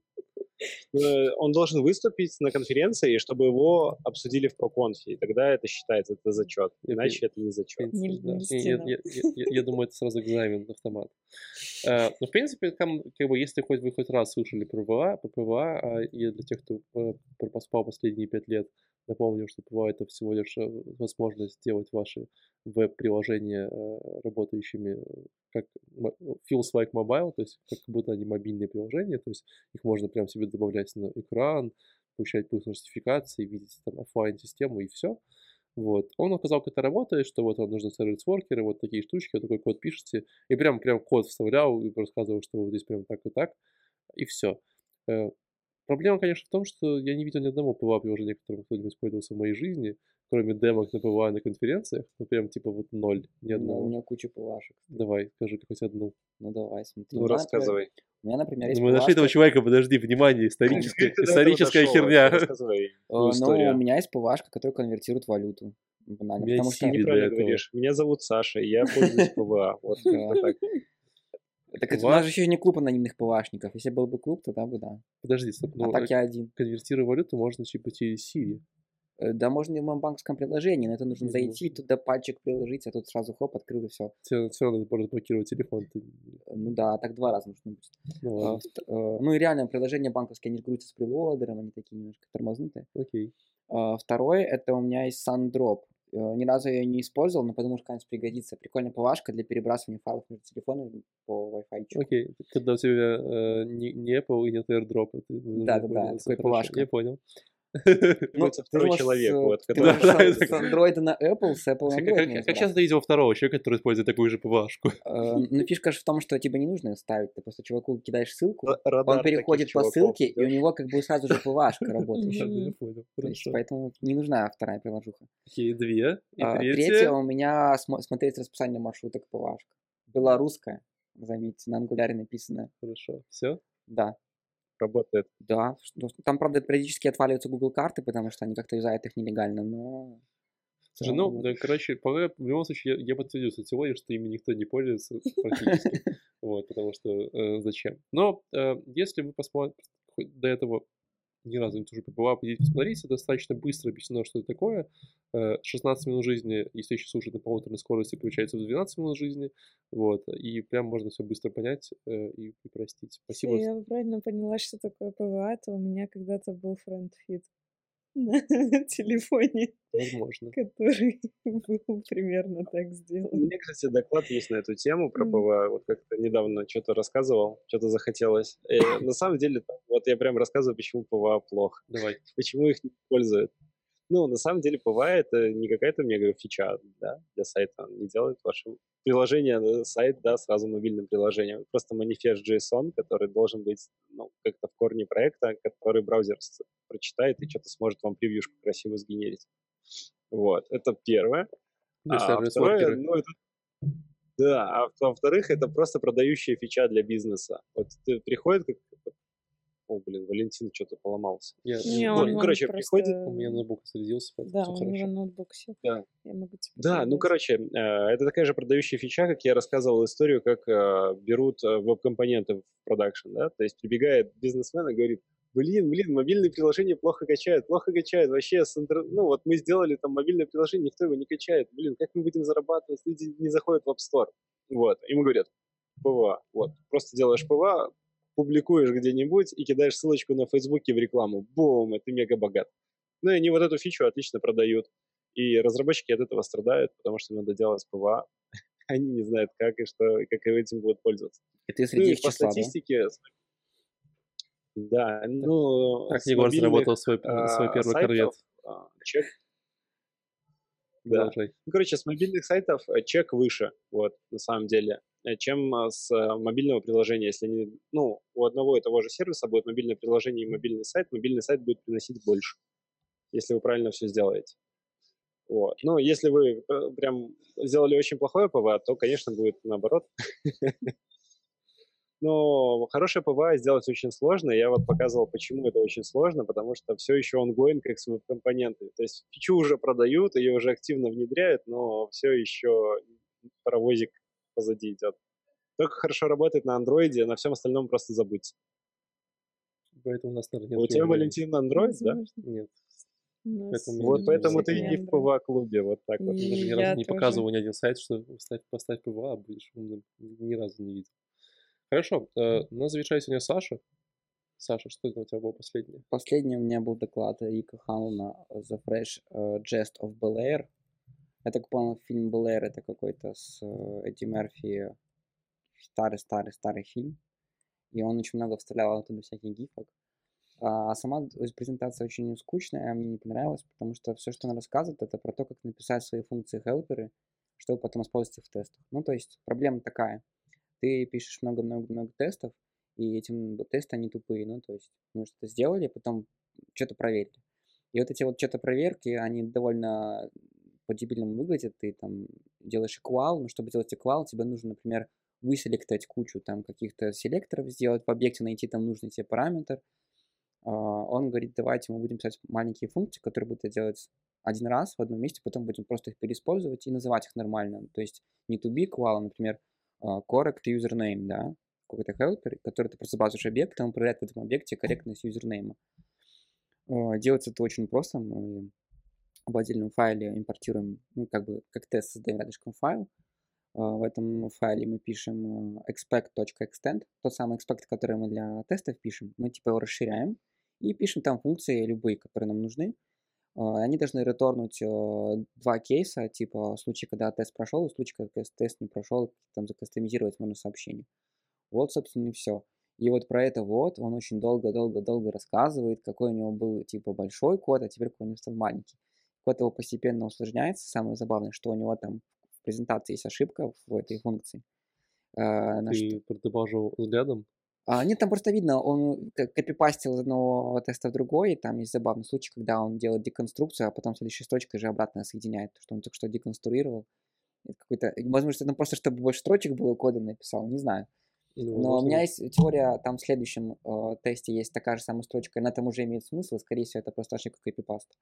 Он должен выступить на конференции, чтобы его обсудили в проконфе, и тогда это считается, это зачет. Это, Иначе это не в зачет. принципе, Не да. льсти Я, нам. я думаю, это сразу экзамен автомат. Но, в принципе, там, как бы, если вы хоть раз слышали про ПВА, и для тех, кто поспал последние 5 лет, напомню, что ПВА — это всего лишь возможность сделать ваши веб-приложения работающими как feels like mobile, то есть как будто они мобильные приложения, то есть их можно прям себе добавлять на экран, получать push-нотификации, видеть там офлайн-систему и все. Вот. Он указал, как это работает, что вот вам нужно сервис-воркеры, вот такие штучки, вот такой код пишете. И прям код вставлял и рассказывал, что вот здесь прям так и так, и все. Проблема, конечно, в том, что я не видел ни одного ПВА-приложения, которым кто-нибудь пользовался в моей жизни, кроме демок на ПВА на конференциях. Ну, прям типа вот ноль, ни Ну, у одного. меня куча ПВАшек. Давай, скажи хоть одну. Ну, давай, смотри. Ну, рассказывай. У меня, например, есть Мы нашли этого ПВАшка. человека, подожди, внимание, историческая Как ты до этого историческая дошел? херня. Рассказывай Ну, историю. у меня есть ПВАшка, которая конвертирует валюту. Банально. У меня Потому есть что... Siri. Ты неправильно для этого. говоришь. Меня зовут Саша, и я пользуюсь ПВА. Вот Да. так. Так это у ПВА? нас же еще не клуб анонимных ПВАшников. Если был бы клуб, тогда бы да. Подожди, стоп. А Ну, так я один. конвертируя валюту можно типа через Siri. Да, можно и в моем банковском приложении, но это нужно Не зайти, нужно. туда пальчик приложить, а тут сразу хоп, открыл и все. Все равно можно блокировать телефон. Ну да, так 2 раза нужно будет. Ну ладно, Ну и реально, приложения банковские, они же крутятся с прелодером, они такие немножко тормознутые. окей. Второй, это у меня есть SunDrop. Ни разу я ее не использовал, но подумал, что конечно пригодится. Прикольная ПВАшка для перебрасывания файлов между телефонами по Wi-Fi. Окей. Когда у тебя не Apple и нет AirDrop, ты Да-да-да, такой ПВАшка. Я понял. Ну, Это второй думал, человек, вот, ты который... думаешь, с Android на Apple, с Apple на Android не Как часто ты видел второго человека, который использует такую же ПВАшку? Ну, фишка же в том, что тебе не нужно ее ставить. Ты просто чуваку кидаешь ссылку, Радар он переходит таких по чуваков ссылке, и у идёшь. него как бы сразу же ПВАшка работающая. Ладно, я понял. То есть, Хорошо. поэтому не нужна вторая приложуха. Окей, 2. И Третья третья. у меня смотреть расписание маршруток ПВАшка. Белорусская, заметьте, на ангуляре написано. Хорошо. Все? Да, Работает. да. Там, правда, периодически отваливаются Google карты, потому что они как-то юзают их нелегально, но... в Слушай, целом ну, работает. короче, в любом случае, я подтвердил эту теорию, что ими никто не пользуется практически. Вот, потому что зачем? Но если вы посмотрите, до этого ни разу не тоже ПВА, идите посмотрите, достаточно быстро объяснено, что это такое. 16 минут жизни, если еще слушать на полуторной скорости, получается в 12 минут жизни. Вот, и прям можно все быстро понять и простить. Если Спасибо. я правильно поняла, что такое ПВА, то у меня когда-то был фронтфит на телефоне, Возможно. который был примерно так У сделан. меня, кстати, доклад есть на эту тему про ПВА. Вот как-то недавно что-то рассказывал, что-то захотелось. На самом деле, вот я прям рассказываю, почему ПВА плохо, Давай. почему их не используют. Ну, на самом деле, ПВА — это не какая-то мега-фича, да, для сайта. Он не делает ваше приложение, сайт, да, сразу мобильным приложением. Просто манифест JSON, который должен быть, ну, как-то в корне проекта, который браузер прочитает и что-то сможет вам превьюшку красиво сгенерить. Вот, это первое. Ну, А второе, сервис-воркеры. ну, это... Да, а во-вторых, это просто продающая фича для бизнеса. Вот приходит как... О, блин, Валентин что-то поломался. Не, Ну, он короче, просто... приходит... У меня ноутбук разрядился, поэтому Да, все у хорошо. него ноутбук сел. Да. Я могу тебе Да, ну, передать. короче, это такая же продающая фича, как я рассказывал историю, как берут веб-компоненты в продакшн, да, то есть прибегает бизнесмен и говорит, блин, мобильные приложения плохо качают, вообще, ну, вот мы сделали там мобильное приложение, никто его не качает, блин, как мы будем зарабатывать, люди не заходят в App Store, вот, ему говорят, ПВА, вот, просто делаешь ПВА, публикуешь где-нибудь и кидаешь ссылочку на Фейсбуке в рекламу, бум, и ты мега богат. Ну, и они вот эту фичу отлично продают. И разработчики от этого страдают, потому что надо делать ПВА. Они не знают, как и что, и как этим будут пользоваться. Это Ну среди и их по числа, да? статистике... Да, ну... Так с Егор мобильных, заработал свой первый корвет. сайтов, Да. Продолжай. Ну, короче, с мобильных сайтов чек выше, вот, на самом деле, чем с мобильного приложения. Если не, ну, у одного и того же сервиса будет мобильное приложение и мобильный сайт будет приносить больше, если вы правильно все сделаете. Вот. Ну, если вы прям сделали очень плохое ПВА, то, конечно, будет наоборот. Но хорошее ПВА сделать очень сложно. Я вот показывал, почему это очень сложно, потому что все еще ongoing, как с веб-компонентами. То есть фичу уже продают, ее уже активно внедряют, но все еще паровозик позади идет. Только хорошо работает на андроиде, на всем остальном просто забудьте. Поэтому у нас, наверное, нет У тебя, приложений. Валентин, Android, да? Возможно. Нет. У нас Поэтому Вот нет поэтому всякого ты и не в ПВА-клубе, вот так вот. Я даже И ни разу я не тоже. показывал ни один сайт, что поставь ПВА, будешь умным. Ни разу не видел. Хорошо, на завершая сегодня Саша. Саша, что это у тебя было последнее? Последний у меня был доклад Рика Ханлона The Fresh Jest of Bel-Air. Я так понял, фильм Bel-Air это какой-то с Эдди Мерфи старый фильм. И он очень много вставлял оттуда всяких гифок. А сама презентация очень скучная, мне не понравилась, потому что все, что она рассказывает, это про то, как написать свои функции-хелперы, чтобы потом использовать их в тестах. Ну, то есть проблема такая. Ты пишешь много-много-много тестов, и эти тесты, они тупые. Ну, то есть мы что-то сделали, потом что-то проверили. И вот эти вот что-то проверки, они довольно по-дебильному выглядят. Ты там делаешь equal, но чтобы делать equal, тебе нужно, например, выселектать кучу там каких-то селекторов, сделать в объекте, найти там нужный тебе параметр. Он говорит, давайте мы будем писать маленькие функции, которые будут это делать один раз в одном месте, потом будем просто их переиспользовать и называть их нормально. То есть не to be equal, а, например, correct username, да, какой-то helper, который ты просто базуешь объект, он проверяет в этом объекте корректность юзернейма. Делается это очень просто. Мы в отдельном файле импортируем, ну, как тест создаем рядышком файл. В этом файле мы пишем expect.extend, тот самый expect, который мы для тестов пишем. Мы типа его расширяем и пишем там функции любые, которые нам нужны. Они должны реторнуть два кейса, типа случай, когда тест прошел, и случай, когда тест не прошел, там закастомизировать можно сообщение. Вот, собственно, и все. И вот про это вот он очень долго рассказывает, какой у него был типа большой код, а теперь какой у него стал маленький. Код его постепенно усложняется. Самое забавное, что у него там в презентации есть ошибка в этой функции. Ты продебажил взглядом? Нет, там просто видно, он копипастил из одного теста в другой, и там есть забавный случай, когда он делает деконструкцию, а потом следующей строчкой же обратно соединяет, что он только что деконструировал. Это какой-то, возможно, это просто, чтобы больше строчек было кода написал, не знаю. Ну, Но у меня есть теория, там в следующем тесте есть такая же самая строчка, и на этом уже имеет смысл, и, скорее всего, это просто ошибка копипаста.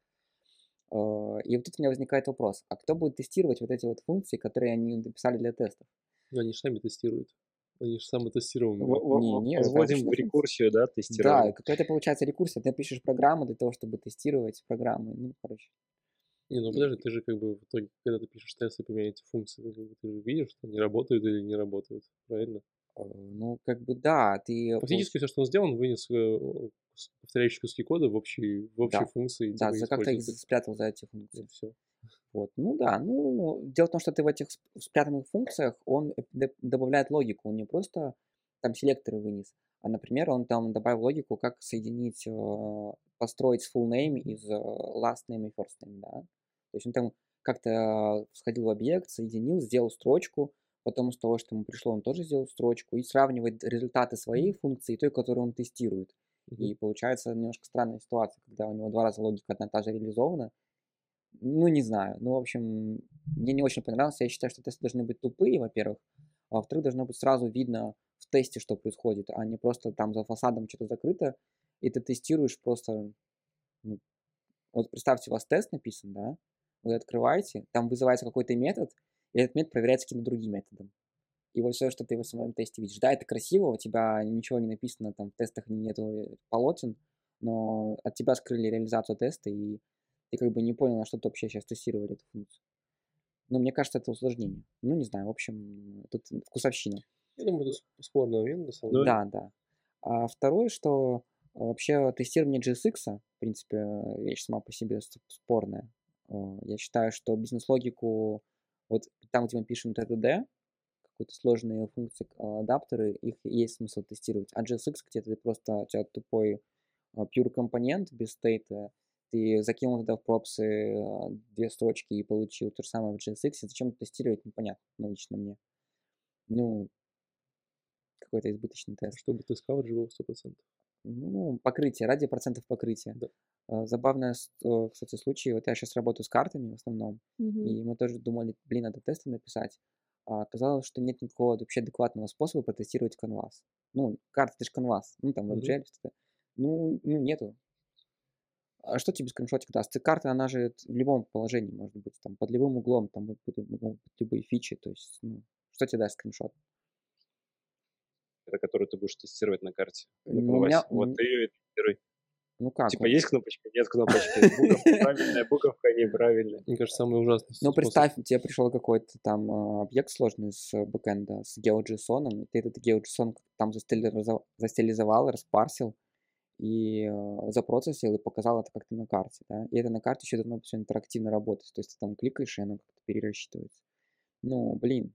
И вот тут у меня возникает вопрос, а кто будет тестировать вот эти вот функции, которые они написали для тестов? Ну, они же сами тестируют. Они же самотестируемые. Возводим в рекурсию, да, тестирование. Да, какая-то получается рекурсия. Ты пишешь программу для того, чтобы тестировать программы. Ну, короче. Не, ну подожди, ты же как бы в итоге, когда ты пишешь тесты, применяете функции, ты же видишь, что они работают или не работают, правильно? Ну, как бы да, ты... Фактически все, что он сделал, он вынес повторяющие куски кода в общие функции. Да, как-то их спрятал за эти функции. Все. Вот. Ну да, дело в том, что ты в этих спрятанных функциях, он добавляет логику, он не просто там селекторы вынес, а, например, он там добавил логику, как соединить, построить full name из last name и first name, да. То есть он там как-то сходил в объект, соединил, сделал строчку, потом из того, что ему пришло, он тоже сделал строчку и сравнивает результаты своей функции и той, которую он тестирует. И получается немножко странная ситуация, когда у него два раза логика одна и та же реализована. Ну, не знаю. Ну, в общем, мне не очень понравилось. Я считаю, что тесты должны быть тупые, во-первых. А во-вторых, должно быть сразу видно в тесте, что происходит, а не просто там за фасадом что-то закрыто, и ты тестируешь просто... Ну, вот представьте, у вас тест написан, да? Вы открываете, там вызывается какой-то метод, и этот метод проверяется каким-то другим методом. И вот все, что ты в своем тесте видишь. Да, это красиво, у тебя ничего не написано, там в тестах нету полотен, но от тебя скрыли реализацию теста, и ты как бы не понял, на что ты вообще сейчас тестировали эту функцию. Но мне кажется, это усложнение. Ну, не знаю, в общем, тут вкусовщина. Я думаю, это спорный момент, на самом деле. Да. А второе, что вообще тестирование JSX, в принципе, вещь сама по себе спорная. Я считаю, что бизнес-логику, вот там, где мы пишем TTD, какие-то сложные функции, адаптеры, их есть смысл тестировать. А JSX где-то просто у тебя тупой pure компонент без стейта, ты закинул туда в пропсы 2 строчки и получил то же самое в JSX, зачем это тестировать, непонятно, ну, лично мне. Ну, какой-то избыточный тест. Чтобы тест-каверидж был 100%. Ну, покрытие, ради процентов покрытия. Да. Забавный, кстати, случай. Вот я сейчас работаю с картами в основном, и мы тоже думали, блин, надо тесты написать. А оказалось, что нет никакого вообще адекватного способа протестировать Canvas. Ну, карта, это же Canvas. Ну, там WebGL, что-то. Ну, нету. А что тебе скриншотик даст? Карта, она же в любом положении может быть, там, под любым углом, там могут быть любые фичи, то есть, ну, что тебе даст скриншот? Это которую ты будешь тестировать на карте. На Ну, у меня, Canvas. Вот ты ее и тестируй. ну как? Типа есть кнопочка, нет кнопочки, буковка правильная, буковка неправильная. Мне кажется, самый ужасный Ну, способ. представь, тебе пришел какой-то там объект сложный с бэкэнда, с GeoJSON, и ты этот GeoJSON там застилизовал, распарсил и запроцессил и показал это как-то на карте, да. И это на карте еще должно все интерактивно работать, то есть ты там кликаешь, и оно как-то перерасчитывается. Ну, блин.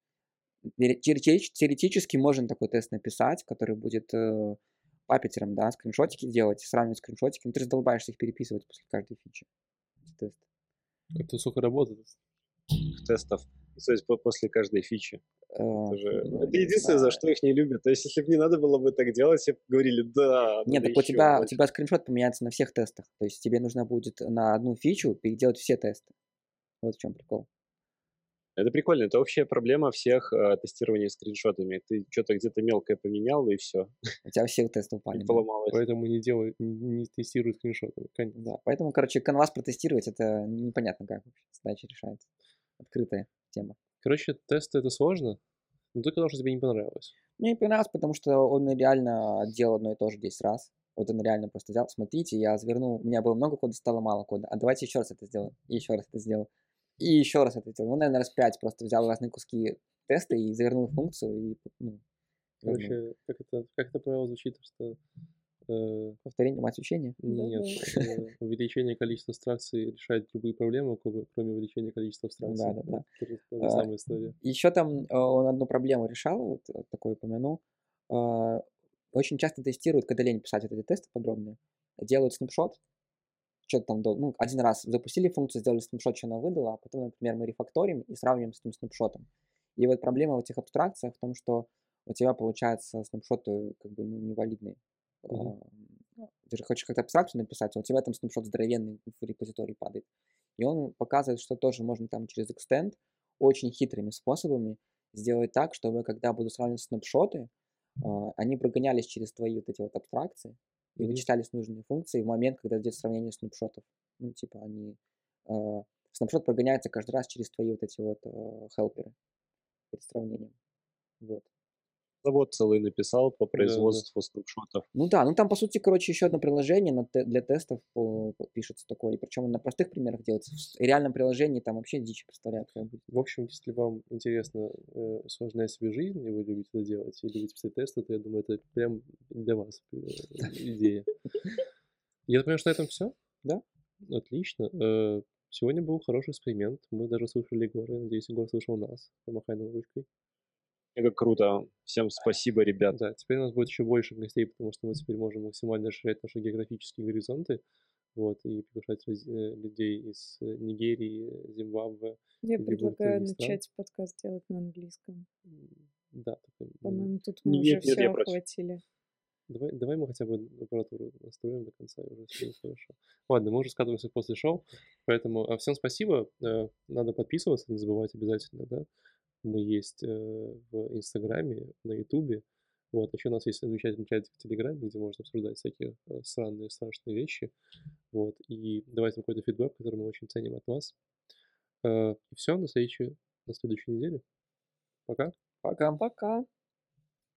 Теоретически можно такой тест написать, который будет папетером, да, скриншотики делать, сравнивать скриншотики, но ты раздолбаешься их переписывать после каждой фичи. Тест. Это сколько работает? Тестов. То есть после каждой фичи. Ну, Это не единственное, за знаю. что их не любят. То есть, если бы не надо было бы так делать, все бы говорили, да, Нет, надо так у еще тебя больше. скриншот поменяется на всех тестах. То есть тебе нужно будет на одну фичу переделать все тесты. Вот в чем прикол. Это прикольно. Это общая проблема всех тестирований скриншотами. Ты что-то где-то мелкое поменял, и все. У тебя все тесты упали. И Да. поломалось. Поэтому не тестируют скриншотами. Конечно. Да, поэтому, короче, Canvas протестировать, это непонятно как вообще задача решается. Открытая тема. Короче, тесты это сложно, но только потому, что тебе не понравилось. Мне не понравилось, потому что он реально делал одно и то же 10 раз. Вот он реально просто взял, смотрите, я завернул, у меня было много кода, стало мало кода, а давайте еще раз это сделаем, и еще раз это сделал, и еще раз это сделал. Ну, наверное, раз 5 просто взял разные куски теста и завернул функцию, и, ну, вернул. Короче, как это правило звучит, что Повторение мать учения. нет, увеличение количества абстракций решает любые проблемы, кроме увеличения количества абстракций. Да. Та же самая история. Еще там он одну проблему решал, вот такой упомянул. Очень часто тестируют, когда лень писать вот эти тесты подробные, делают снапшот, что-то там, ну, один раз запустили функцию, сделали снапшот, что она выдала, а потом, например, мы рефакторим и сравниваем с этим снапшотом. И вот проблема в этих абстракциях в том, что у тебя получается снапшоты как бы невалидные. Ты же хочешь как-то абстракцию написать, а у тебя там снапшот здоровенный в репозитории падает. И он показывает, что тоже можно там через extend очень хитрыми способами сделать так, чтобы когда буду сравнивать снапшоты, они прогонялись через твои вот эти вот абстракции и вычислялись нужные функции в момент, когда идет сравнение снапшотов. Ну, типа они... снапшот прогоняется каждый раз через твои вот эти вот хелперы перед сравнением. Вот. Завод целый написал по производству снапшотов. Ну да, ну там, по сути, короче, еще одно приложение для тестов пишется такое, и причем на простых примерах делается. В реальном приложении там вообще дичь представляет, как будет. В общем, если вам интересно усложнять себе жизнь, и вы любите это делать, и любите писать тесты, то я думаю, это прям для вас идея. Я понимаю, что на этом все? Да. Отлично. Сегодня был хороший эксперимент. Мы даже слушали Егора. Надеюсь, Егор слышал нас. Помахай нам ручкой. Это круто. Всем спасибо, ребят. Да, теперь у нас будет еще больше гостей, потому что мы теперь можем максимально расширять наши географические горизонты. Вот, и приглашать людей из Нигерии, Зимбабве. Я предлагаю начать подкаст делать на английском. Да. По-моему, тут мы уже все охватили. Давай мы хотя бы аппаратуру настроим до конца, и уже все хорошо. Ладно, мы уже скатываемся после шоу, поэтому всем спасибо. Надо подписываться, не забывать обязательно, да. Мы есть в Инстаграме, на Ютубе. Вот, еще у нас есть замечательный чатик в Телеграме, где можно обсуждать всякие странные, страшные вещи. Вот, и давайте нам какой-то фидбэк, который мы очень ценим от вас. И все, на следующей неделе. Пока. Пока.